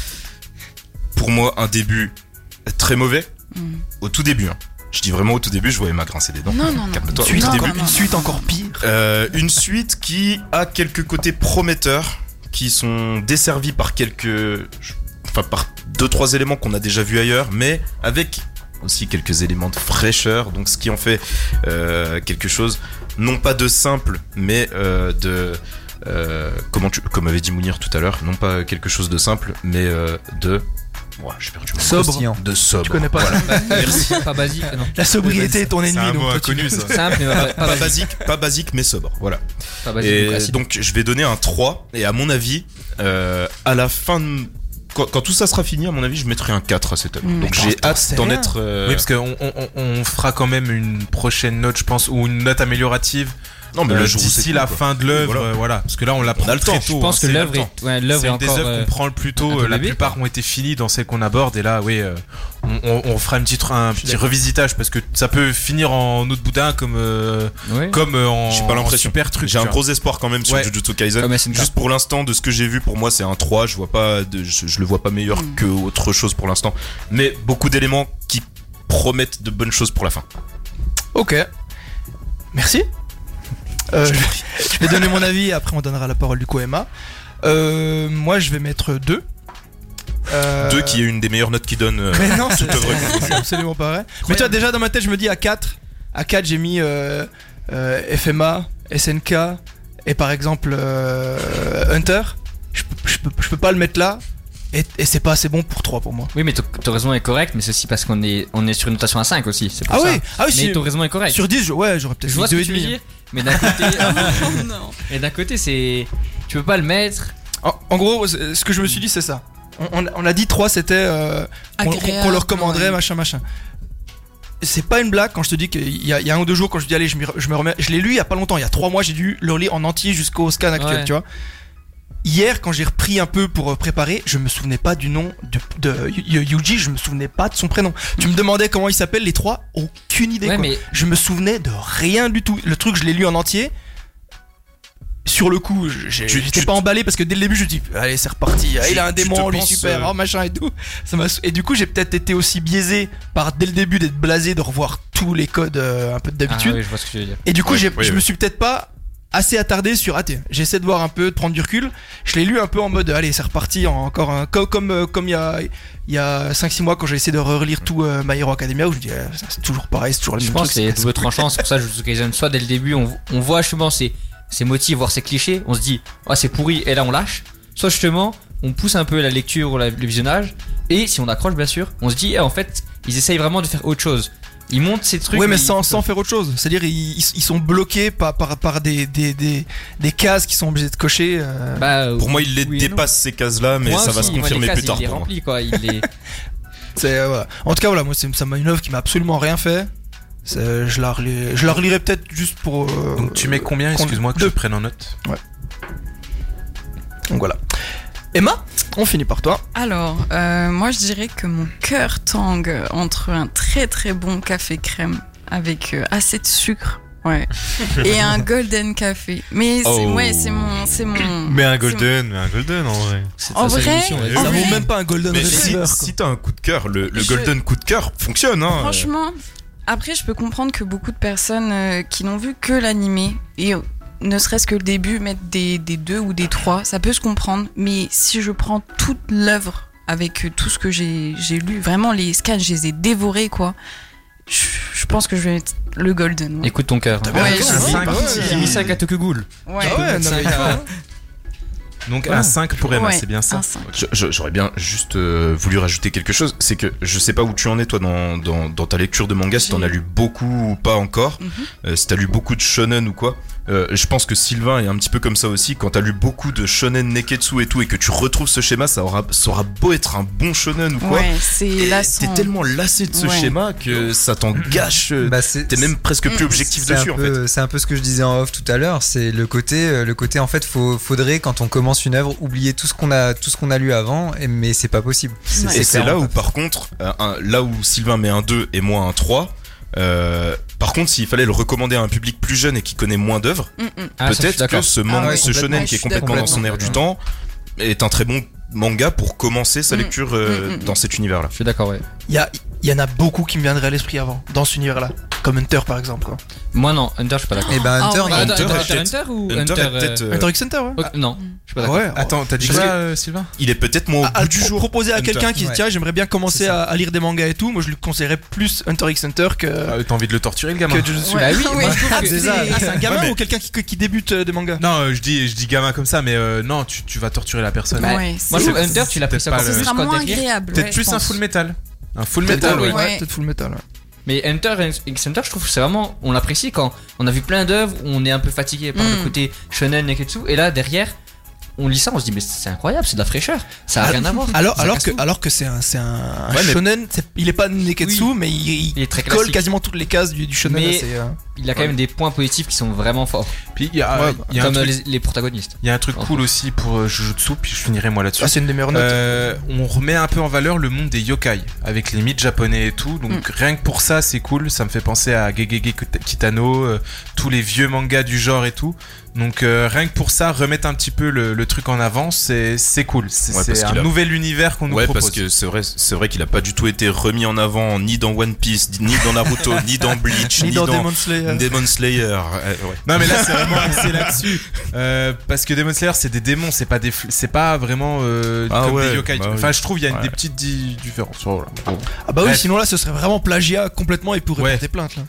pour moi, un début très mauvais Mm. au tout début. Hein. Je dis vraiment au tout début, je voyais ma grincer des dents. Non, non, non. Calme-toi. Suite Au tout encore, début. une suite encore pire. Euh, une suite qui a quelques côtés prometteurs, qui sont desservis par quelques, enfin par deux trois éléments qu'on a déjà vus ailleurs, mais avec aussi quelques éléments de fraîcheur, donc ce qui en fait euh, quelque chose non pas de simple, mais euh, de euh, comment tu, comme avait dit Mounir tout à l'heure, non pas quelque chose de simple, mais euh, de, ouais, j'ai perdu mon mot. Sobre. Croustillant. De sobre. Tu connais pas Voilà. Merci. Pas basique, non. La sobriété est ton C'est ennemi. un donc mot toi, tu- inconnu, ça. Simple, mais pas, pas Pas basique. basique, pas basique, mais sobre. Voilà. Pas basique, Et donc acide. donc je vais donner un trois. Et à mon avis, euh, à la fin de... Quand, quand tout ça sera fini, à mon avis, je mettrai un quatre à cette œuvre. Mm. Donc Mais j'ai t'en hâte sais d'en rien. être... euh, Oui, parce qu'on on, on, on fera quand même une prochaine note, je pense, ou une note améliorative Non, mais euh, le jour où c'est d'ici cool, la quoi. fin de l'œuvre. Voilà. euh, Voilà. Parce que là, on la prend a le très temps. tôt. Je pense hein, que c'est l'œuvre le est, temps. ouais, l'œuvre C'est est une des encore. œuvres euh, qu'on prend le plus un tôt. peu euh, La bébé, plupart ont été finies dans celles qu'on aborde. Et là, oui, euh, on, on, on fera une petite, un petit d'accord. revisitage parce que ça peut finir en autre boudin comme, euh, ouais. comme euh, en, J'ai pas en l'impression. super truc. J'ai un tu vois. gros espoir quand même sur Ouais. Jujutsu Kaisen. Comme S N K. Juste pour l'instant, de ce que j'ai vu, pour moi, c'est un trois. Je vois pas, de, je, je le vois pas meilleur Mm. que autre chose pour l'instant. Mais beaucoup d'éléments qui promettent de bonnes choses pour la fin. Ok. Merci. Euh, je, je vais donner mon avis et après on donnera la parole du coup à Emma. Euh, moi je vais mettre deux. Euh, Deux qui est une des meilleures notes qui donne. euh, Mais non, c'est toute œuvre confondue. c'est absolument pas vrai. Mais tu vois, déjà dans ma tête, je me dis à quatre. À quatre, j'ai mis euh, euh, F M A, S N K et par exemple euh, Hunter. Je, peux- je, peux, je peux pas le mettre là. Et, et c'est pas assez bon pour trois pour moi. Oui, mais ton ton raison est correcte, mais c'est aussi parce qu'on est, on est sur une notation à cinq aussi. C'est pour Ah ça. oui, ah oui, Mais si- ton raison est correcte. sur dix, je- ouais, j'aurais peut-être Je mis vois ce deux que et tu veux demi. dire, mais d'un côté, Oh non. et d'un côté, c'est, tu peux pas le mettre. En, en gros, c'est- ce que je me suis dit, c'est ça. On, on- on a dit trois, c'était euh, qu'on qu'on- qu'on le recommanderait, ouais. machin, machin. C'est pas une blague quand je te dis qu'il y, a- il y a un ou deux jours, quand je dis allez, je, m'y re- je me remets. Je l'ai lu il y a pas longtemps, il y a trois mois, j'ai dû le lire en entier jusqu'au scan actuel, Ouais. tu vois. Hier, quand j'ai repris un peu pour euh, préparer, je me souvenais pas du nom de, de Yu- Yuji, je me souvenais pas de son prénom. Tu me demandais comment ils s'appellent les trois, aucune idée. Ouais, quoi. mais Je me souvenais de rien du tout. Le truc, je l'ai lu en entier. sur le coup, j'ai- Tu- j'étais tu- pas emballé parce que dès le début je dis allez c'est reparti, ah, il a un tu te démon, lui penses, super, euh, oh machin et tout. Ça m'a et du coup j'ai peut-être été aussi biaisé par dès le début d'être blasé de revoir tous les codes euh, un peu Ah d'habitude. oui, je vois ce que tu veux dire. Et du coup Ouais, j'ai, oui, je oui. me suis peut-être pas assez attardé sur ah tiens, j'essaie de voir un peu, de prendre du recul. Je l'ai lu un peu en mode allez c'est reparti, en- encore un co- comme euh, comme il y a il y a cinq six mois quand j'ai essayé de relire tout euh, My Hero Academia où je me dis eh, c'est toujours pareil, c'est toujours le Je même pense truc. que c'est double tranchant, c'est pour ça que Jujutsu Kaisen, soit dès le début, on, on voit justement ces, ces motifs, voire ces clichés, on se dit, oh c'est pourri, et là on lâche. Soit justement, on pousse un peu la lecture ou la- le visionnage, et si on accroche bien sûr, on se dit, eh, en fait, ils essayent vraiment de faire autre chose. Ils montent ces trucs. Ouais, mais ils- sans, sans faire autre chose. C'est-à-dire, ils, ils sont bloqués par, par, par des, des, des, des cases qui sont obligés de cocher. euh. Bah, Pour moi, il les oui et non. dépasse ces cases-là, mais Moi ça va aussi, se moi, les confirmer cases, plus tard Il les pour moi. remplit quoi. Il les... C'est, euh, voilà. En tout cas, voilà, moi, c'est, ça m'a une œuvre qui m'a absolument rien fait. C'est- je, la relis- je la relirai peut-être juste pour. euh, Donc tu mets combien, qu'on- excuse-moi que deux. je prenne en note. Donc voilà. Emma, on finit par toi. Alors, euh, moi je dirais que mon cœur tangue entre un très très bon café crème avec euh, assez de sucre, ouais, et un golden café. Mais c'est, Oh. ouais, c'est mon, c'est mon. Mais un c'est golden, mais un golden en vrai. En vrai, Ça en vaut vrai, même pas un Golden Mais si, Retriever. si t'as un coup de cœur, le, le Je- golden coup de cœur fonctionne, hein. Franchement, après, je peux comprendre que beaucoup de personnes euh, qui n'ont vu que l'animé et euh, ne serait-ce que le début mettre des, des deux ou des trois, ça peut se comprendre. Mais si je prends toute l'œuvre avec euh, tout ce que j'ai, j'ai lu, vraiment les scans, je les ai dévorés, quoi. Je, je pense que je vais mettre le golden. Ouais. Écoute ton cœur. T'as hein. bien Ouais, raison, je hein. sais. Bah ouais, J'ai mis ça à Tokughoul. Ouais. Ah ouais, non, mais il faut, hein. Donc Ouais. un cinq pour Emma, Ouais, c'est bien ça. un cinq. Je- je- J'aurais bien juste euh, voulu rajouter quelque chose. C'est que je sais pas où tu en es toi dans, dans, dans ta lecture de manga, si t'en as lu beaucoup ou pas encore, Mhm. euh, si t'as lu beaucoup de shonen ou quoi. Euh, je pense que Sylvain est un petit peu comme ça aussi. Quand t'as lu beaucoup de shonen neketsu et tout et que tu retrouves ce schéma, ça aura, ça aura beau être un bon shonen ou quoi. Ouais, c'est Et lassant. T'es tellement lassé de ce Ouais. schéma que ça t'en gâche. euh, Bah, c'est- T'es même presque plus Mm. objectif c'est dessus un en fait. peu, c'est un peu ce que je disais en off tout à l'heure. C'est le côté, euh, le côté en fait, faut, faudrait quand on commence une œuvre oublier tout ce qu'on a, tout ce qu'on a lu avant, et- mais c'est pas possible. Ouais. Et c'est là clairement où, par contre, euh, un- là où Sylvain met un deux et moi un trois, euh, par contre, s'il fallait le recommander à un public plus jeune et qui connaît moins d'œuvres, Mm, mm. Ah, ça, je suis peut-être que d'accord. ce, man- Ah ouais, ce shonen complètement. qui est Je suis complètement dans son d'accord. air du temps est un très bon manga pour commencer sa Mm. lecture euh, Mm, mm, mm. dans cet univers-là. Je suis d'accord, ouais. Il y, a- il y en a beaucoup qui me viendraient à l'esprit avant, dans cet univers-là. Comme Hunter par exemple. Quoi. Moi non, Hunter, je suis pas d'accord. Et ben Ah Hunter, ouais. dans- Hunter, Hunter, Hunter, peut-être- Hunter ou Hunter Hunter est euh, peut-être, euh, Hunter x Hunter, ouais. ok, non, je suis pas d'accord. Ouais, Attends, t'as dit Parce quoi, que- euh, Sylvain? Il est peut-être moins au à, à bout du pro- jour. proposer à Hunter. quelqu'un qui Ouais. tiens j'aimerais bien commencer C'est ça. à, à lire des mangas et tout, moi je lui conseillerais plus Hunter x Hunter que, Ah, T'as envie de le torturer le gamin? que Jujutsu. Ouais. Bah oui, Ouais, moi, je trouve Ah, que c'est c'est- ça. Ah, c'est un gamin Ouais, mais- ou quelqu'un qui, qui débute euh, des mangas? Non, euh, je dis, je dis gamin comme ça, mais euh, non, tu, tu vas torturer la personne. Bah, Ouais, Moi, je c'est- trouve Hunter, tu l'as pris ça pas encore le- ce plus sera quoi moins derrière. agréable. Peut-être ouais, plus je un pense. full metal. Un full Peut-être, metal, ouais, ouais. ouais. peut-être Full Metal. Ouais. Mais Hunter x Hunter, je trouve que c'est vraiment, on l'apprécie quand on a vu plein d'œuvres où on est un peu fatigué par le Mm. côté shonen neketsu, et là derrière, on lit ça, on se dit mais c'est incroyable, c'est de la fraîcheur, ça a rien à voir. Alors, Ça alors casse que, tout. alors que c'est un, c'est un, un Ouais, mais- shonen, c'est- il est pas neketsu, Oui. mais il, Il est très colle classique. quasiment toutes les cases du, du shonen. Mais- c'est, euh, Il a quand même des points positifs qui sont vraiment forts, Puis il y a, Ouais, il y a un comme truc, les, les protagonistes. il y a un truc En cool plus. aussi pour euh, Jujutsu, puis je finirai moi là-dessus. Ah, c'est une des meilleures notes. Euh, on remet un peu en valeur le monde des yokai avec les mythes japonais et tout. Donc Mm. rien que pour ça, c'est cool. Ça me fait penser à Gegege Kitano, euh, tous les vieux mangas du genre et tout. Donc euh, rien que pour ça, remettre un petit peu le, le truc en avant, c'est c'est cool. C'est Ouais, c'est parce un qu'il a- nouvel univers qu'on nous Ouais, propose. parce que c'est vrai, c'est vrai qu'il a pas du tout été remis en avant ni dans One Piece, ni dans Naruto, ni dans Bleach, Ni ni, dans dans Demon Slayer. Demon Slayer. Euh, ouais. Non mais là c'est vraiment axé là-dessus. Euh, parce que Demon Slayer c'est des démons, c'est pas des, fl- c'est pas vraiment euh, Ah comme ouais, des yokai. bah Enfin oui. je trouve il y a une- Ouais. des petites di- différences. Voilà. Bon. Ah bah oui, Bref. sinon là, ce serait vraiment plagiat complètement et pourrait Ouais. porter plainte là.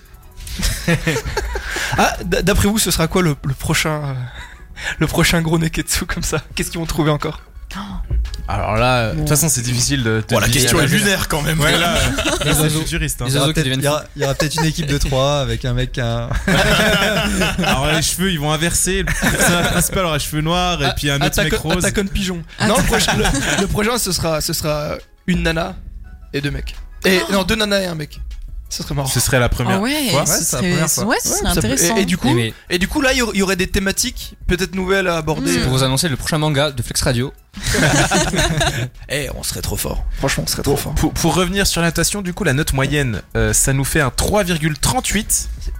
Ah, d- d'après vous, ce sera quoi le, le prochain, euh, le prochain gros neketsu comme ça? Qu'est-ce qu'ils vont trouver encore? Alors là, euh, de toute façon c'est difficile de. Bon, la deviner question à est vue. lunaire quand même. Ouais là, Les là, c'est oiseaux. futuriste. Hein. Les il y aura oiseaux qui peut-être deviennent il y aura- il y aura peut-être une équipe de trois avec un mec qui a un. Alors les cheveux ils vont inverser. Le personnage principal aura cheveux noirs et puis un autre Attack, mec rose. Attack on Pigeon. Non, le prochain, le, le prochain, ce sera, ce sera une nana et deux mecs. Et non, deux nanas et un mec. Ce serait marrant. Ce serait la première Ah ouais, fois. ce Ouais, c'est la serait, première fois. ouais, ce Ouais, serait ça peut- intéressant. et, et du coup, Et mais, et du coup, là, il y aurait- il y aurait des thématiques peut-être nouvelles à aborder. c'est pour vous annoncer le prochain manga de Flex Radio. Eh, on serait trop fort. Franchement, on serait trop fort. Pour, pour revenir sur la notation, du coup la note moyenne, euh, ça nous fait un trois virgule trente-huit.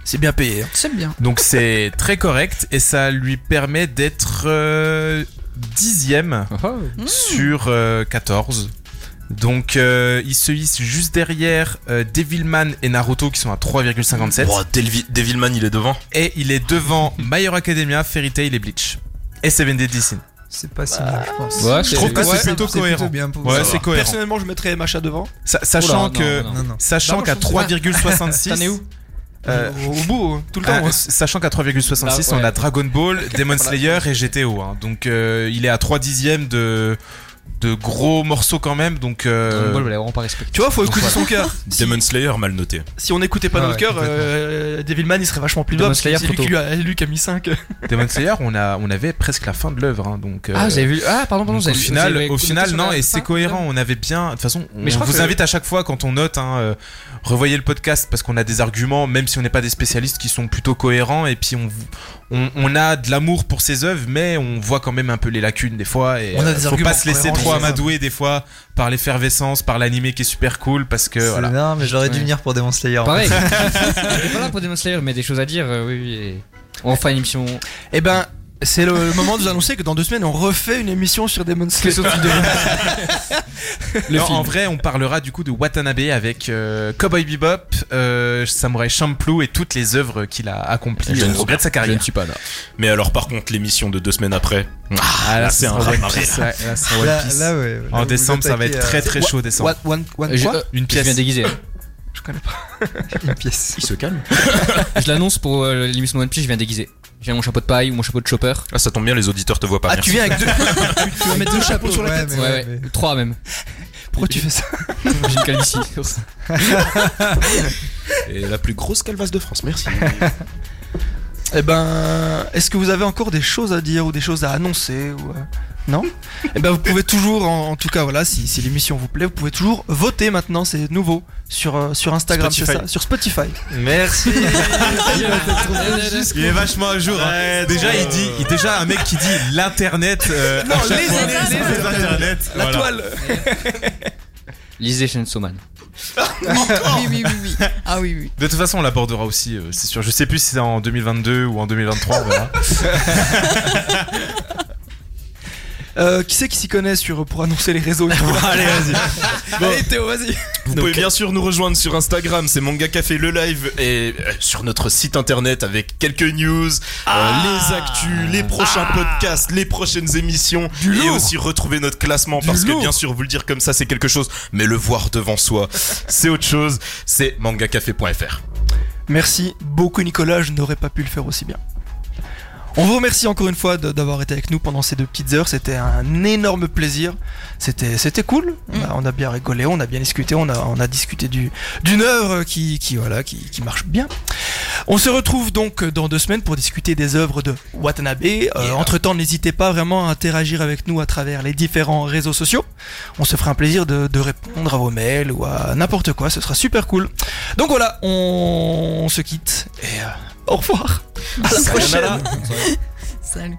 C'est bien payé. Hein. C'est bien. Donc c'est très correct et ça lui permet d'être euh, dixième Mmh. sur euh, quatorze. Donc euh, il se hisse juste derrière euh, Devilman et Naruto qui sont à trois virgule cinquante-sept. Oh, Delvi- Devilman, il est devant. Et il est devant My Hero Academia, Fairy Tail et Bleach. Et Seven Deadly Sins. C'est pas si mal, je pense. Ouais, Je trouve que Ouais, c'est plutôt cohérent. bien pour Ouais, ça. c'est cohérent. Personnellement, je mettrais M H A devant. Sa- sachant Oula, que, non, non. Non, non. sachant Bah, moi, qu'à je trouve trois virgule soixante-six. T'en es où euh, Au, au bout, euh, tout le temps. Ah, hein. sachant qu'à trois virgule soixante-six Là, ouais. on a Dragon Ball, Demon Slayer et G T O. Hein. Donc euh, il est à trois dixièmes de de gros morceaux quand même. Donc euh, Dragon Ball, elle est vraiment pas respectée. Tu vois, faut Donc, écouter voilà. son cœur. Si, Demon Slayer, mal noté. si on n'écoutait pas Ah notre ouais, cœur, complètement. euh, Devilman il serait vachement plus bas. Demon parce que Slayer, C'est lui trop qui, lui a, lui qui a mis cinq. Demon Slayer, on a on avait presque la fin de l'œuvre. Hein. Donc euh, Ah, vous avez vu Ah, pardon, pardon, donc, vous au avez final, vous avez au noté final, sur non, la et fin, c'est cohérent. On avait bien, de toute façon, on Mais je crois vous que- invite à chaque fois quand on note, hein, euh, revoyez le podcast parce qu'on a des arguments, même si on n'est pas des spécialistes, qui sont plutôt cohérents. Et puis on, on, on a de l'amour pour ces œuvres, mais on voit quand même un peu les lacunes des fois. Et On a euh, des faut arguments pas se laisser cohérents, trop c'est ça. amadouer des fois par l'effervescence, par l'animé qui est super cool, parce que C'est- voilà. Non, mais j'aurais dû Ouais. venir pour Demon Slayer. en Pareil. J'étais pas là pour Demon Slayer, mais des choses à dire, euh, oui, oui. Et... On fera une émission. Eh ben, c'est le, le moment de vous annoncer que dans deux semaines, on refait une émission sur Demon Slayer. Le Non, film. en vrai, on parlera du coup de Watanabe avec euh, Cowboy Bebop, euh, Samurai Champloo et toutes les œuvres qu'il a accomplies Je euh, ne au suis gré de sa Je carrière. ne suis pas là. Mais alors, par contre, l'émission de deux semaines après. Ah, là, c'est un One raz-de-marée, Piece. là. Ouais, là, c'est One Là, Piece. là, ouais. En Là, décembre, vous ça va être attaquez très à très chaud décembre. One, one, one Je- quoi euh, Une Je pièce. viens déguisé. Je connais pas. une pièce. Il se calme. Je l'annonce pour euh, l'émission de One Piece, je viens déguisé. J'ai mon chapeau de paille ou mon chapeau de chopper. Ah, ça tombe bien, les auditeurs te voient pas. Ah, merci. tu viens avec deux. tu, tu vas mettre deux chapeaux sur la Ouais, tête. mais Ouais, ouais, ouais. mais- Trois même. Pourquoi tu fais ça? J'ai une calvitie. Et la plus grosse calvasse de France, merci. Eh ben, est-ce que vous avez encore des choses à dire ou des choses à annoncer ou euh, non? Eh ben, vous pouvez toujours, en, en tout cas, voilà, si, si l'émission vous plaît, vous pouvez toujours voter maintenant, c'est nouveau sur euh, sur Instagram, c'est Spotify. ça, sur Spotify. Merci. Il est vachement à jour. hein. Déjà, il dit, il- déjà un mec qui dit l'internet. euh, Non, à chaque les fois. internets, Les les internets. La Voilà. toile. Lisez Chainsaw Man. Oui, oui, oui, oui. Ah oui, oui. De toute façon, on l'abordera aussi, euh, c'est sûr. Je sais plus si c'est en deux mille vingt-deux ou en deux mille vingt-trois, on verra. Euh, qui c'est qui s'y connaît sur pour annoncer les réseaux? Allez, vas-y. Allez Théo, vas-y. Vous pouvez bien sûr nous rejoindre sur Instagram, c'est Manga Café le live, et euh, sur notre site internet avec quelques news, euh, les actus, les prochains podcasts, les prochaines émissions, et aussi retrouver notre classement, parce que lourd. bien sûr vous le dire comme ça c'est quelque chose, mais le voir devant soi c'est autre chose. C'est mangacafé point f r. Merci beaucoup Nicolas, je n'aurais pas pu le faire aussi bien. On vous remercie encore une fois de- d'avoir été avec nous pendant ces deux petites heures, c'était un énorme plaisir, c'était c'était cool, on a, on a bien rigolé, on a bien discuté, on a, on a discuté du, d'une œuvre qui, qui, voilà, qui, qui marche bien. On se retrouve donc dans deux semaines pour discuter des œuvres de Watanabe. Euh, entre temps, n'hésitez pas vraiment à interagir avec nous à travers les différents réseaux sociaux. On se fera un plaisir de, de répondre à vos mails ou à n'importe quoi, ce sera super cool. Donc voilà, on, on se quitte et euh, au revoir. À la prochaine. Salut.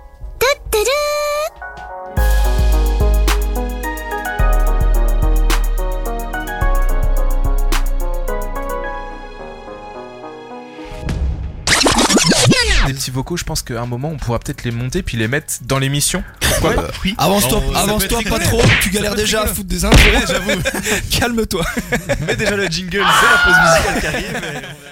Des petits vocaux, je pense qu'à un moment, on pourra peut-être les monter puis les mettre dans l'émission. Pourquoi pas? Oui. Avance-toi, Oh, ça peut avance-toi être pas rigolo. trop, tu galères déjà à foutre des intros. J'avoue. Calme-toi. Mets déjà le jingle, c'est la pause musicale qui arrive.